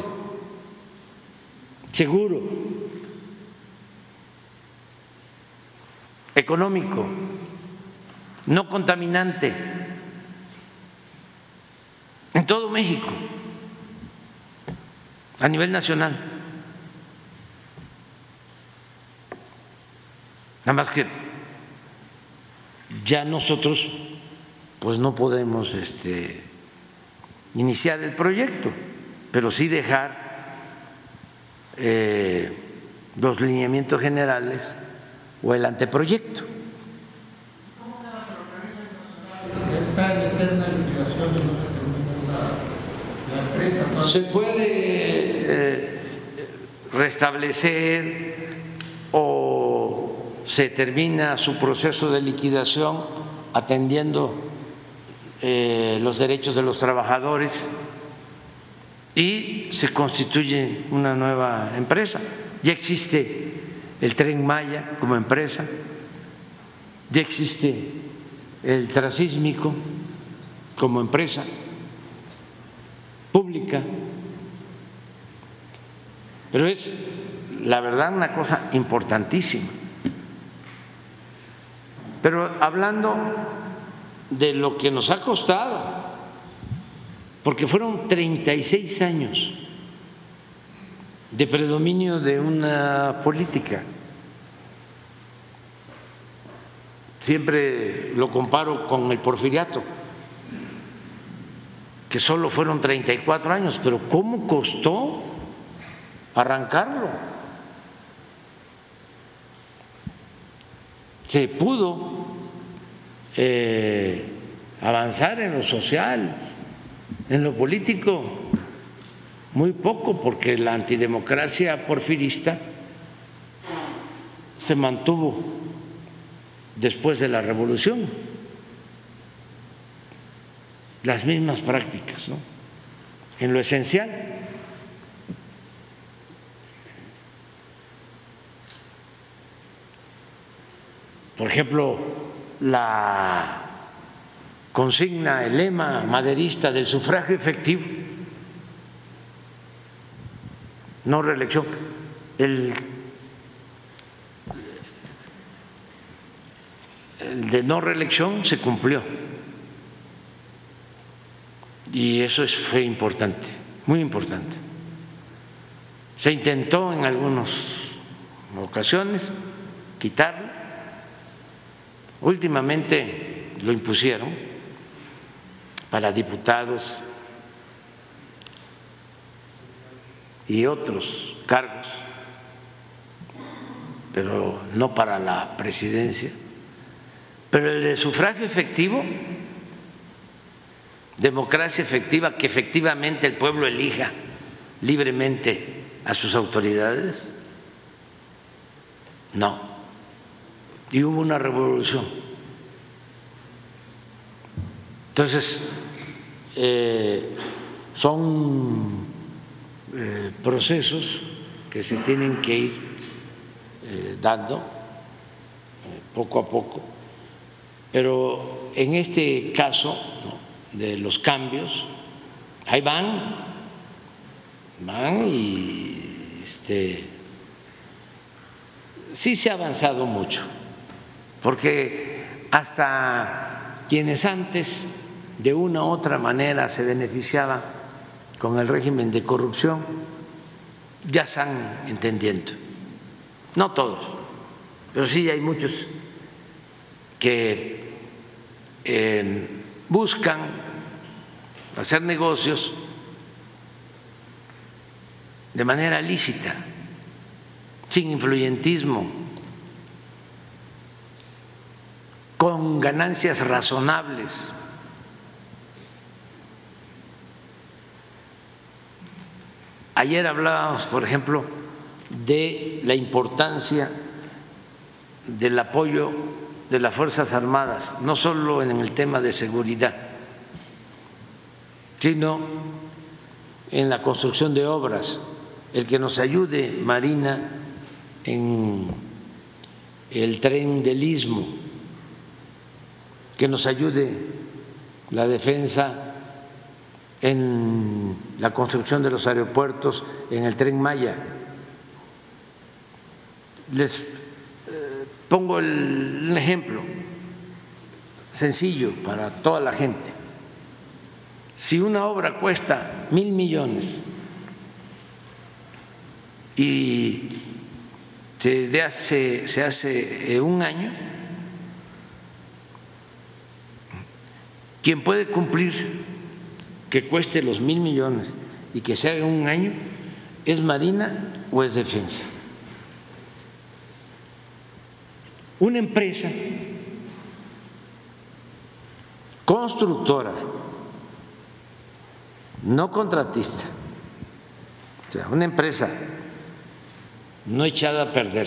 seguro, económico, no contaminante, en todo México, a nivel nacional. Nada más que ya nosotros pues no podemos este, iniciar el proyecto, pero sí dejar eh, los lineamientos generales o el anteproyecto. Está en eterna liquidación y no se termina la, la empresa. ¿No? Se puede eh, restablecer o se termina su proceso de liquidación atendiendo eh, los derechos de los trabajadores y se constituye una nueva empresa. Ya existe el Tren Maya como empresa, ya existe el Transísmico como empresa pública, pero es la verdad una cosa importantísima. Pero hablando de lo que nos ha costado, porque fueron treinta y seis años de predominio de una política. Siempre lo comparo con el porfiriato, que solo fueron treinta y cuatro años, pero ¿cómo costó arrancarlo? Se pudo eh, avanzar en lo social, en lo político, muy poco, porque la antidemocracia porfirista se mantuvo después de la revolución, las mismas prácticas, ¿no? En lo esencial. Por ejemplo, la consigna, el lema maderista del sufragio efectivo, no reelección, el el de no reelección se cumplió. Y eso es, fue importante, muy importante. Se intentó en algunas ocasiones quitarlo. Últimamente lo impusieron para diputados y otros cargos, pero no para la presidencia. Pero el de sufragio efectivo, democracia efectiva, que efectivamente el pueblo elija libremente a sus autoridades, no. Y hubo una revolución. Entonces, eh, son eh, procesos que se tienen que ir eh, dando eh, poco a poco, pero en este caso, ¿no?, de los cambios, ahí van, van y este, sí se ha avanzado mucho, porque hasta quienes antes de una u otra manera se beneficiaban con el régimen de corrupción ya están entendiendo, no todos, pero sí hay muchos que eh, buscan hacer negocios de manera lícita, sin influyentismo, con ganancias razonables. Ayer hablábamos, por ejemplo, de la importancia del apoyo de las Fuerzas Armadas, no solo en el tema de seguridad, sino en la construcción de obras, el que nos ayude Marina en el tren del Istmo, que nos ayude la defensa en la construcción de los aeropuertos, en el Tren Maya. Les eh, pongo el, un ejemplo sencillo para toda la gente. Si una obra cuesta mil millones y se hace, se hace un año, quien puede cumplir que cueste los mil millones y que se haga un año es Marina o es Defensa. Una empresa constructora, no contratista, o sea, una empresa no echada a perder,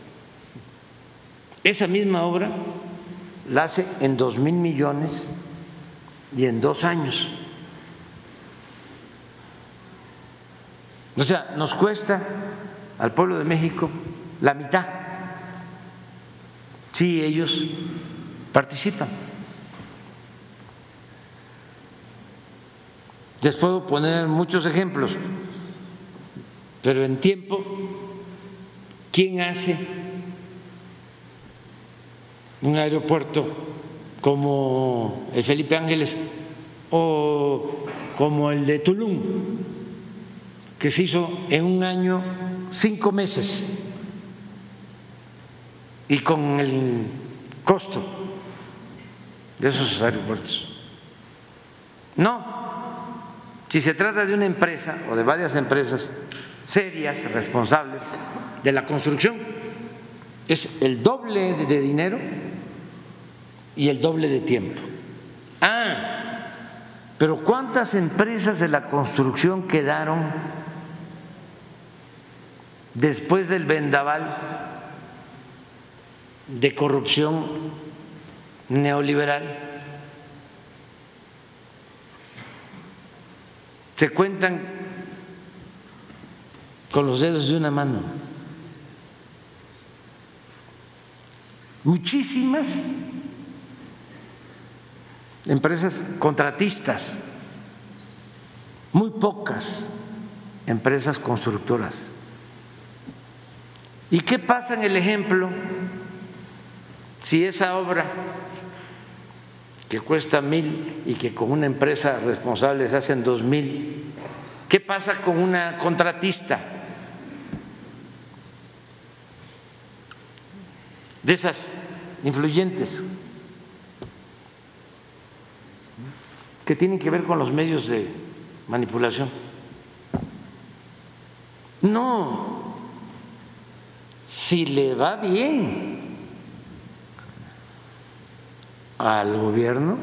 esa misma obra la hace en dos mil millones y en dos años. O sea, nos cuesta al pueblo de México la mitad si ellos participan. Les puedo poner muchos ejemplos, pero en tiempo, ¿quién hace un aeropuerto como el Felipe Ángeles o como el de Tulum, que se hizo en un año, cinco meses, y con el costo de esos aeropuertos? No. Si se trata de una empresa o de varias empresas serias, responsables de la construcción, es el doble de dinero y el doble de tiempo. Ah, pero ¿cuántas empresas de la construcción quedaron después del vendaval de corrupción neoliberal? Se cuentan con los dedos de una mano. Muchísimas empresas contratistas, muy pocas empresas constructoras. ¿Y qué pasa en el ejemplo Si esa obra que cuesta mil y que con una empresa responsable se hacen dos mil, ¿qué pasa con una contratista de esas influyentes que tienen que ver con los medios de manipulación? No, si le va bien al gobierno,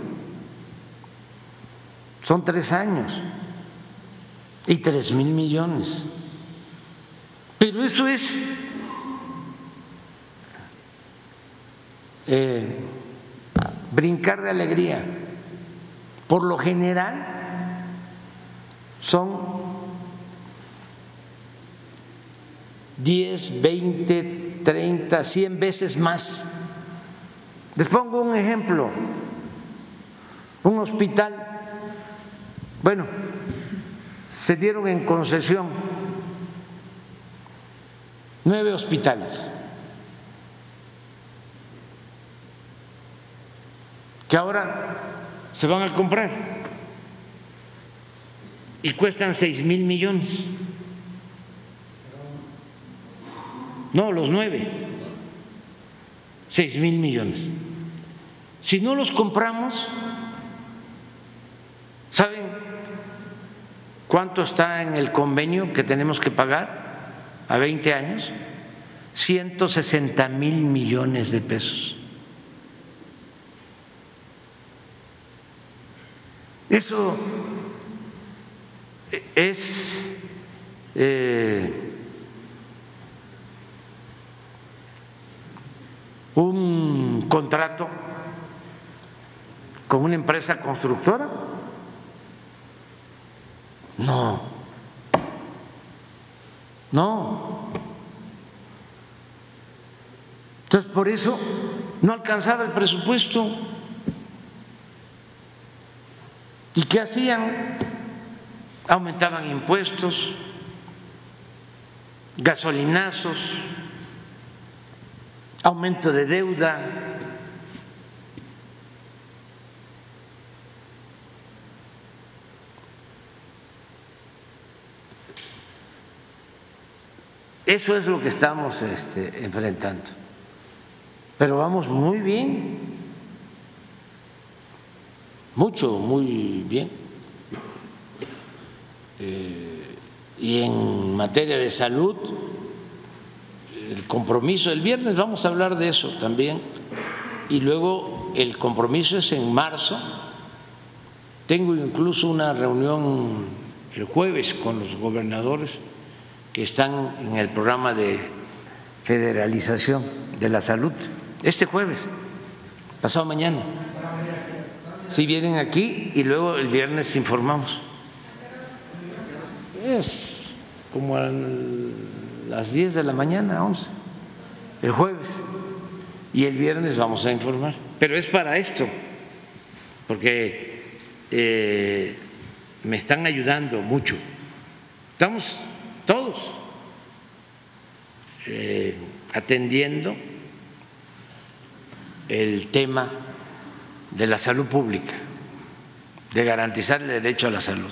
son tres años y tres mil millones. Pero eso es eh, brincar de alegría. Por lo general son diez, veinte, treinta, cien veces más. Les pongo un ejemplo, un hospital, bueno, se dieron en concesión nueve hospitales que ahora se van a comprar y cuestan seis mil millones. No, los nueve, seis mil millones. Si no los compramos, ¿saben cuánto está en el convenio que tenemos que pagar a veinte años? ciento sesenta mil millones de pesos. Eso es eh, un contrato con una empresa constructora. No, no. Entonces, por eso no alcanzaba el presupuesto. ¿Y qué hacían? Aumentaban impuestos, gasolinazos, aumento de deuda. Eso es lo que estamos este, enfrentando. Pero vamos muy bien, mucho, muy bien. Eh, y en materia de salud, el compromiso, el viernes vamos a hablar de eso también, y luego el compromiso es en marzo. Tengo incluso una reunión el jueves con los gobernadores que están en el programa de federalización de la salud, este jueves, pasado mañana. Si vienen aquí y luego el viernes informamos. Es como a las diez de la mañana, once, el jueves, y el viernes vamos a informar. Pero es para esto, porque eh, me están ayudando mucho. Estamos todos eh, atendiendo el tema de la salud pública, de garantizar el derecho a la salud.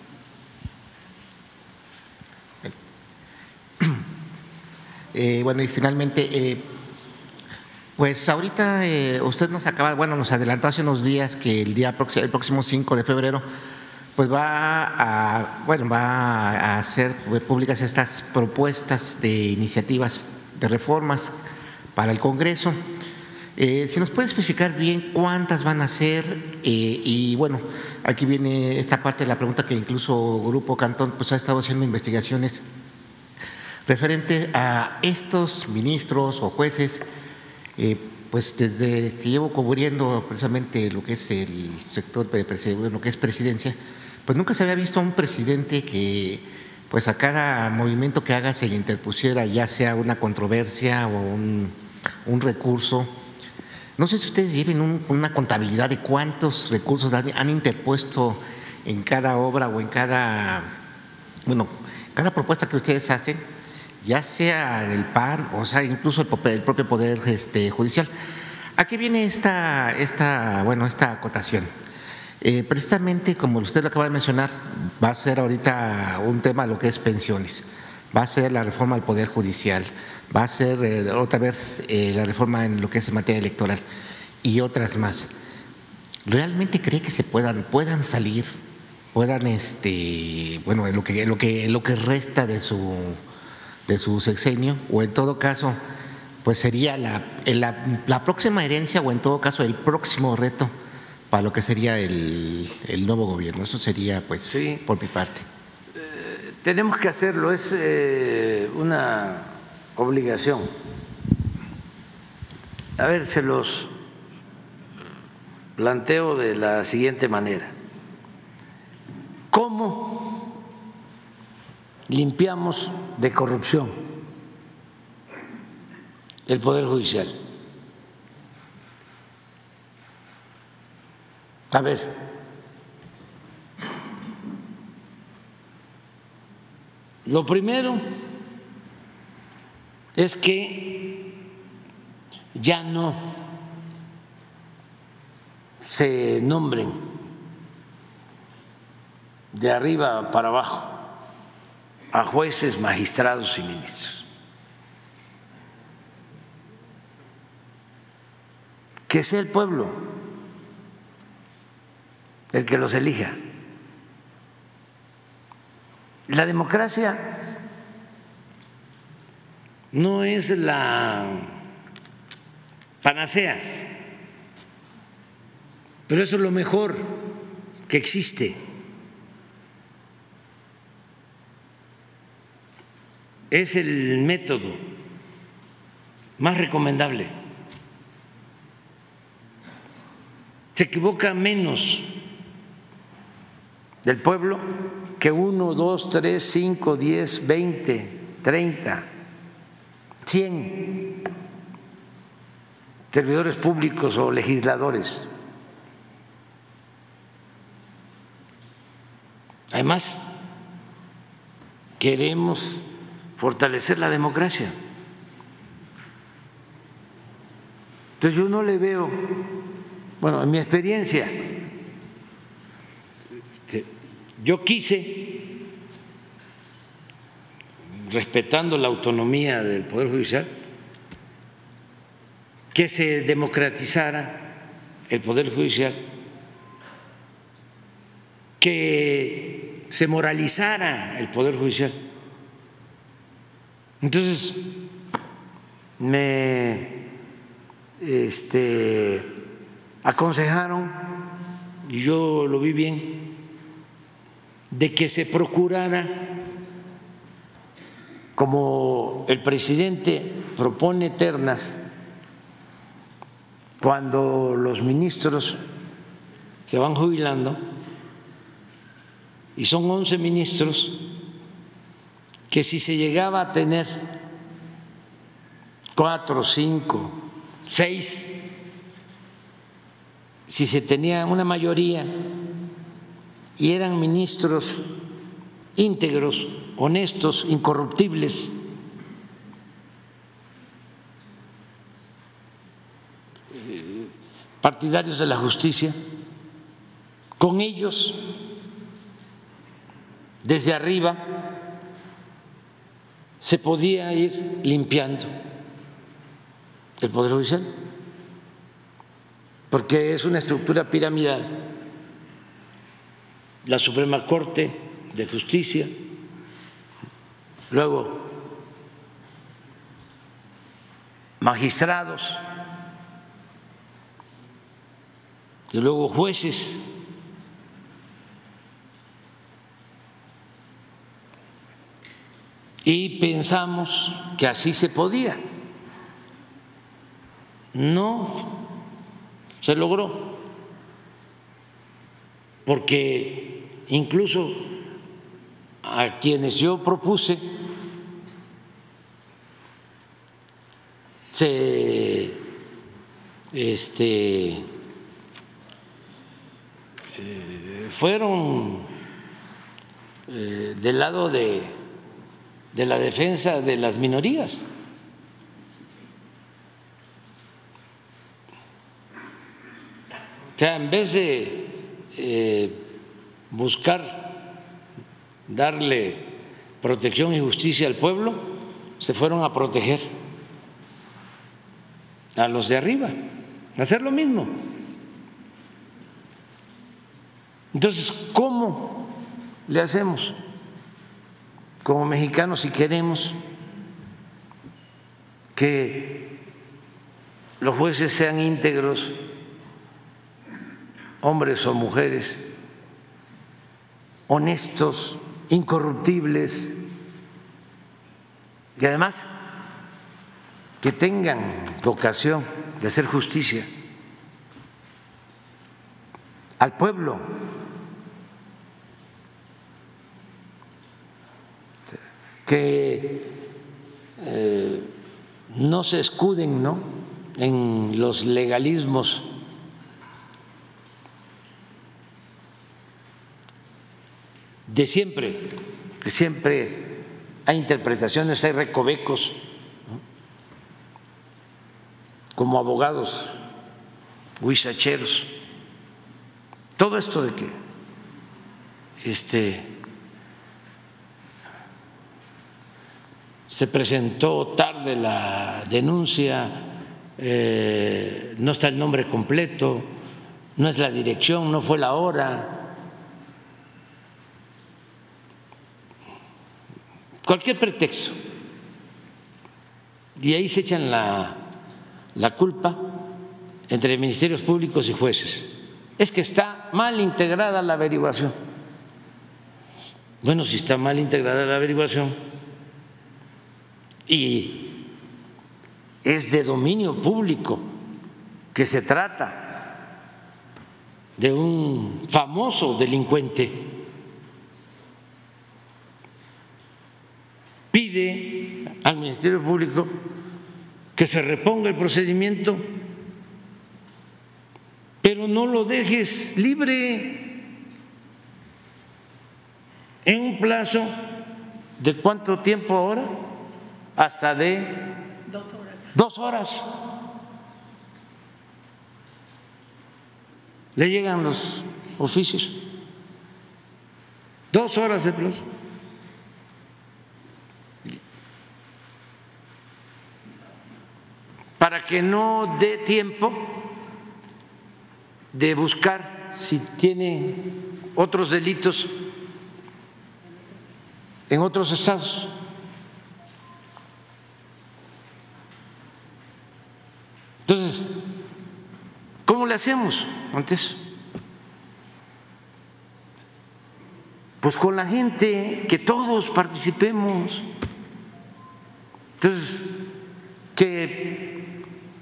Eh, bueno, y finalmente, eh, pues ahorita eh, usted nos acaba, bueno, nos adelantó hace unos días que el día próximo, el próximo cinco de febrero, pues va a, bueno, va a hacer públicas estas propuestas de iniciativas de reformas para el Congreso. Eh, si nos puede especificar bien cuántas van a ser, eh, y bueno, aquí viene esta parte de la pregunta que incluso Grupo Cantón pues ha estado haciendo investigaciones referente a estos ministros o jueces, eh, pues desde que llevo cubriendo precisamente lo que es el sector de lo que es presidencia, pues nunca se había visto a un presidente que pues a cada movimiento que haga se le interpusiera ya sea una controversia o un, un recurso. No sé si ustedes lleven un, una contabilidad de cuántos recursos han, han interpuesto en cada obra o en cada, bueno, cada propuesta que ustedes hacen, ya sea del P A N, o sea, incluso el, el propio Poder este, Judicial. Aquí viene esta, esta, bueno, esta acotación. Eh, precisamente, como usted lo acaba de mencionar, va a ser ahorita un tema lo que es pensiones, va a ser la reforma al Poder Judicial, va a ser eh, otra vez eh, la reforma en lo que es materia electoral y otras más. ¿Realmente cree que se puedan, puedan salir, puedan, este, bueno, en lo que, en lo que, en lo que resta de su, de su sexenio, o en todo caso, pues sería la, la, la próxima herencia, o en todo caso el próximo reto para lo que sería el, el nuevo gobierno? Eso sería, pues, sí, por mi parte. Eh, tenemos que hacerlo, es eh, una obligación. A ver, se los planteo de la siguiente manera. ¿Cómo limpiamos de corrupción el Poder Judicial? A ver, lo primero es que ya no se nombren de arriba para abajo a jueces, magistrados y ministros. Que sea el pueblo el que los elija. La democracia no es la panacea, pero eso es lo mejor que existe. Es el método más recomendable. Se equivoca menos del pueblo que uno, dos, tres, cinco, diez, veinte, treinta, cien servidores públicos o legisladores. Además, queremos fortalecer la democracia. Entonces yo no le veo, bueno, en mi experiencia, este, yo quise, respetando la autonomía del Poder Judicial, que se democratizara el Poder Judicial, que se moralizara el Poder Judicial. Entonces, me este, aconsejaron, y yo lo vi bien, de que se procurara, como el presidente propone ternas, cuando los ministros se van jubilando, y son once ministros, que si se llegaba a tener cuatro, cinco, seis, si se tenía una mayoría y eran ministros íntegros, honestos, incorruptibles, partidarios de la justicia, con ellos desde arriba se podía ir limpiando el Poder Judicial, porque es una estructura piramidal. La Suprema Corte de Justicia, luego magistrados y luego jueces. Y pensamos que así se podía. No se logró, porque incluso a quienes yo propuse se este, eh, fueron eh, del lado de de la defensa de las minorías. O sea, en vez de eh, buscar darle protección y justicia al pueblo, se fueron a proteger a los de arriba, a hacer lo mismo. Entonces, ¿cómo le hacemos como mexicanos si queremos que los jueces sean íntegros, hombres o mujeres, honestos, incorruptibles, y además que tengan vocación de hacer justicia al pueblo? Que eh, no se escuden, ¿no?, en los legalismos de siempre, que siempre hay interpretaciones, hay recovecos, ¿no?, como abogados huizacheros. Todo esto de que este se presentó tarde la denuncia, eh, no está el nombre completo, no es la dirección, no fue la hora. Cualquier pretexto. Y ahí se echan la, la culpa entre ministerios públicos y jueces. Es que está mal integrada la averiguación. Bueno, si está mal integrada la averiguación y es de dominio público que se trata de un famoso delincuente, pide al Ministerio Público que se reponga el procedimiento, pero no lo dejes libre en un plazo de ¿cuánto tiempo ahora? Hasta de dos horas. Dos horas. Le llegan los oficios. Dos horas de plazo. Para que no dé tiempo de buscar si tiene otros delitos en otros estados. Entonces, ¿cómo le hacemos ante eso? Pues con la gente, que todos participemos. Entonces, que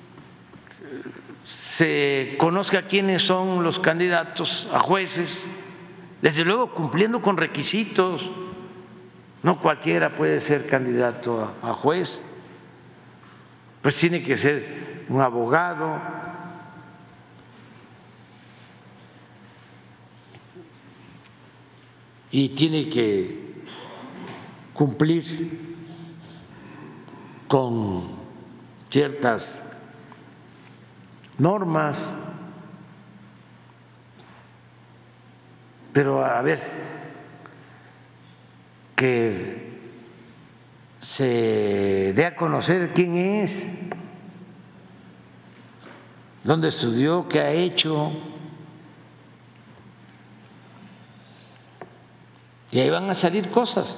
se conozca quiénes son los candidatos a jueces, desde luego cumpliendo con requisitos. No cualquiera puede ser candidato a, a juez, pues tiene que ser un abogado, y tiene que cumplir con ciertas normas. Pero a ver, que se dé a conocer quién es, dónde estudió, qué ha hecho. Y ahí van a salir cosas.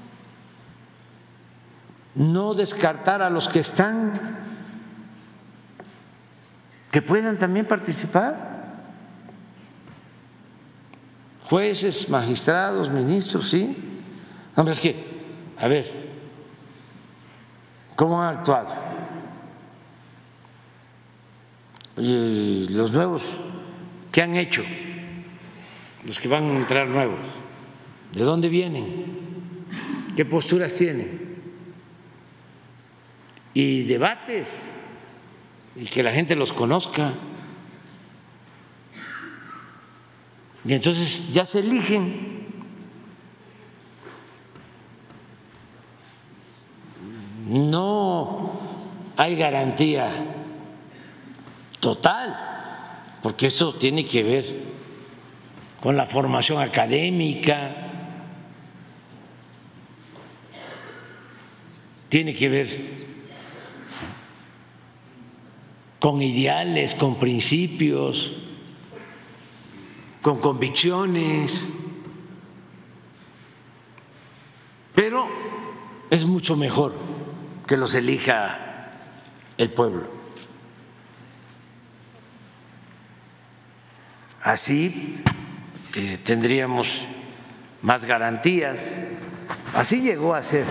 No descartar a los que están, que puedan también participar. Jueces, magistrados, ministros, sí. No, es que, a ver, ¿cómo han actuado? Y los nuevos, ¿qué han hecho? Los que van a entrar nuevos, ¿de dónde vienen? ¿Qué posturas tienen? Y debates, y que la gente los conozca. Y entonces ya se eligen. No hay garantía total porque esto tiene que ver con la formación académica, tiene que ver con ideales, con principios, con convicciones, pero es mucho mejor que los elija el pueblo. Así eh, tendríamos más garantías. Así llegó a ser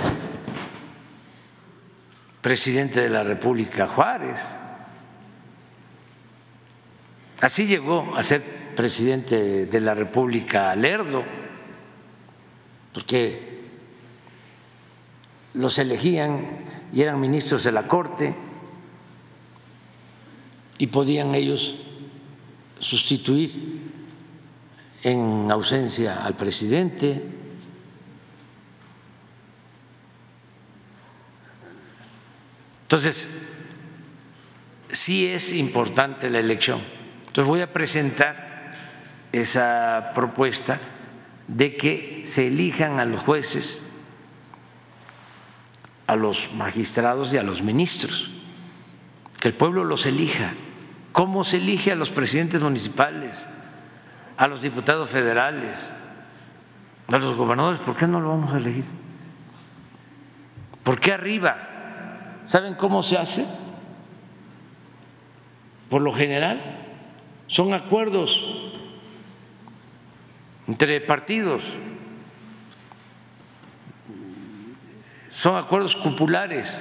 presidente de la República Juárez. Así llegó a ser presidente de la República Lerdo, porque los elegían y eran ministros de la Corte y podían ellos sustituir en ausencia al presidente. Entonces, sí es importante la elección. Entonces voy a presentar esa propuesta de que se elijan a los jueces, a los magistrados y a los ministros, que el pueblo los elija. ¿Cómo se elige a los presidentes municipales, a los diputados federales, a los gobernadores? ¿Por qué no lo vamos a elegir? ¿Por qué arriba? ¿Saben cómo se hace? Por lo general son acuerdos entre partidos, son acuerdos cupulares.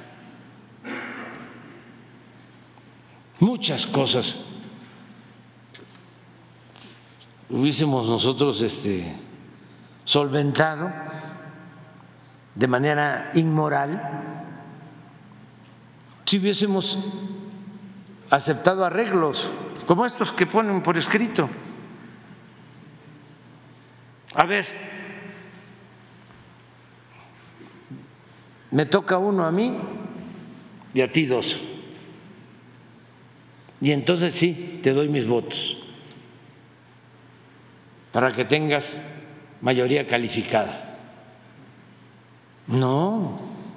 Muchas cosas hubiésemos nosotros este, solventado de manera inmoral si hubiésemos aceptado arreglos como estos que ponen por escrito. A ver, me toca uno a mí y a ti dos. Y entonces sí, te doy mis votos para que tengas mayoría calificada. No.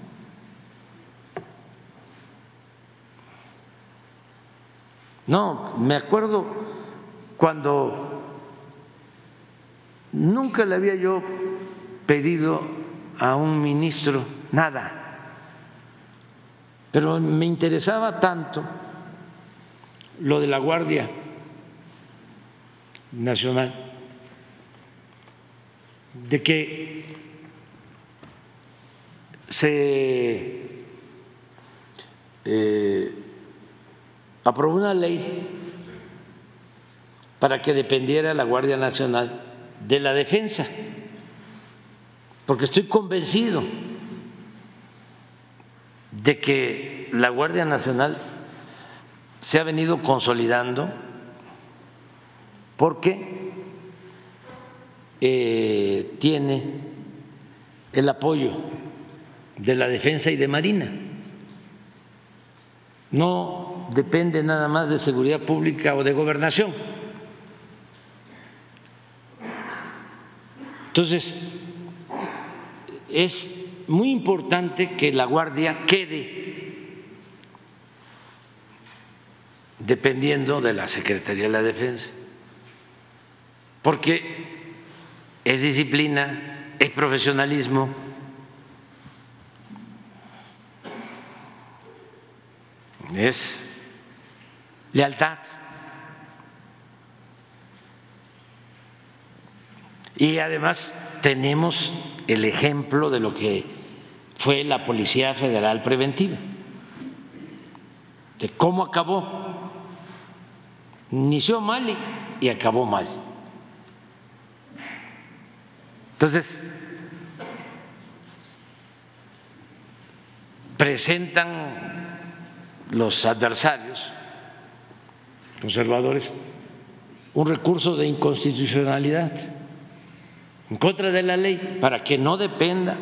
No, me acuerdo cuando nunca le había yo pedido a un ministro nada, pero me interesaba tanto lo de la Guardia Nacional, de que se eh, aprobó una ley para que dependiera la Guardia Nacional de la Defensa, porque estoy convencido de que la Guardia Nacional se ha venido consolidando porque eh, tiene el apoyo de la Defensa y de Marina. No depende nada más de seguridad pública o de gobernación. Entonces, es muy importante que la Guardia quede dependiendo de la Secretaría de la Defensa, porque es disciplina, es profesionalismo. Es lealtad. Y además tenemos el ejemplo de lo que fue la Policía Federal Preventiva, de cómo acabó. Inició mal y, y acabó mal. Entonces, presentan los adversarios conservadores un recurso de inconstitucionalidad en contra de la ley para que no dependa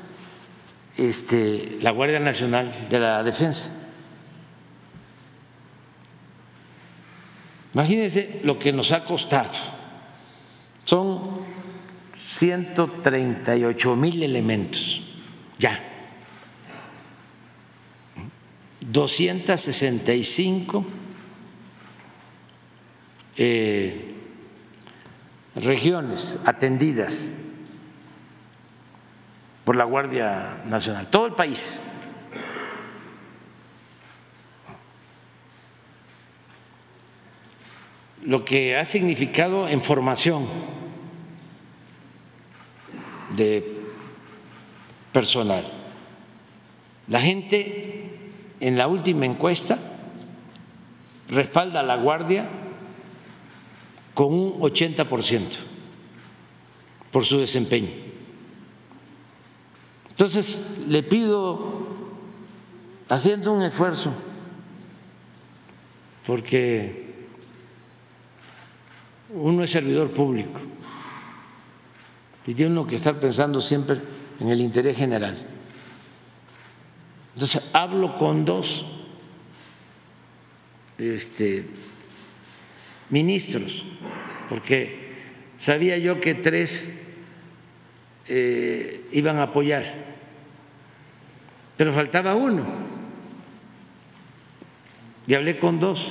este, la Guardia Nacional de la Defensa. Imagínense lo que nos ha costado. Son ciento treinta y ocho mil elementos, ya. doscientas sesenta y cinco eh, regiones atendidas por la Guardia Nacional, todo el país. Lo que ha significado en formación de personal. La gente en la última encuesta respalda a la Guardia con un ochenta por ciento por su desempeño. Entonces, le pido, haciendo un esfuerzo, porque uno es servidor público y tiene uno que estar pensando siempre en el interés general. Entonces, hablo con dos este, ministros, porque sabía yo que tres eh, iban a apoyar, pero faltaba uno. Y hablé con dos.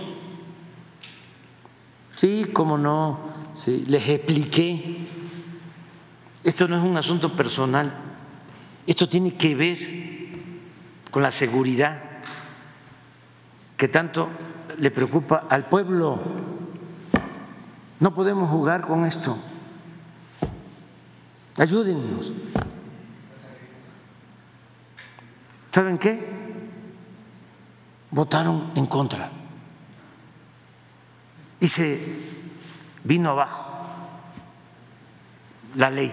Sí, cómo no, sí, les expliqué. Esto no es un asunto personal, esto tiene que ver con la seguridad que tanto le preocupa al pueblo. No podemos jugar con esto. Ayúdennos. ¿Saben qué? Votaron en contra y se vino abajo la ley.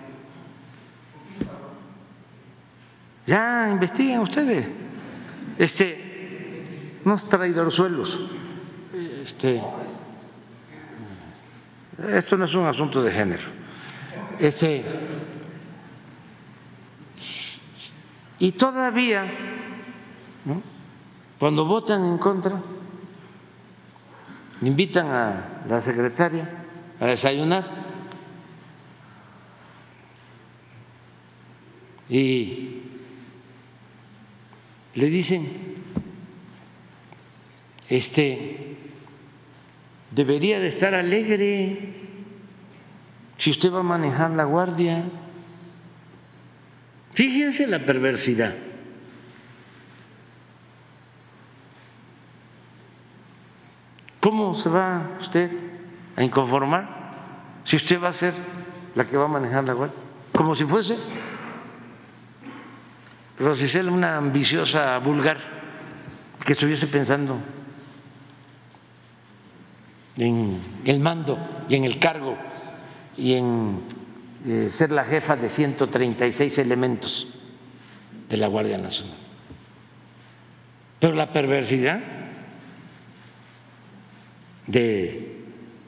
Ya investiguen ustedes, este, unos traidorzuelos. Este, esto no es un asunto de género. Este, y todavía, ¿no?, cuando votan en contra, invitan a la secretaria a desayunar y le dicen, este, debería de estar alegre si usted va a manejar la Guardia. Fíjense la perversidad. ¿Cómo se va usted a inconformar si usted va a ser la que va a manejar la Guardia? Como si fuese Rosicel, una ambiciosa vulgar que estuviese pensando en el mando y en el cargo y en eh, ser la jefa de ciento treinta y seis elementos de la Guardia Nacional. Pero la perversidad de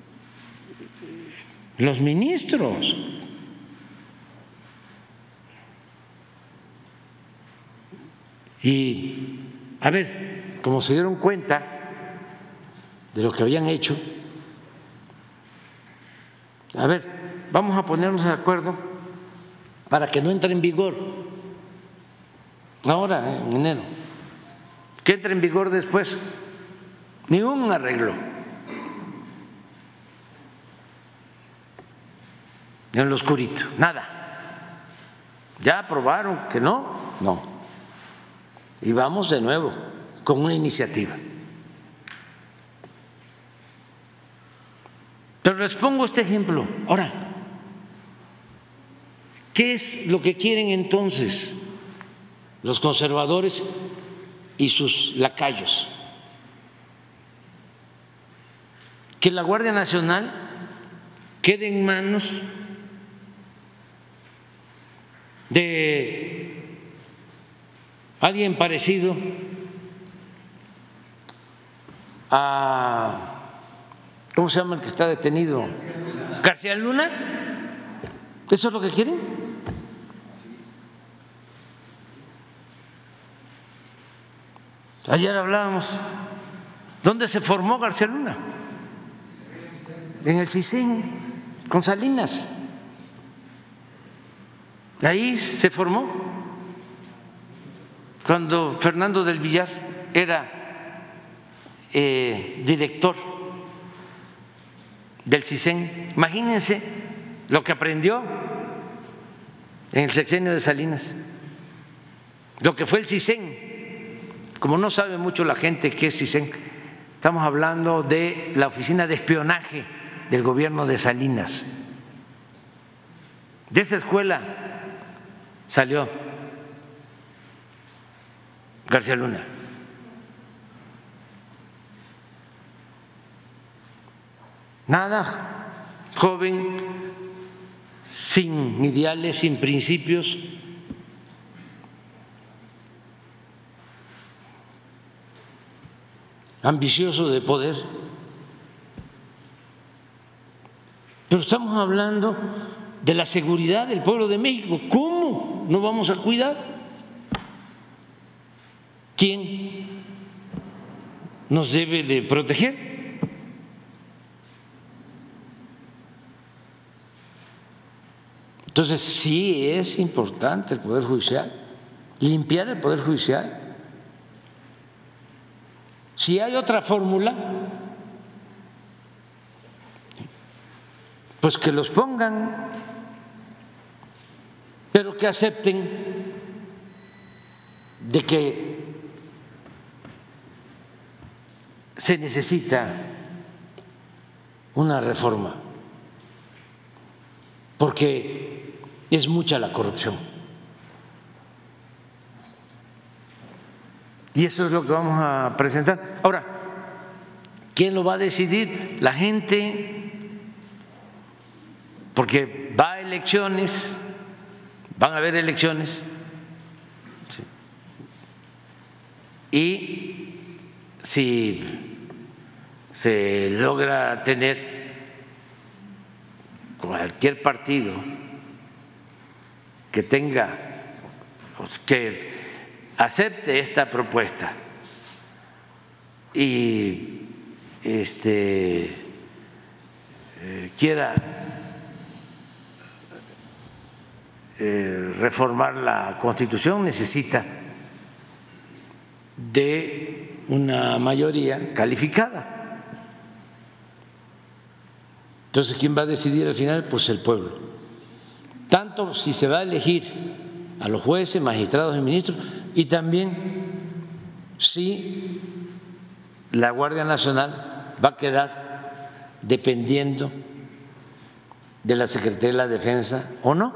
los ministros. Y, a ver, como se dieron cuenta de lo que habían hecho, a ver, vamos a ponernos de acuerdo para que no entre en vigor ahora, en enero, que entre en vigor después. Ningún arreglo. En lo oscurito, nada. ¿Ya aprobaron que no? No. Y vamos de nuevo con una iniciativa. Pero les pongo este ejemplo. Ahora, ¿qué es lo que quieren entonces los conservadores y sus lacayos? Que la Guardia Nacional quede en manos de alguien parecido a, ¿cómo se llama el que está detenido? García Luna. ¿Eso es lo que quieren? Ayer hablábamos, ¿dónde se formó García Luna? en el CISEN con Salinas. Ahí se formó cuando Fernando del Villar era eh, director del CISEN. Imagínense lo que aprendió en el sexenio de Salinas, lo que fue el CISEN. Como no sabe mucho la gente qué es CISEN, estamos hablando de la Oficina de Espionaje del gobierno de Salinas. De esa escuela salió García Luna. Nada, joven, sin ideales, sin principios, ambicioso de poder. Pero estamos hablando de la seguridad del pueblo de México. ¿Cómo no vamos a cuidar? ¿Quién nos debe de proteger? Entonces sí es importante el Poder Judicial, limpiar el Poder Judicial. Si hay otra fórmula, pues que los pongan, pero que acepten de que se necesita una reforma, porque es mucha la corrupción. Y eso es lo que vamos a presentar. Ahora, ¿quién lo va a decidir? La gente, porque va a elecciones, van a haber elecciones, y si se logra tener cualquier partido que tenga, que acepte esta propuesta y este eh, quiera eh, reformar la Constitución, necesita de una mayoría calificada. Entonces, ¿quién va a decidir al final? Pues el pueblo. Tanto si se va a elegir a los jueces, magistrados y ministros, y también si la Guardia Nacional va a quedar dependiendo de la Secretaría de la Defensa o no.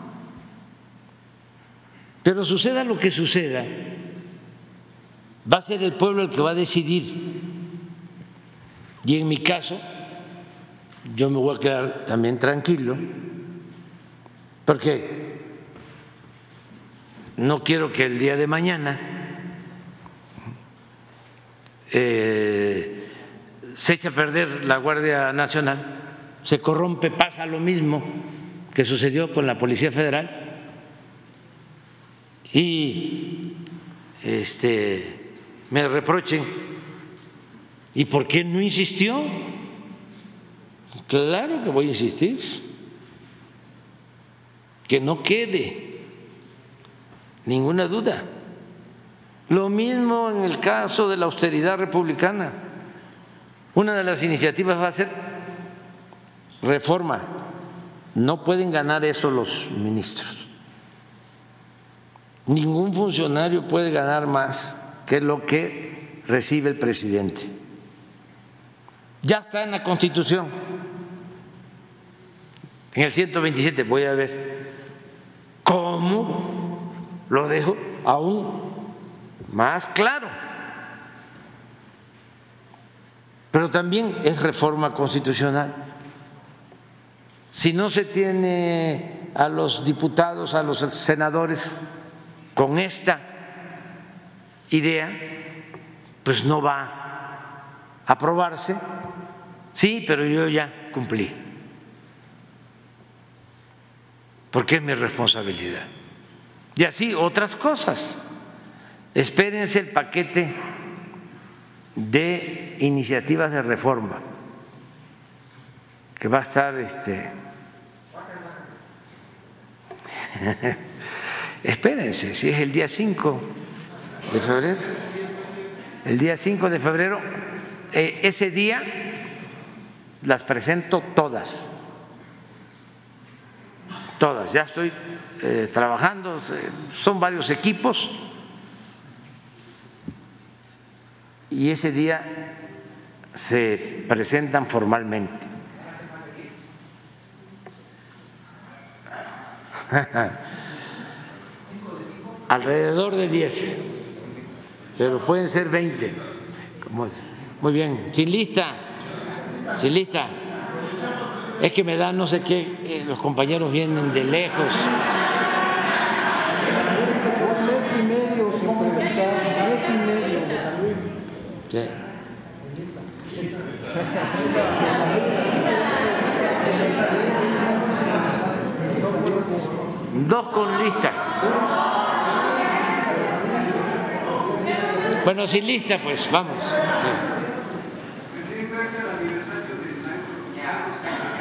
Pero suceda lo que suceda, va a ser el pueblo el que va a decidir. Y en mi caso, yo me voy a quedar también tranquilo, porque no quiero que el día de mañana eh, se eche a perder la Guardia Nacional, se corrompe, pasa lo mismo que sucedió con la Policía Federal y este, me reprochen, ¿y por qué no insistió? Claro que voy a insistir, que no quede ninguna duda. Lo mismo en el caso de la austeridad republicana. Una de las iniciativas va a ser reforma. No pueden ganar eso los ministros. Ningún funcionario puede ganar más que lo que recibe el presidente. Ya está en la Constitución. En el ciento veintisiete voy a ver cómo lo dejo aún más claro. Pero también es reforma constitucional. Si no se tiene a los diputados, a los senadores con esta idea, pues no va a aprobarse. Sí, pero yo ya cumplí, porque es mi responsabilidad. Y así otras cosas. Espérense el paquete de iniciativas de reforma que va a estar este espérense, si es el día cinco de febrero, el día cinco de febrero, eh, ese día las presento todas, todas, ya estoy eh, trabajando, son varios equipos y ese día se presentan formalmente. Alrededor de diez, pero pueden ser veinte. Como es. Muy bien, sin lista, sin lista. Es que me da no sé qué, eh, los compañeros vienen de lejos. Sí. Dos con lista. Bueno, sin lista, pues vamos. Sí.